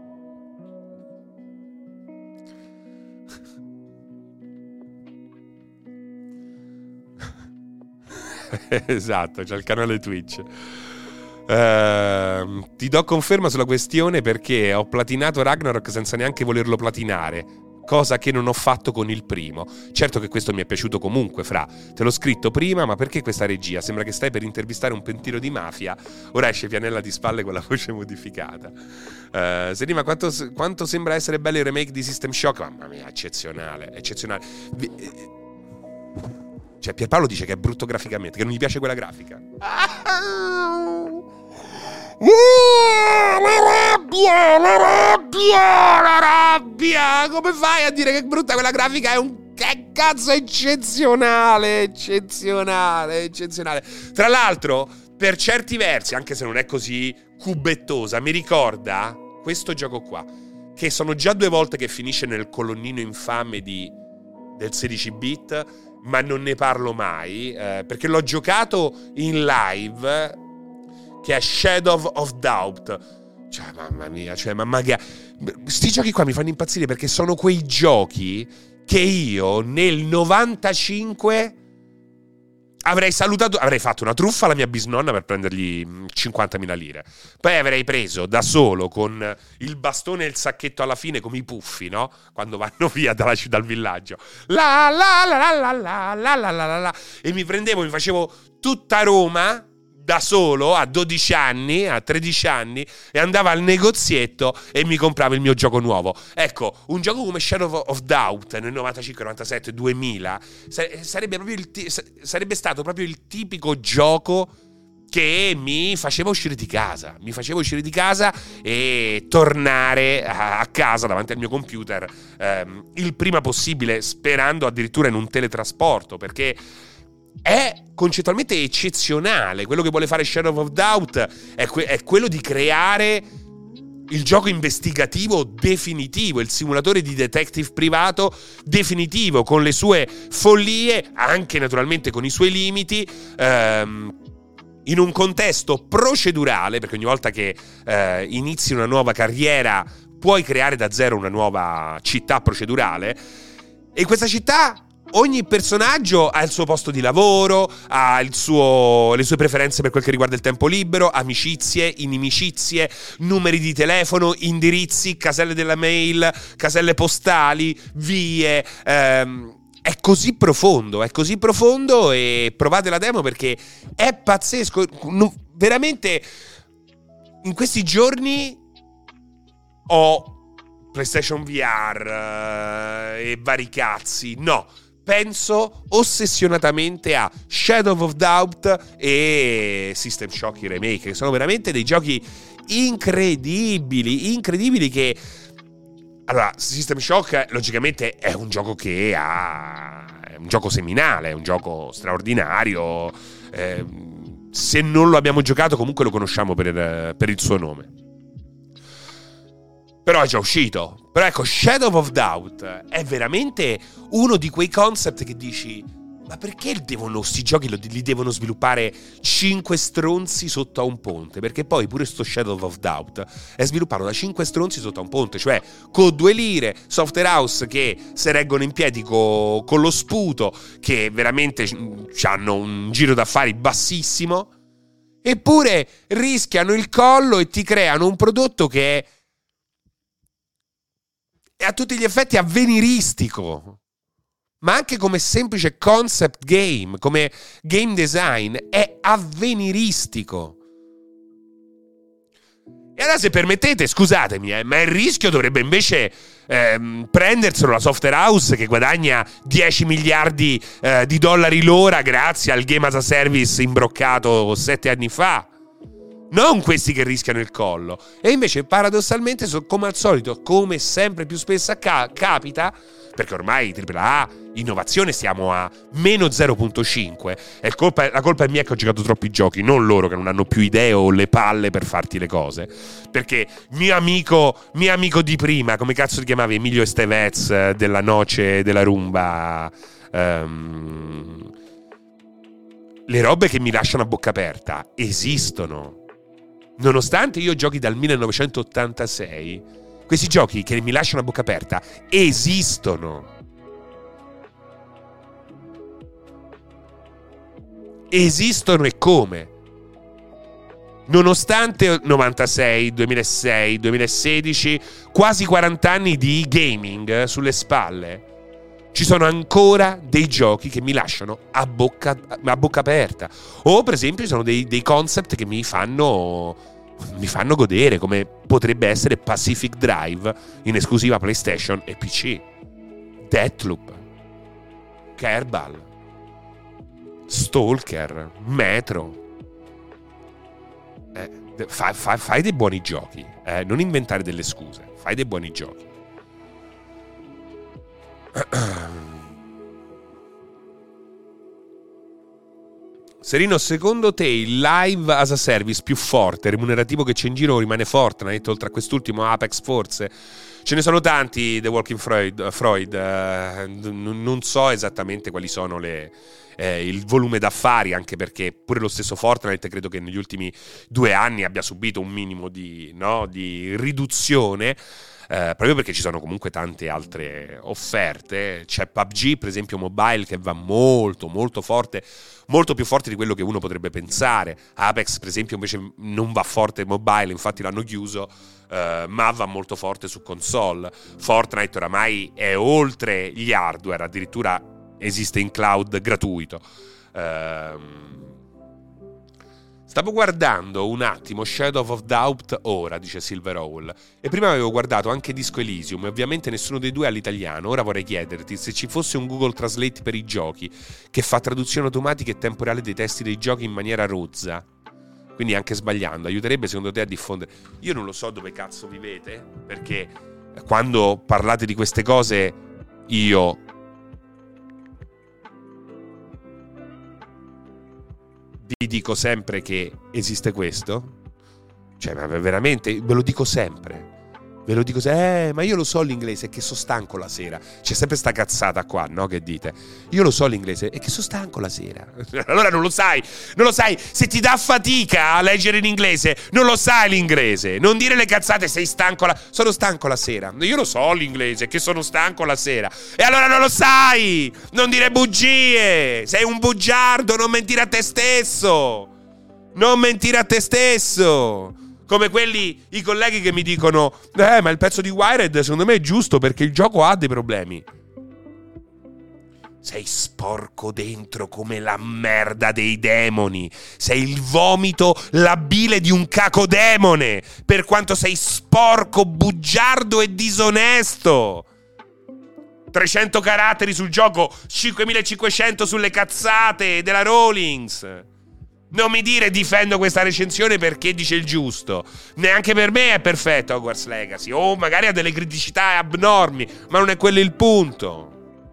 Speaker 1: Esatto, c'è il canale Twitch. Uh, ti do conferma sulla questione perché ho platinato Ragnarok senza neanche volerlo platinare, cosa che non ho fatto con il primo. Certo che questo mi è piaciuto comunque, Fra. Te l'ho scritto prima, ma perché questa regia? Sembra che stai per intervistare un pentito di mafia. Ora esce Pianella di spalle con la voce modificata. Uh, Senti, ma quanto, quanto sembra essere bello il remake di System Shock? Mamma mia, eccezionale, eccezionale. Cioè Pierpaolo dice che è brutto graficamente, che non gli piace quella grafica. La rabbia, la rabbia, la rabbia. Come fai a dire che è brutta quella grafica? È un che cazzo eccezionale, eccezionale, eccezionale. Tra l'altro, per certi versi, anche se non è così cubettosa, mi ricorda questo gioco qua, che sono già due volte che finisce nel colonnino infame di, del sedici bit, ma non ne parlo mai, eh, perché l'ho giocato in live, che è Shadow of Doubt. Cioè, mamma mia, cioè, mamma mia, sti giochi qua mi fanno impazzire perché sono quei giochi che io nel novantacinque avrei salutato, avrei fatto una truffa alla mia bisnonna per prendergli cinquantamila lire. Poi avrei preso da solo con il bastone e il sacchetto alla fine come i puffi, no? Quando vanno via dalla, dal villaggio. La la la la la la la la la la. E mi prendevo, mi facevo tutta Roma da solo a dodici anni, a tredici anni, e andavo al negozietto e mi compravo il mio gioco nuovo. Ecco, un gioco come Shadow of Doubt nel novantacinque, novantasette, duemila sarebbe proprio il t- sarebbe stato proprio il tipico gioco che mi faceva uscire di casa, mi faceva uscire di casa e tornare a casa davanti al mio computer ehm, il prima possibile, sperando addirittura in un teletrasporto, perché è concettualmente eccezionale. Quello che vuole fare Shadow of Doubt è, que- è quello di creare il gioco investigativo definitivo, il simulatore di detective privato definitivo, con le sue follie, anche naturalmente con i suoi limiti, ehm, in un contesto procedurale, perché ogni volta che eh, inizi una nuova carriera puoi creare da zero una nuova città procedurale, e questa città, ogni personaggio ha il suo posto di lavoro, ha il suo, le sue preferenze per quel che riguarda il tempo libero, amicizie, inimicizie, numeri di telefono, indirizzi, caselle della mail, caselle postali, vie. Ehm, è così profondo, è così profondo, e provate la demo perché è pazzesco. No, veramente, in questi giorni ho PlayStation V R uh, e vari cazzi. No, penso ossessionatamente a Shadow of Doubt e System Shock Remake, che sono veramente dei giochi incredibili, incredibili che... Allora, System Shock logicamente è un gioco che ha... è un gioco seminale, è un gioco straordinario. Eh, se non lo abbiamo giocato comunque lo conosciamo per, per il suo nome. Però è già uscito. Però ecco, Shadow of Doubt è veramente uno di quei concept che dici: ma perché devono, sti giochi li devono sviluppare cinque stronzi sotto a un ponte? Perché poi pure sto Shadow of Doubt è sviluppato da cinque stronzi sotto a un ponte, cioè con due lire, software house che si reggono in piedi co, con lo sputo, che veramente hanno un giro d'affari bassissimo, eppure rischiano il collo e ti creano un prodotto che è, è a tutti gli effetti avveniristico. Ma anche come semplice concept game, come game design, è avveniristico. E allora, se permettete, scusatemi, eh, ma il rischio dovrebbe invece ehm, prenderselo la software house che guadagna dieci miliardi eh, di dollari l'ora grazie al game as a service imbroccato sette anni fa. Non questi che rischiano il collo. E invece, paradossalmente, come al solito, come sempre più spesso ca- capita, perché ormai tripla A, innovazione, stiamo a meno zero virgola cinque. E colpa, la colpa è mia che ho giocato troppi giochi, non loro che non hanno più idee o le palle per farti le cose. Perché mio amico, mio amico di prima, come cazzo ti chiamavi? Emilio Estevez della Noce della Rumba. Um, le robe che mi lasciano a bocca aperta esistono. Nonostante io giochi dal millenovecentottantasei, questi giochi che mi lasciano a bocca aperta esistono. Esistono e come? Nonostante novantasei, duemilasei, duemilasedici, quasi quaranta anni di gaming sulle spalle, ci sono ancora dei giochi che mi lasciano a bocca, a bocca aperta. O per esempio ci sono dei, dei concept che mi fanno mi fanno godere, come potrebbe essere Pacific Drive in esclusiva PlayStation e P C, Deathloop, Kerbal, Stalker, Metro. eh, fai, fai, fai dei buoni giochi, eh, non inventare delle scuse, fai dei buoni giochi. Serino, secondo te il live as a service più forte, remunerativo che c'è in giro rimane Fortnite, oltre a quest'ultimo Apex forse? Ce ne sono tanti, The Walking Freud, Freud eh, n- non so esattamente quali sono le, eh, il volume d'affari, anche perché pure lo stesso Fortnite credo che negli ultimi due anni abbia subito un minimo di, no, di riduzione. Eh, proprio perché ci sono comunque tante altre offerte. C'è P U B G per esempio mobile che va molto molto forte, molto più forte di quello che uno potrebbe pensare. Apex per esempio invece non va forte mobile, infatti l'hanno chiuso, eh, ma va molto forte su console. Fortnite oramai è oltre gli hardware, addirittura esiste in cloud gratuito. ehm Stavo guardando un attimo Shadow of Doubt ora, dice Silver Owl, e prima avevo guardato anche Disco Elysium e ovviamente nessuno dei due è all'italiano. Ora vorrei chiederti se ci fosse un Google Translate per i giochi che fa traduzione automatica e temporale dei testi dei giochi in maniera rozza, quindi anche sbagliando, aiuterebbe secondo te a diffondere? Io non lo so dove cazzo vivete, perché quando parlate di queste cose io vi dico sempre che esiste questo, cioè ma veramente ve lo dico sempre, ve lo dico sempre, eh ma io lo so l'inglese, è che sono stanco la sera, c'è sempre sta cazzata qua, no, che dite, io lo so l'inglese, è che sono stanco la sera. Allora non lo sai, non lo sai, se ti dà fatica a leggere in inglese non lo sai l'inglese, non dire le cazzate, sei stanco la... sono stanco la sera, io lo so l'inglese, che sono stanco la sera, e allora non lo sai, non dire bugie, sei un bugiardo, non mentire a te stesso, non mentire a te stesso. Come quelli, i colleghi che mi dicono eh ma il pezzo di Wired secondo me è giusto perché il gioco ha dei problemi. Sei sporco dentro come la merda dei demoni, sei il vomito, la bile di un cacodemone, per quanto sei sporco, bugiardo e disonesto. trecento caratteri sul gioco, cinquemilacinquecento sulle cazzate della Rawlings. Non mi dire difendo questa recensione perché dice il giusto. Neanche per me è perfetto Hogwarts Legacy, o magari ha delle criticità abnormi, ma non è quello il punto.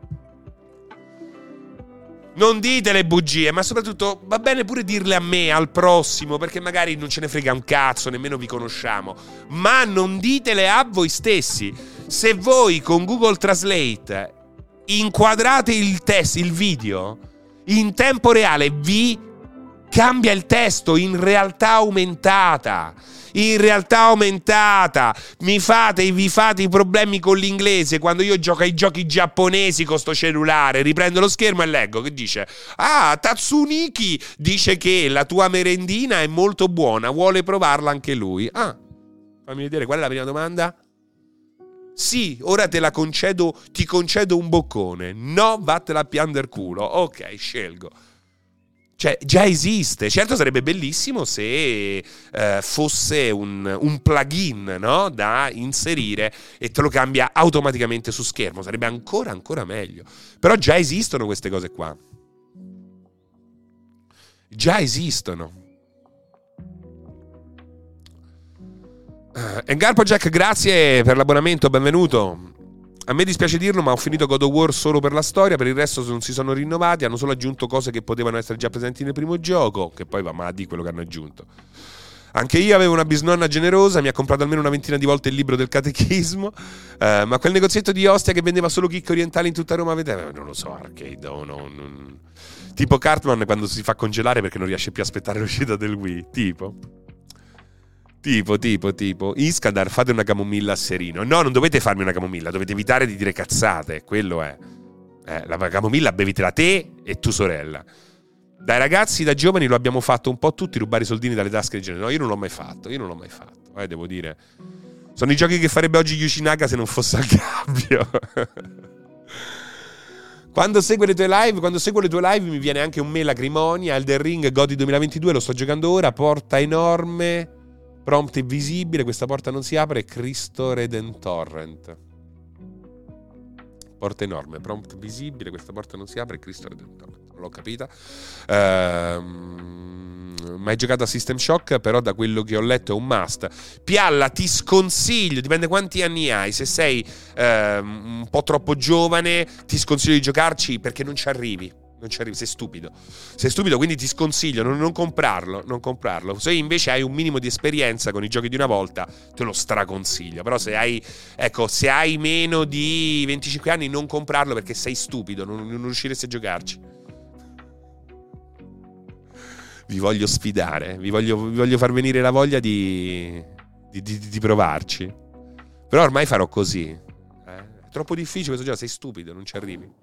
Speaker 1: Non dite le bugie, ma soprattutto va bene pure dirle a me, al prossimo, perché magari non ce ne frega un cazzo, nemmeno vi conosciamo, ma non ditele a voi stessi. Se voi con Google Translate inquadrate il test, il video, in tempo reale vi cambia il testo in realtà aumentata. In realtà aumentata mi fate, vi fate i problemi con l'inglese quando io gioco ai giochi giapponesi con sto cellulare, riprendo lo schermo e leggo che dice: ah, Tatsuniki dice che la tua merendina è molto buona, vuole provarla anche lui. Ah, fammi vedere qual è la prima domanda. Sì, ora te la concedo, ti concedo un boccone. No, vattela a piander culo. Ok, scelgo. Cioè, già esiste. Certo, sarebbe bellissimo se eh, fosse un, un plugin, no? Da inserire e te lo cambia automaticamente su schermo. Sarebbe ancora, ancora meglio. Però già esistono queste cose qua. Già esistono. Uh, Engarpo Jack, grazie per l'abbonamento, benvenuto. A me dispiace dirlo, ma ho finito God of War solo per la storia. Per il resto non si sono rinnovati. Hanno solo aggiunto cose che potevano essere già presenti nel primo gioco. Che poi va ma di quello che hanno aggiunto. Anche io avevo una bisnonna generosa. Mi ha comprato almeno una ventina di volte il libro del catechismo. uh, Ma quel negozietto di Ostia che vendeva solo chicche orientali in tutta Roma, vedete? Non lo so, arcade o no, non... Tipo Cartman quando si fa congelare perché non riesce più a aspettare l'uscita del Wii. Tipo Tipo, tipo, tipo Iskandar, fate una camomilla a Serino. No, non dovete farmi una camomilla, dovete evitare di dire cazzate. Quello è eh, la camomilla bevitela te e tu sorella. Dai ragazzi, da giovani lo abbiamo fatto un po' tutti, rubare i soldini dalle tasche di genere. No, io non l'ho mai fatto, io non l'ho mai fatto eh, devo dire. Sono i giochi che farebbe oggi Yuji Naka se non fosse al gabbio. Quando seguo le tue live, quando seguo le tue live mi viene anche un me lacrimonia. Elden Ring Godi duemilaventidue, lo sto giocando ora, porta enorme, prompt invisibile, questa porta non si apre, Cristo Redentorrent. Porta enorme, prompt visibile, questa porta non si apre, Cristo Redentorrent. Non l'ho capita. Ehm, mai giocato a System Shock, però da quello che ho letto è un must. Pialla, ti sconsiglio, dipende quanti anni hai. Se sei ehm, un po' troppo giovane, ti sconsiglio di giocarci perché non ci arrivi. Non ci arrivi, sei stupido. Sei stupido, quindi ti sconsiglio non, non comprarlo, non comprarlo. Se invece hai un minimo di esperienza con i giochi di una volta, te lo straconsiglio. Però se hai, ecco, se hai meno di venticinque anni, non comprarlo perché sei stupido, non, non riusciresti a giocarci. Vi voglio sfidare, vi voglio, vi voglio far venire la voglia di, di, di, di provarci. Però ormai farò così. Eh? È troppo difficile questo gioco, sei stupido, non ci arrivi.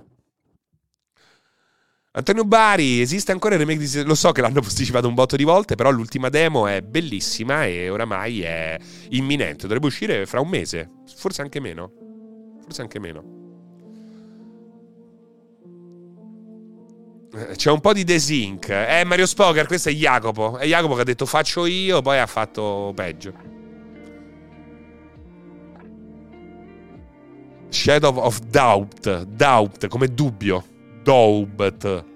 Speaker 1: Antonio Bari, esiste ancora il remake di... Lo so che l'hanno posticipato un botto di volte, però l'ultima demo è bellissima e oramai è imminente. Dovrebbe uscire fra un mese, forse anche meno. Forse anche meno. C'è un po' di desync. Eh, Mario Spoker, questo è Jacopo. È Jacopo che ha detto faccio io, poi ha fatto peggio. Shadow of Doubt. Doubt, come dubbio. Doubt.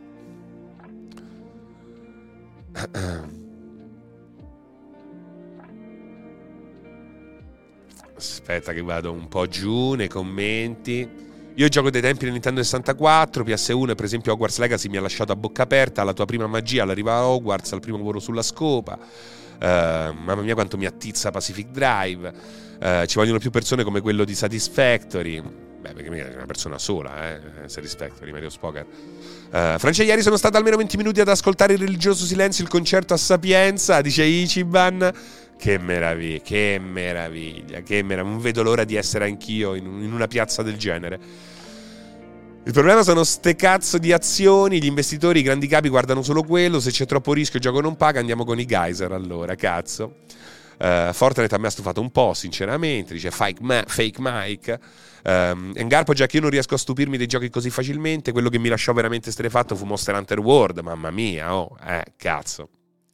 Speaker 1: Aspetta che vado un po' giù nei commenti. Io gioco dei tempi del Nintendo sessantaquattro, P S uno, per esempio Hogwarts Legacy mi ha lasciato a bocca aperta. La tua prima magia all'arriva a Hogwarts, al primo volo sulla scopa. uh, Mamma mia quanto mi attizza Pacific Drive. uh, Ci vogliono più persone come quello di Satisfactory. Beh, perché è una persona sola, eh, Satisfactory, Mario Spoker. uh, Francia, ieri sono stato almeno venti minuti ad ascoltare il religioso silenzio, il concerto a Sapienza, dice Ichiban. Che meraviglia, che meraviglia, che meraviglia. Non vedo l'ora di essere anch'io in, in una piazza del genere. Il problema sono ste cazzo di azioni. Gli investitori, i grandi capi guardano solo quello. Se c'è troppo rischio il gioco non paga, andiamo con i geyser allora, cazzo. uh, Fortnite a me ha stufato un po', sinceramente, dice Fake, Ma- fake Mike. Um, Engarpo, già che io non riesco a stupirmi dei giochi così facilmente. Quello che mi lasciò veramente strefatto fu Monster Hunter World. Mamma mia, oh, eh, cazzo.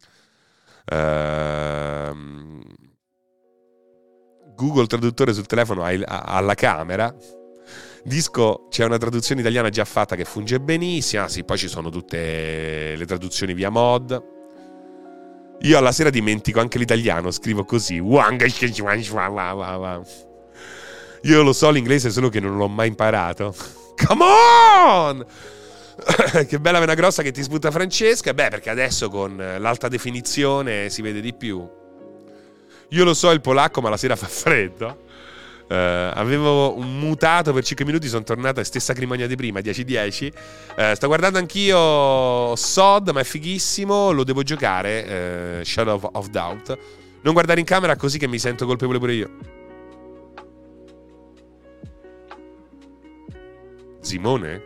Speaker 1: uh, Google traduttore sul telefono alla camera. Disco, c'è una traduzione italiana già fatta che funge benissimo. Ah sì, poi ci sono tutte le traduzioni via mod. Io alla sera dimentico anche l'italiano, scrivo così. Io lo so l'inglese, solo che non l'ho mai imparato. Come on! Che bella vena grossa che ti sputa Francesca. Beh, perché adesso con l'alta definizione si vede di più. Io lo so il polacco, ma la sera fa freddo. uh, Uh, avevo mutato per cinque minuti, sono tornato a stessa acrimonia di prima, dieci dieci. Uh, sto guardando anch'io S O D, ma è fighissimo, lo devo giocare, uh, Shadow of, of Doubt. Non guardare in camera così che mi sento colpevole pure io. Zimone?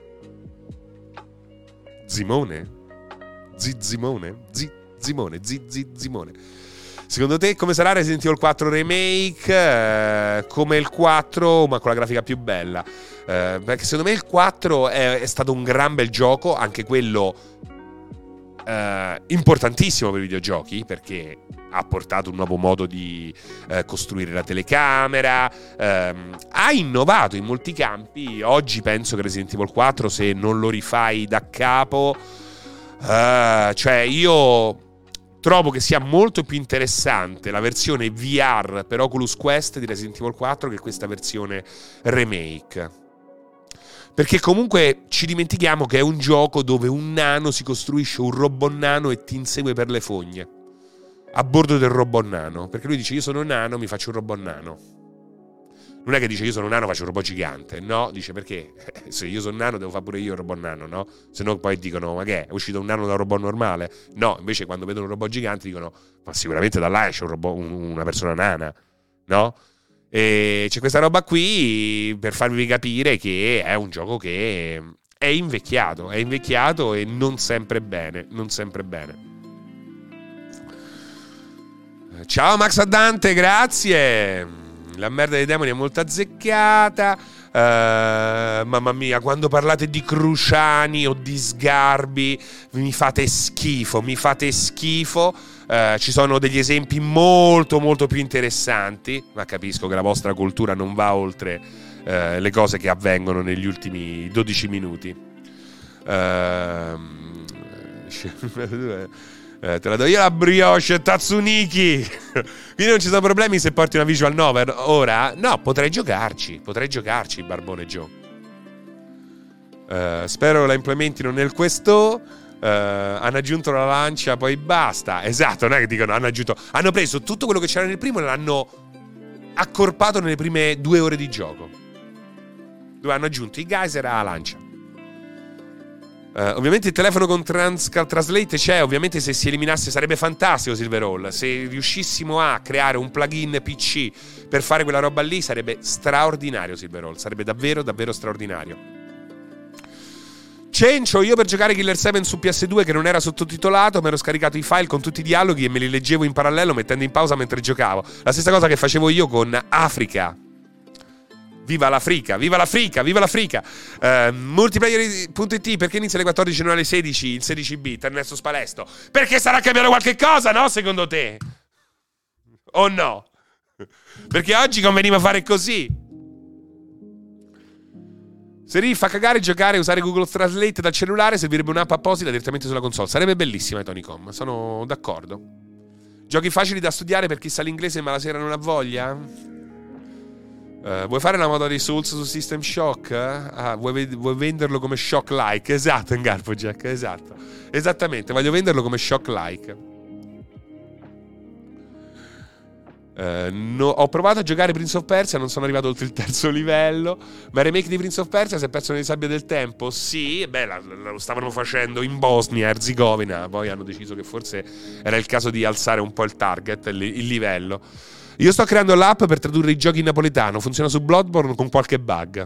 Speaker 1: Zimone? Zi Zimone? Zi Zimone? Zi Zi Zimone. Secondo te come sarà Resident Evil quattro Remake? Eh, come il quattro, ma con la grafica più bella? Eh, perché secondo me il quattro è, è stato un gran bel gioco, anche quello eh, importantissimo per i videogiochi, perché ha portato un nuovo modo di eh, costruire la telecamera, ehm, ha innovato in molti campi. Oggi penso che Resident Evil quattro, se non lo rifai da capo, eh, cioè io trovo che sia molto più interessante la versione V R per Oculus Quest di Resident Evil quattro che questa versione remake. Perché comunque ci dimentichiamo che è un gioco dove un nano si costruisce un robot nano e ti insegue per le fogne a bordo del robot nano. Perché lui dice: io sono un nano, mi faccio un robot nano. Non è che dice: io sono un nano, faccio un robot gigante. No, dice: perché se io sono un nano devo fare pure io il robot nano, no? Se no poi dicono: ma che è? È uscito un nano da un robot normale? No, invece quando vedono un robot gigante dicono: ma sicuramente da là esce un robot, un, una persona nana, no? E c'è questa roba qui per farvi capire che è un gioco che è invecchiato, è invecchiato e non sempre bene, non sempre bene. Ciao Max Addante, grazie. La merda dei demoni è molto azzeccata. Uh, mamma mia, quando parlate di Cruciani o di Sgarbi mi fate schifo, mi fate schifo. Uh, ci sono degli esempi molto molto più interessanti, ma capisco che la vostra cultura non va oltre uh, le cose che avvengono negli ultimi dodici minuti. Uh, Eh, te la do io la brioche Tatsuniki. Quindi non ci sono problemi se porti una visual novel. Ora, no, potrei giocarci. Potrei giocarci, Barbone Joe. uh, Spero la implementino nel questo. uh, Hanno aggiunto la lancia, poi basta. Esatto, non è che dicono hanno aggiunto. Hanno preso tutto quello che c'era nel primo e l'hanno accorpato nelle prime due ore di gioco, dove hanno aggiunto i geyser alla lancia. Uh, ovviamente il telefono con Transcal Translate c'è. Ovviamente se si eliminasse sarebbe fantastico Silverhall. Se riuscissimo a creare un plugin P C per fare quella roba lì sarebbe straordinario Silverhall. Sarebbe davvero davvero straordinario. Cencio, io per giocare Killer sette su P S due che non era sottotitolato mi ero scaricato i file con tutti i dialoghi e me li leggevo in parallelo mettendo in pausa mentre giocavo. La stessa cosa che facevo io con Africa. Viva l'Africa, viva l'Africa, viva l'Africa. uh, Multiplayer punto it, perché inizia alle quattordici e non alle sedici il sedici bit? Ernesto Spalesto, perché sarà cambiato qualche cosa, no? Secondo te? O no? Perché oggi conveniva fare così. Se fa cagare giocare e usare Google Translate dal cellulare, servirebbe un'app apposita direttamente sulla console. Sarebbe bellissima, Tonicom, sono d'accordo. Giochi facili da studiare per chi sa l'inglese ma la sera non ha voglia? Uh, vuoi fare la moda dei Souls su System Shock? Ah, vuoi, vuoi venderlo come Shock-like? Esatto, Engarpo Jack, esatto. Esattamente, voglio venderlo come Shock-like. Uh, no, ho provato a giocare Prince of Persia, non sono arrivato oltre il terzo livello. Ma il remake di Prince of Persia si è perso nelle sabbie del tempo? Sì, beh, la, la, lo stavano facendo in Bosnia e Erzegovina. Poi hanno deciso che forse era il caso di alzare un po' il target, il, il livello. Io sto creando l'app per tradurre i giochi in napoletano. Funziona su Bloodborne con qualche bug.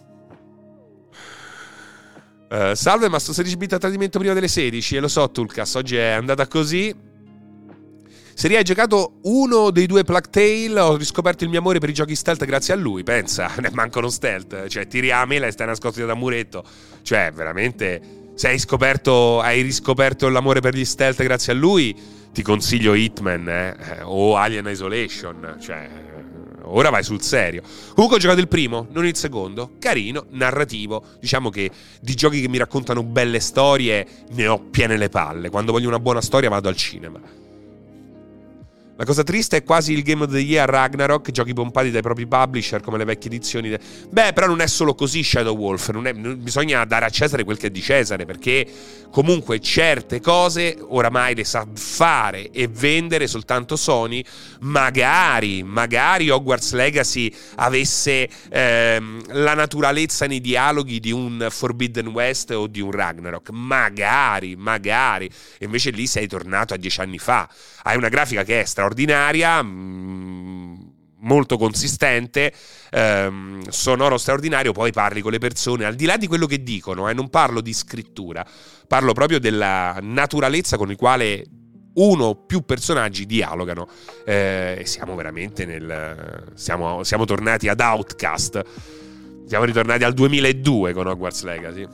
Speaker 1: uh, Salve, ma sto sedici bit a tradimento prima delle sedici. E lo so, Tulkas, oggi è andata così. Se hai giocato uno dei due Plague Tale, ho riscoperto il mio amore per i giochi stealth grazie a lui. Pensa, ne mancano stealth. Cioè, tiri la mela e stai nascosto da muretto. Cioè, veramente, se hai scoperto, hai riscoperto l'amore per gli stealth grazie a lui, ti consiglio Hitman eh, o Alien Isolation. Cioè, ora vai sul serio. Comunque ho giocato il primo, non il secondo. Carino, narrativo. Diciamo che di giochi che mi raccontano belle storie ne ho piene le palle. Quando voglio una buona storia vado al cinema. La cosa triste è quasi il Game of the Year Ragnarok, giochi pompati dai propri publisher come le vecchie edizioni. De... Beh, però non è solo così Shadow Wolf, non è... non... bisogna dare a Cesare quel che è di Cesare, perché comunque certe cose oramai le sa fare e vendere soltanto Sony. Magari, magari Hogwarts Legacy avesse ehm, la naturalezza nei dialoghi di un Forbidden West o di un Ragnarok, magari, magari, e invece lì sei tornato a dieci anni fa. Hai una grafica che è straordinaria, mh, molto consistente, ehm, sonoro straordinario, poi parli con le persone, al di là di quello che dicono, eh, non parlo di scrittura, parlo proprio della naturalezza con il quale uno o più personaggi dialogano. Eh, siamo veramente nel... Siamo, siamo tornati ad Outcast, siamo ritornati al duemiladue con Hogwarts Legacy.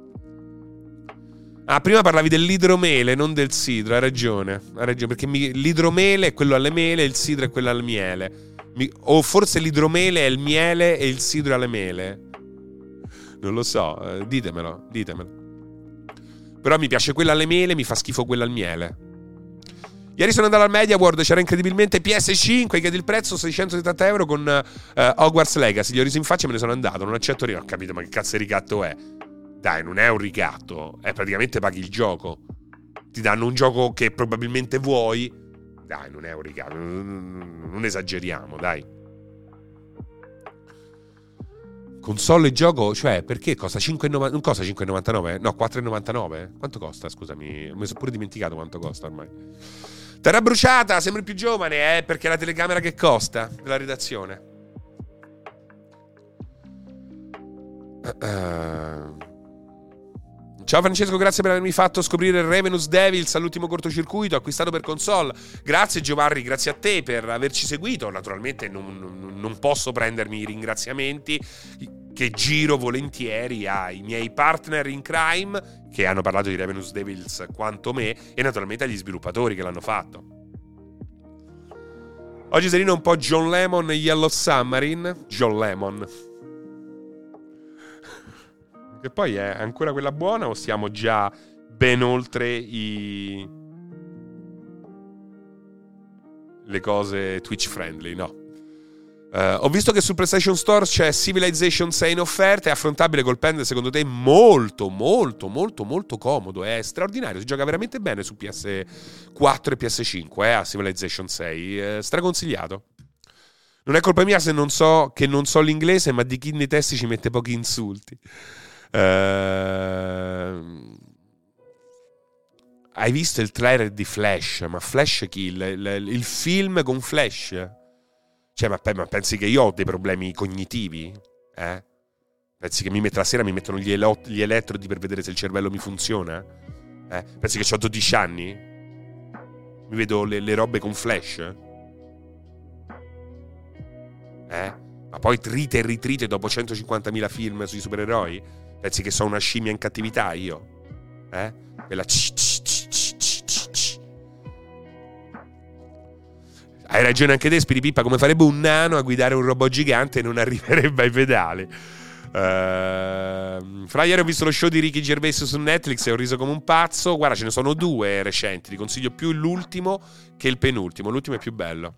Speaker 1: Ah, prima parlavi dell'idromele, non del sidro, hai ragione, hai ragione, perché mi, l'idromele è quello alle mele e il sidro è quello al miele. Mi, o forse l'idromele è il miele e il sidro alle mele. Non lo so, eh, ditemelo, ditemelo. Però mi piace quella alle mele, mi fa schifo quella al miele. Ieri sono andato al Media World, c'era incredibilmente P S cinque, che il prezzo seicentosettanta euro con uh, Hogwarts Legacy. Gli ho riso in faccia e me ne sono andato, non accetto io. Ho capito, ma che cazzo di ricatto è? Dai, non è un ricatto, è praticamente paghi il gioco. Ti danno un gioco che probabilmente vuoi. Dai, non è un ricatto, non esageriamo, dai. Console e gioco, cioè, perché costa cinque e novantanove? Non costa cinque e novantanove? No, quattro e novantanove? Quanto costa, scusami? Mi sono pure dimenticato quanto costa ormai. Terra bruciata, sembri più giovane, eh, perché è la telecamera che costa della redazione. Uh, Ciao Francesco, grazie per avermi fatto scoprire Ravenous Devils all'ultimo cortocircuito acquistato per console. Grazie Giovanni, grazie a te per averci seguito. Naturalmente non, non posso prendermi i ringraziamenti che giro volentieri ai miei partner in crime che hanno parlato di Ravenous Devils quanto me, e naturalmente agli sviluppatori che l'hanno fatto. Oggi Serino un po' John Lemon e Yellow Submarine. John Lemon. Che poi è ancora quella buona o siamo già ben oltre i... le cose Twitch friendly? No. Uh, ho visto che sul PlayStation Store c'è Civilization sei in offerta. È affrontabile col pen, secondo te? Molto, molto, molto, molto comodo. È straordinario. Si gioca veramente bene su P S quattro e P S cinque, eh, a Civilization sei. Eh, straconsigliato. Non è colpa mia se non so che non so l'inglese, ma di chi nei testi ci mette pochi insulti. Uh, hai visto il trailer di Flash? Ma Flash chi? Il, il, il film con Flash? Cioè, ma, ma pensi che io ho dei problemi cognitivi? Eh? Pensi che mi metto la sera mi mettono gli, elot- gli elettrodi per vedere se il cervello mi funziona? Eh? Pensi che ho dodici anni? Mi vedo le, le robe con Flash? Eh? Ma poi trite e ritrite dopo centocinquantamila film sui supereroi? Pensi che sono una scimmia in cattività io? Eh? Quella c- c- c- c- c- c- Hai ragione anche te, Spiripippa, come farebbe un nano a guidare un robot gigante e non arriverebbe ai pedali. Uh, fra ieri ho visto lo show di Ricky Gervais su Netflix e ho riso come un pazzo. Guarda, ce ne sono due recenti, ti consiglio più l'ultimo che il penultimo. L'ultimo è più bello.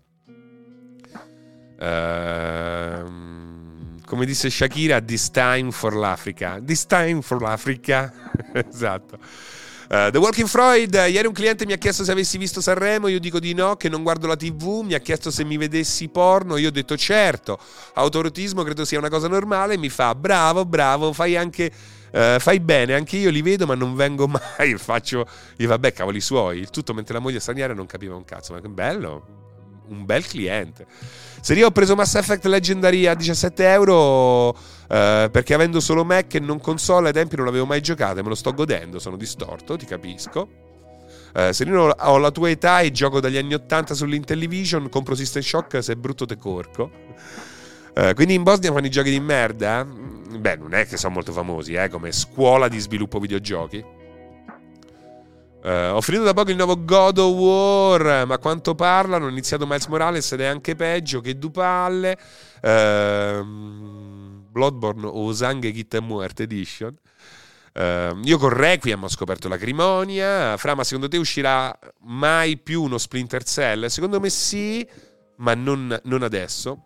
Speaker 1: Uh, come disse Shakira, this time for l'Africa. This time for l'Africa. Esatto. Uh, The Walking Freud, ieri un cliente mi ha chiesto se avessi visto Sanremo, io dico di no, che non guardo la tivù, mi ha chiesto se mi vedessi porno, io ho detto certo, autorotismo credo sia una cosa normale, mi fa bravo, bravo, fai anche, uh, fai bene, anche io li vedo ma non vengo mai, faccio, io vabbè cavoli suoi, il tutto mentre la moglie straniera non capiva un cazzo, ma che bello, un bel cliente. Se io ho preso Mass Effect Legendary a diciassette euro eh, perché avendo solo Mac e non console ai tempi non l'avevo mai giocato e me lo sto godendo, sono distorto, ti capisco. Eh, se io ho la tua età e gioco dagli anni ottanta sull'Intellivision, compro System Shock, se è brutto te corco. Eh, quindi in Bosnia fanno i giochi di merda? Beh, non è che sono molto famosi, eh, come scuola di sviluppo videogiochi. Uh, ho finito da poco il nuovo God of War, ma quanto parlano, ho iniziato Miles Morales ed è anche peggio, che du palle. uh, Bloodborne o Sangue Kit e Muerte Edition. Uh, io con Requiem ho scoperto l'Acrimonia. Fra, ma secondo te uscirà mai più uno Splinter Cell? Secondo me sì, ma non, non adesso.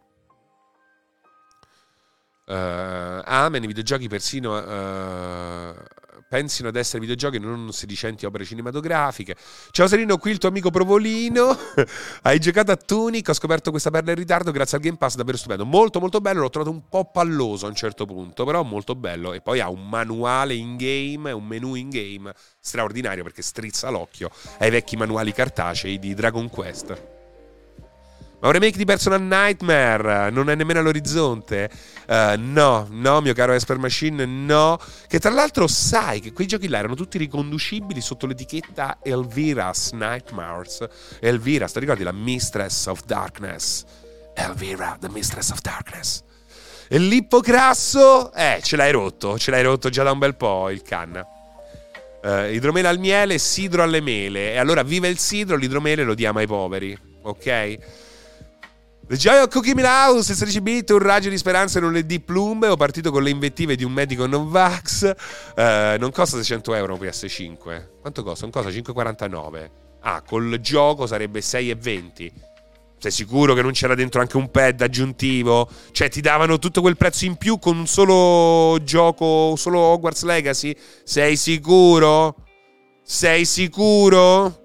Speaker 1: Uh, amen, i videogiochi persino uh, pensino ad essere videogiochi, non sedicenti opere cinematografiche. Ciao Serino, qui il tuo amico Provolino. Hai giocato a Tunic? Ho scoperto questa perla in ritardo grazie al Game Pass, davvero stupendo, molto molto bello. L'ho trovato un po' palloso a un certo punto, però molto bello. E poi ha un manuale in game, un menu in game straordinario, perché strizza l'occhio ai vecchi manuali cartacei di Dragon Quest. Ma un remake di Personal Nightmare non è nemmeno all'orizzonte? Uh, no, no, mio caro Esper Machine, no. Che tra l'altro sai che quei giochi là erano tutti riconducibili sotto l'etichetta Elvira's Nightmares. Elvira, ti ricordi la Mistress of Darkness? Elvira, the Mistress of Darkness. E l'ippocrasso, eh, ce l'hai rotto, ce l'hai rotto già da un bel po' il canna. Uh, idromele al miele, sidro alle mele. E allora viva il sidro, l'idromele lo diamo ai poveri, ok? The Joy of Cookie House, sedici bit, un raggio di speranza in un L E D plumbe. Ho partito con le invettive di un medico Novax. uh, Non costa seicento euro un P S cinque. Quanto costa? Non costa cinque virgola quarantanove. Ah, col gioco sarebbe sei virgola venti. Sei sicuro che non c'era dentro anche un pad aggiuntivo? Cioè ti davano tutto quel prezzo in più con un solo gioco, solo Hogwarts Legacy? Sei sicuro? Sei sicuro?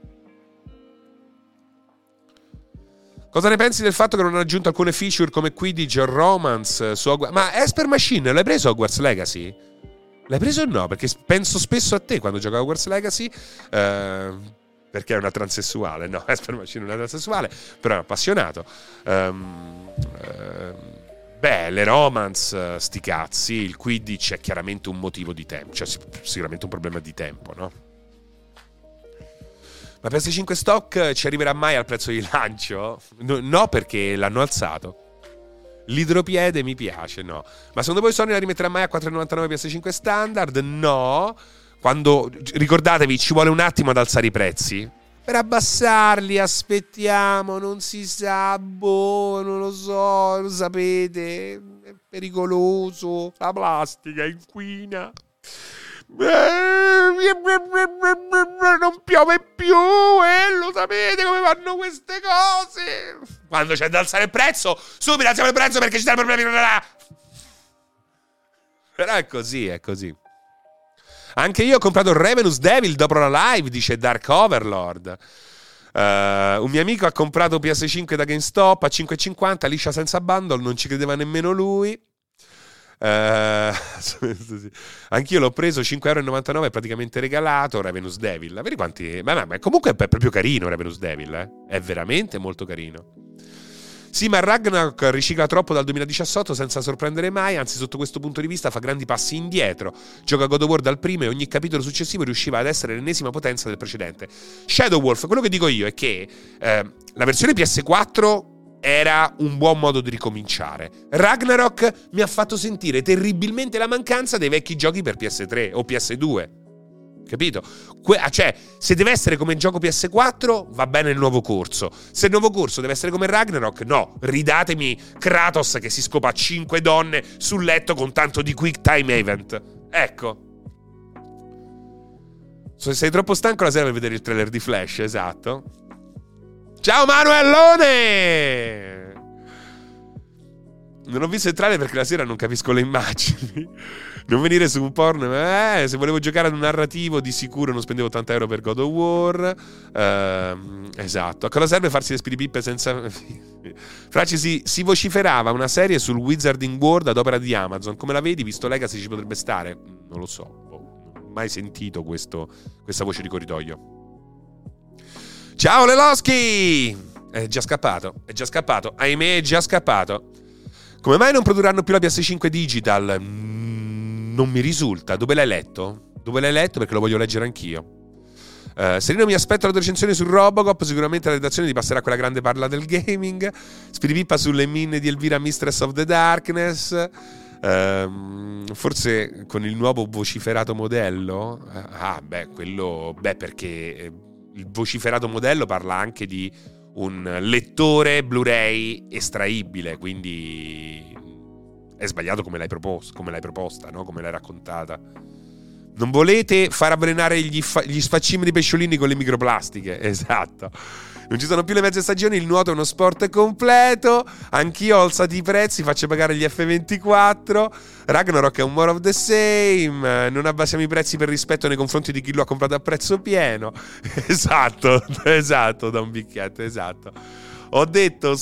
Speaker 1: Cosa ne pensi del fatto che non hanno aggiunto alcune feature come Quidditch o Romance su Hogwarts? Ma Esper Machine, l'hai preso Hogwarts Legacy? L'hai preso o no? Perché penso spesso a te quando gioco a Hogwarts Legacy, eh, perché è una transessuale. No, Esper Machine è una transessuale, però è un appassionato. Um, um, beh, le Romance, sti cazzi, il Quidditch è chiaramente un motivo di tempo, cioè sicuramente un problema di tempo, no? Ma P S cinque stock ci arriverà mai al prezzo di lancio? No, no, perché l'hanno alzato. L'idropiede mi piace, no. Ma secondo voi Sony la rimetterà mai a quattro virgola novantanove P S cinque standard? No. Quando, ricordatevi, ci vuole un attimo ad alzare i prezzi. Per abbassarli, aspettiamo, non si sa, boh, non lo so, lo sapete, è pericoloso, la plastica inquina. Non piove più, eh, lo sapete come vanno queste cose. Quando c'è da alzare il prezzo, subito alziamo il prezzo perché ci sono problemi. Però è così, è così. Anche io ho comprato Ravenous Devil dopo la live, dice Dark Overlord. Uh, un mio amico ha comprato P S cinque da GameStop a cinque virgola cinquanta, liscia senza bundle, non ci credeva nemmeno lui. Uh, anch'io l'ho preso cinque virgola novantanove euro, praticamente regalato. Ravenous Devil, vedi quanti. Ma, ma, ma comunque è proprio carino Ravenous Devil, eh? È veramente molto carino. Sì, ma Ragnarok ricicla troppo dal duemiladiciotto senza sorprendere mai, anzi sotto questo punto di vista fa grandi passi indietro. Gioca God of War dal primo e ogni capitolo successivo riusciva ad essere l'ennesima potenza del precedente. Shadow Wolf, quello che dico io è che eh, la versione P S quattro era un buon modo di ricominciare. Ragnarok mi ha fatto sentire terribilmente la mancanza dei vecchi giochi per P S tre o P S due. Capito? Que- cioè, se deve essere come il gioco P S quattro, va bene il nuovo corso. Se il nuovo corso deve essere come Ragnarok, no. Ridatemi Kratos che si scopa cinque donne sul letto con tanto di quick time event. Ecco. Se sei troppo stanco la sera per vedere il trailer di Flash, esatto. Ciao Manuellone! Non ho visto il trailer perché la sera non capisco le immagini. Non venire su un porno. Eh, se volevo giocare ad un narrativo di sicuro non spendevo ottanta euro per God of War. uh, Esatto. A cosa serve farsi le spiripippe senza... Fraci, si, si vociferava una serie sul Wizarding World ad opera di Amazon. Come la vedi? Visto Legacy ci potrebbe stare? Non lo so, non ho mai sentito questo, questa voce di corridoio. Ciao Leloschi! È già scappato, è già scappato. Ahimè, è già scappato. Come mai non produrranno più la P S cinque Digital? Mm, non mi risulta. Dove l'hai letto? Dove l'hai letto? Perché lo voglio leggere anch'io. Uh, Serino, mi aspetto la tua recensione su Robocop. Sicuramente la redazione ti passerà quella grande parla del gaming. Spiripippa sulle mine di Elvira, Mistress of the Darkness. Uh, forse con il nuovo vociferato modello. Uh, ah, beh, quello. Beh, perché il vociferato modello parla anche di un lettore Blu-ray estraibile, quindi è sbagliato come l'hai proposta, come l'hai proposta, no? Come l'hai raccontata. Non volete far avvelenare gli, fa- gli sfaccimi di pesciolini con le microplastiche. Esatto. Non ci sono più le mezze stagioni, il nuoto è uno sport completo. Anch'io ho alzato i prezzi, faccio pagare gli effe ventiquattro. Ragnarok è un more of the same. Non abbassiamo i prezzi per rispetto nei confronti di chi lo ha comprato a prezzo pieno. Esatto, esatto, da un bicchietto, esatto. Ho detto,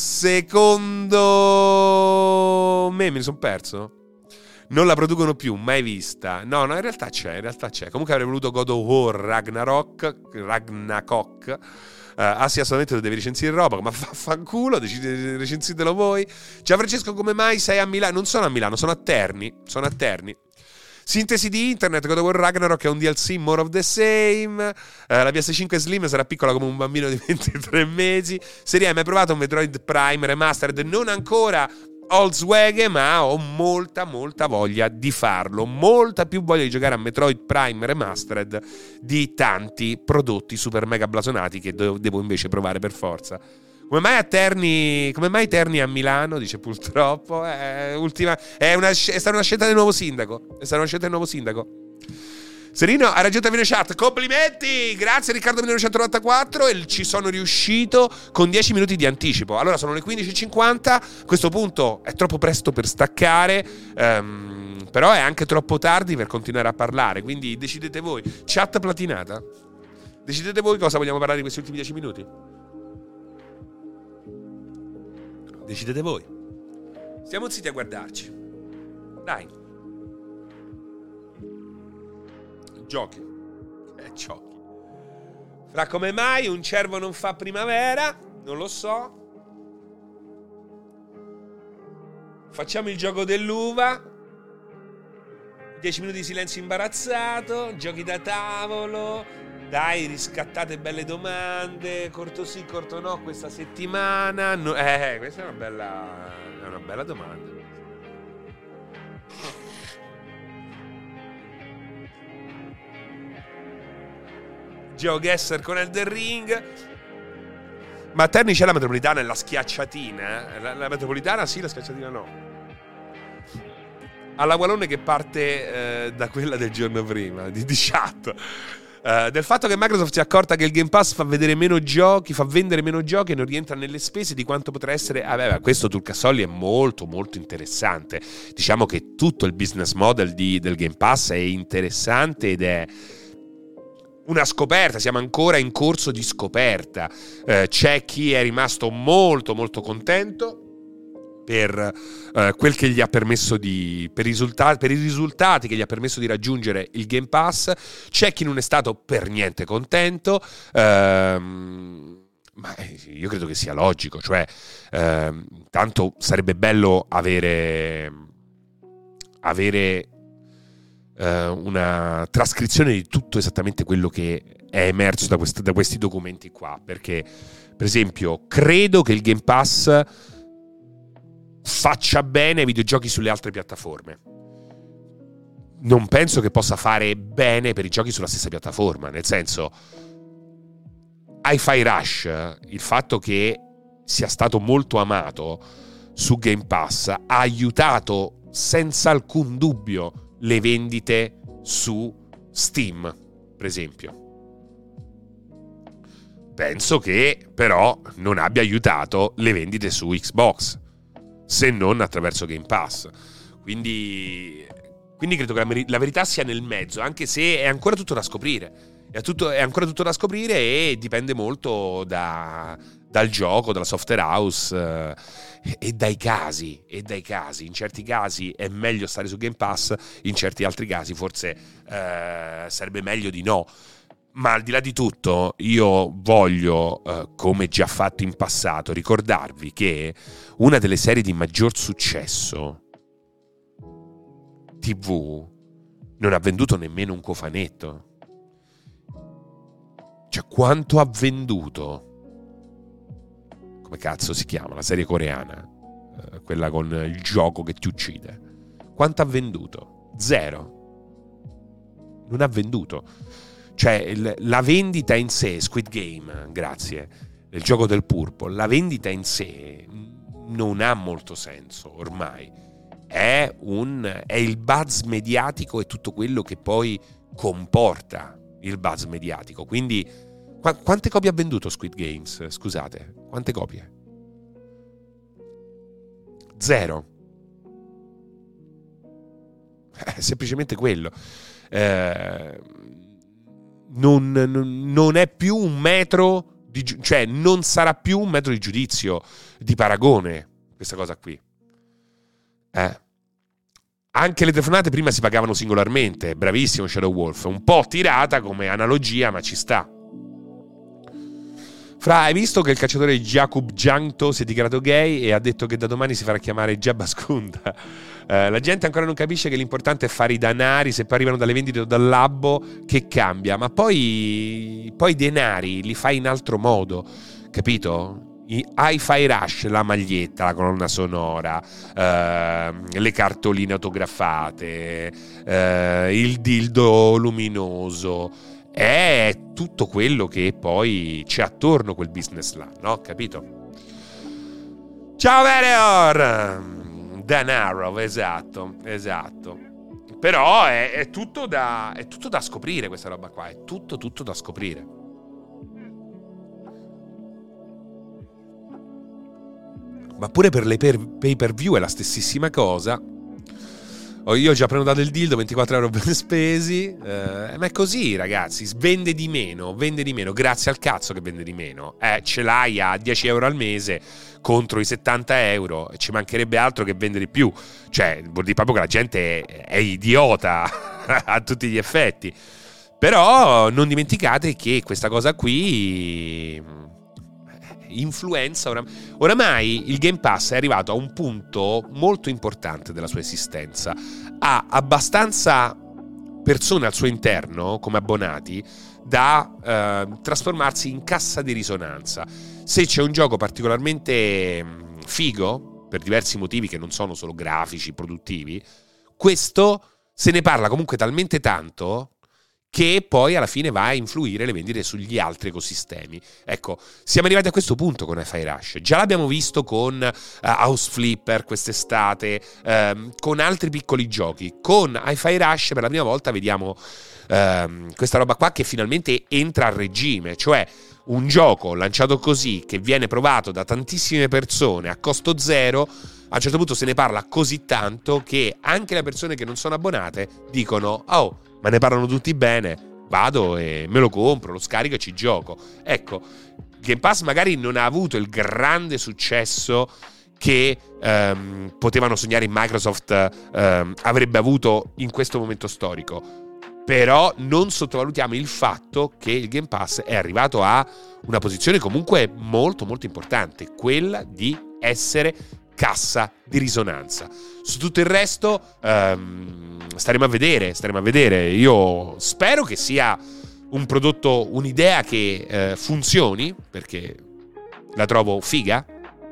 Speaker 1: secondo me, me ne sono perso. Non la producono più, mai vista. No, no, in realtà c'è, in realtà c'è. Comunque avrei voluto God of War Ragnarok, Ragnarok. Uh, ah sì, assolutamente devi recensire roba, ma fanculo, decidi, recensitelo voi. Ciao Francesco, come mai sei a Milano? Non sono a Milano, sono a Terni. Sono a Terni. Sintesi di internet, God of War Ragnarok è un D L C more of the same. uh, La P S cinque Slim sarà piccola come un bambino di ventitré mesi. Serie, hai mai provato un Metroid Prime Remastered? Non ancora Volkswagen, ma ho molta molta voglia di farlo, molta più voglia di giocare a Metroid Prime Remastered di tanti prodotti super mega blasonati che do- devo invece provare per forza. Come mai a Terni, come mai Terni a Milano? Dice purtroppo è, ultima, è, una, è stata una scelta del nuovo sindaco, è stata una scelta del nuovo sindaco. Serino, ha raggiunto la video chat, complimenti, grazie Riccardo millenovecentonovantaquattro, e ci sono riuscito con dieci minuti di anticipo. Allora sono le quindici e cinquanta, a questo punto è troppo presto per staccare, um, però è anche troppo tardi per continuare a parlare, quindi decidete voi. Chat platinata, decidete voi cosa vogliamo parlare di questi ultimi dieci minuti. Decidete voi. Stiamo zitti a guardarci. Dai. Giochi. Eh, giochi. Fra, come mai un cervo non fa primavera? Non lo so. Facciamo il gioco dell'uva. dieci minuti di silenzio imbarazzato. Giochi da tavolo. Dai, riscattate belle domande. Corto sì, corto no questa settimana. No, eh, questa è una bella, è una bella domanda. GeoGuessr con Elden Ring. Ma a Terni c'è la metropolitana e la schiacciatina, eh? la, la metropolitana sì, la schiacciatina no. Alla Wallone che parte eh, da quella del giorno prima di, di chat. Uh, del fatto che Microsoft si è accorta che il Game Pass fa vedere meno giochi, fa vendere meno giochi e non rientra nelle spese di quanto potrà essere. Ah, beh, questo Turcasolli è molto molto interessante. Diciamo che tutto il business model di, del Game Pass è interessante ed è una scoperta, siamo ancora in corso di scoperta. Uh, c'è chi è rimasto molto molto contento per uh, quel che gli ha permesso di per, risultati, per i risultati che gli ha permesso di raggiungere il Game Pass. C'è chi non è stato per niente contento, ehm, ma io credo che sia logico, cioè ehm, tanto sarebbe bello avere avere eh, una trascrizione di tutto esattamente quello che è emerso da, quest- da questi documenti qua, perché per esempio credo che il Game Pass faccia bene ai videogiochi sulle altre piattaforme. Non penso che possa fare bene per i giochi sulla stessa piattaforma, nel senso, Hi-Fi Rush, il fatto che sia stato molto amato su Game Pass ha aiutato senza alcun dubbio le vendite su Steam, per esempio. Penso che però non abbia aiutato le vendite su Xbox, se non attraverso Game Pass. Quindi, quindi credo che la, la verità sia nel mezzo, anche se è ancora tutto da scoprire. È, tutto, è ancora tutto da scoprire e dipende molto da, dal gioco, dalla software house eh, e dai casi. E dai casi. In certi casi è meglio stare su Game Pass, in certi altri casi forse eh, sarebbe meglio di no. Ma al di là di tutto, io voglio, eh, come già fatto in passato, ricordarvi che una delle serie di maggior successo tivù non ha venduto nemmeno un cofanetto. Cioè, quanto ha venduto? Come cazzo si chiama? La serie coreana, eh, quella con il gioco che ti uccide. Quanto ha venduto? Zero. Non ha venduto. Cioè, la vendita in sé, Squid Game, grazie, il gioco del purple, la vendita in sé non ha molto senso ormai. è, un, è il buzz mediatico e tutto quello che poi comporta il buzz mediatico. Quindi qu- quante copie ha venduto Squid Games? Scusate, quante copie? Zero. È semplicemente quello. Eh, non, non, non è più un metro di, cioè non sarà più un metro di giudizio, di paragone, questa cosa qui. Eh. Anche le telefonate prima si pagavano singolarmente. Bravissimo Shadow Wolf, un po' tirata come analogia, ma ci sta. Fra, hai visto che il calciatore Jakub Jankto si è dichiarato gay e ha detto che da domani si farà chiamare Jabba Skunda? Eh, la gente ancora non capisce che l'importante è fare i denari, se poi arrivano dalle vendite o dal labbo, che cambia. Ma poi, poi i denari li fai in altro modo, capito? Hi-Fi Rush, la maglietta, la colonna sonora, eh, le cartoline autografate, eh, il dildo luminoso, è tutto quello che poi c'è attorno quel business là, no? Capito? Ciao Vereor! Denaro, esatto, esatto. Però è, è tutto da è tutto da scoprire questa roba qua, è tutto tutto da scoprire. Ma pure per le per, pay per view è la stessissima cosa. Oh, io ho già prenotato il dildo, ventiquattro euro ben spesi, eh, ma è così ragazzi, vende di meno, vende di meno, grazie al cazzo che vende di meno, eh, ce l'hai a dieci euro al mese contro i settanta euro, e ci mancherebbe altro che vende di più, cioè vuol dire proprio che la gente è, è idiota a tutti gli effetti. Però non dimenticate che questa cosa qui influenza oram- oramai il Game Pass è arrivato a un punto molto importante della sua esistenza, ha abbastanza persone al suo interno come abbonati da eh, trasformarsi in cassa di risonanza. Se c'è un gioco particolarmente figo per diversi motivi che non sono solo grafici, produttivi, questo se ne parla comunque talmente tanto che poi alla fine va a influire le vendite sugli altri ecosistemi. Ecco, siamo arrivati a questo punto con Hi-Fi Rush. Già l'abbiamo visto con uh, House Flipper quest'estate, um, con altri piccoli giochi. Con Hi-Fi Rush per la prima volta vediamo um, questa roba qua che finalmente entra a regime, cioè un gioco lanciato così, che viene provato da tantissime persone a costo zero. A un certo punto se ne parla così tanto che anche le persone che non sono abbonate dicono: oh, ma ne parlano tutti bene, vado e me lo compro, lo scarico e ci gioco. Ecco, Game Pass magari non ha avuto il grande successo che ehm, potevano sognare in Microsoft ehm, avrebbe avuto in questo momento storico, però non sottovalutiamo il fatto che il Game Pass è arrivato a una posizione comunque molto molto importante, quella di essere cassa di risonanza. Su tutto il resto ehm, staremo a vedere, staremo a vedere. Io spero che sia un prodotto, un'idea che eh, funzioni, perché la trovo figa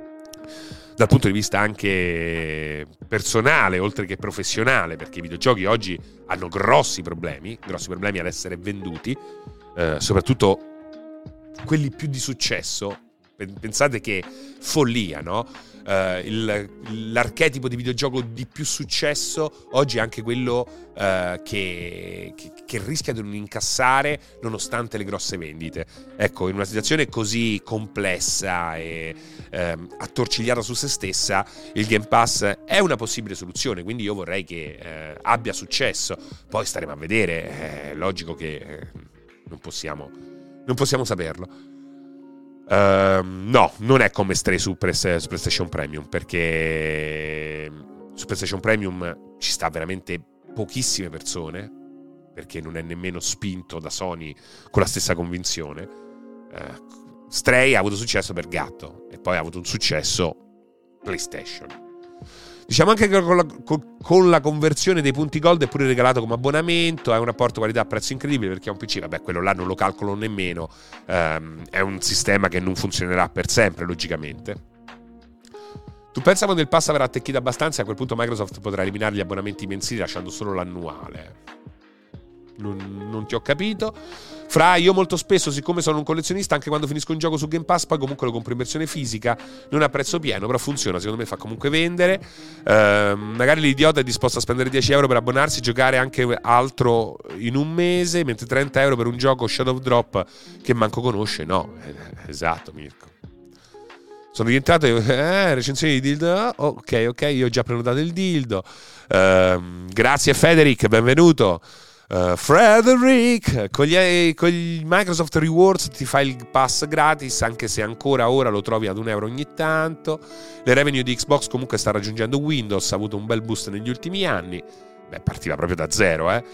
Speaker 1: dal punto di vista anche personale, oltre che professionale, perché i videogiochi oggi hanno grossi problemi, grossi problemi ad essere venduti, eh, soprattutto quelli più di successo. Pensate che follia, no? Uh, il, l'archetipo di videogioco di più successo oggi è anche quello uh, che, che, che rischia di non incassare nonostante le grosse vendite. Ecco, in una situazione così complessa e um, attorcigliata su se stessa, il Game Pass è una possibile soluzione, quindi io vorrei che uh, abbia successo. Poi staremo a vedere, è logico che uh, non possiamo, non possiamo saperlo. Uh, no, non è come Stray su, Press, su PlayStation Premium, perché su PlayStation Premium ci sta veramente pochissime persone, perché non è nemmeno spinto da Sony con la stessa convinzione. uh, Stray ha avuto successo per gatto e poi ha avuto un successo PlayStation. Diciamo anche che con la, con la conversione dei punti gold è pure regalato come abbonamento, è un rapporto qualità-prezzo incredibile, perché è un P C, vabbè, quello là non lo calcolo nemmeno, um, è un sistema che non funzionerà per sempre, logicamente. Tu pensa quando il pass avrà attecchito abbastanza, a quel punto Microsoft potrà eliminare gli abbonamenti mensili lasciando solo l'annuale? non, non ti ho capito. Fra, io molto spesso, siccome sono un collezionista, anche quando finisco un gioco su Game Pass, poi comunque lo compro in versione fisica, non a prezzo pieno, però funziona, secondo me fa comunque vendere. Eh, magari l'idiota è disposto a spendere dieci euro per abbonarsi, giocare anche altro in un mese, mentre trenta euro per un gioco Shadow Drop che manco conosce, no. Eh, esatto, Mirko. Sono rientrato, eh, recensioni di dildo, oh, ok, ok, io ho già prenotato il dildo. Eh, grazie Federic, benvenuto. Uh, Frederick, con gli, con gli Microsoft Rewards ti fai il pass gratis, anche se ancora ora lo trovi ad un euro ogni tanto. Le revenue di Xbox comunque sta raggiungendo Windows, ha avuto un bel boost negli ultimi anni. Beh, partiva proprio da zero, eh.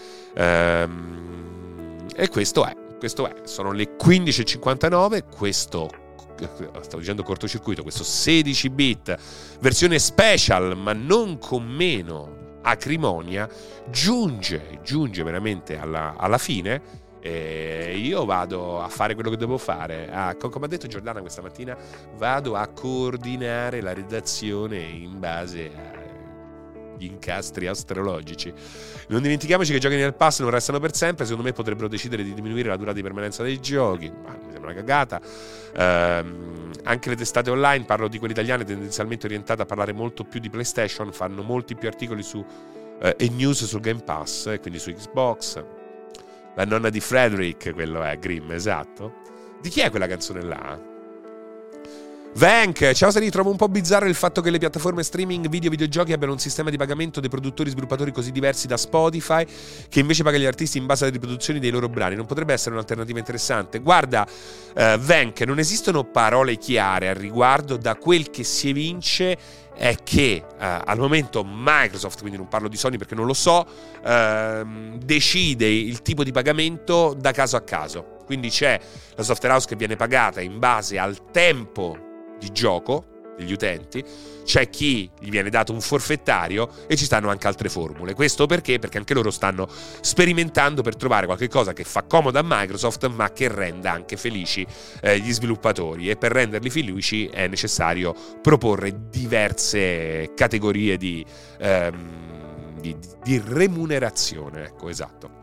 Speaker 1: Um, e questo è, questo è. Sono le quindici e cinquantanove. Questo, stavo dicendo cortocircuito, questo sedici bit, versione special, ma non con meno acrimonia, giunge, giunge veramente alla, alla fine. E io vado a fare quello che devo fare. Ah, come ha detto Giordana questa mattina, vado a coordinare la redazione in base agli incastri astrologici. Non dimentichiamoci che i giochi nel pass non restano per sempre. Secondo me potrebbero decidere di diminuire la durata di permanenza dei giochi, ma mi sembra una cagata. Ehm, anche le testate online, parlo di quelle italiane, tendenzialmente orientate a parlare molto più di PlayStation, fanno molti più articoli su eh, e news sul Game Pass, e quindi su Xbox. La nonna di Frederick, quello è Grimm, esatto. Di chi è quella canzone là? Vank, ciao, se ritrovo un po' bizzarro il fatto che le piattaforme streaming video videogiochi abbiano un sistema di pagamento dei produttori e sviluppatori così diversi da Spotify, che invece paga gli artisti in base alle riproduzioni dei loro brani. Non potrebbe essere un'alternativa interessante? Guarda, uh, Vank, non esistono parole chiare al riguardo. Da quel che si evince è che uh, al momento Microsoft, quindi non parlo di Sony perché non lo so, uh, decide il tipo di pagamento da caso a caso. Quindi c'è la software house che viene pagata in base al tempo di gioco degli utenti, c'è chi gli viene dato un forfettario e ci stanno anche altre formule. Questo perché? Perché anche loro stanno sperimentando per trovare qualche cosa che fa comodo a Microsoft ma che renda anche felici eh, gli sviluppatori, e per renderli felici è necessario proporre diverse categorie di, ehm, di, di remunerazione, ecco, esatto.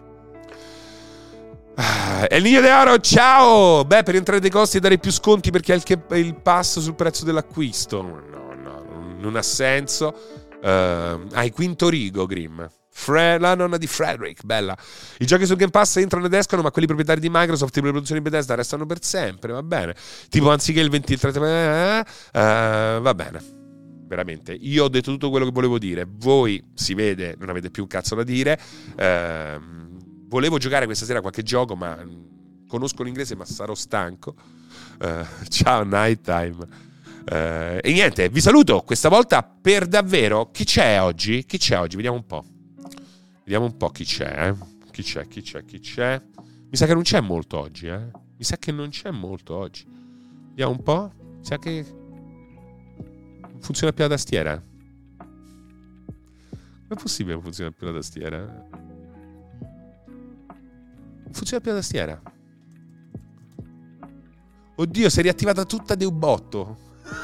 Speaker 1: Ah, El Niño de Oro, ciao! Beh, per entrare dei costi e dare più sconti perché è il, il pass sul prezzo dell'acquisto. No, no, non ha senso. Uh, hai Quinto Rigo, Grimm. Fre- la nonna di Frederick, bella. I giochi sul Game Pass entrano ed escono, ma quelli proprietari di Microsoft e le produzioni Bethesda restano per sempre, va bene. Tipo anziché il venti, il trenta, uh, va bene. Veramente, io ho detto tutto quello che volevo dire. Voi, si vede, non avete più un cazzo da dire. Uh, Volevo giocare questa sera qualche gioco, ma conosco l'inglese, ma sarò stanco. Uh, ciao, Nighttime. Uh, e niente, vi saluto. Questa volta per davvero. Chi c'è oggi? Chi c'è oggi? Vediamo un po'. Vediamo un po' chi c'è. Eh? Chi c'è? Chi c'è? Chi c'è? Mi sa che non c'è molto oggi. Eh? Mi sa che non c'è molto oggi. Vediamo un po'. Mi sa che non funziona più la tastiera. Com'è possibile che non funziona più la tastiera? Funziona più la tastiera. Oddio, si è riattivata tutta di un botto.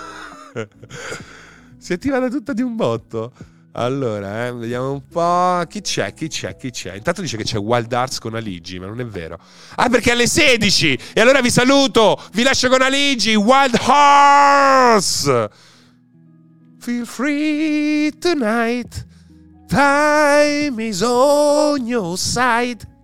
Speaker 1: Si è attivata tutta di un botto. Allora, eh, vediamo un po'. Chi c'è? Chi c'è? Chi c'è? Intanto dice che c'è Wild Arts con Aligi, ma non è vero. Ah, perché è alle sedici. E allora vi saluto. Vi lascio con Aligi. Wild Horse. Feel free tonight. Time is on your side.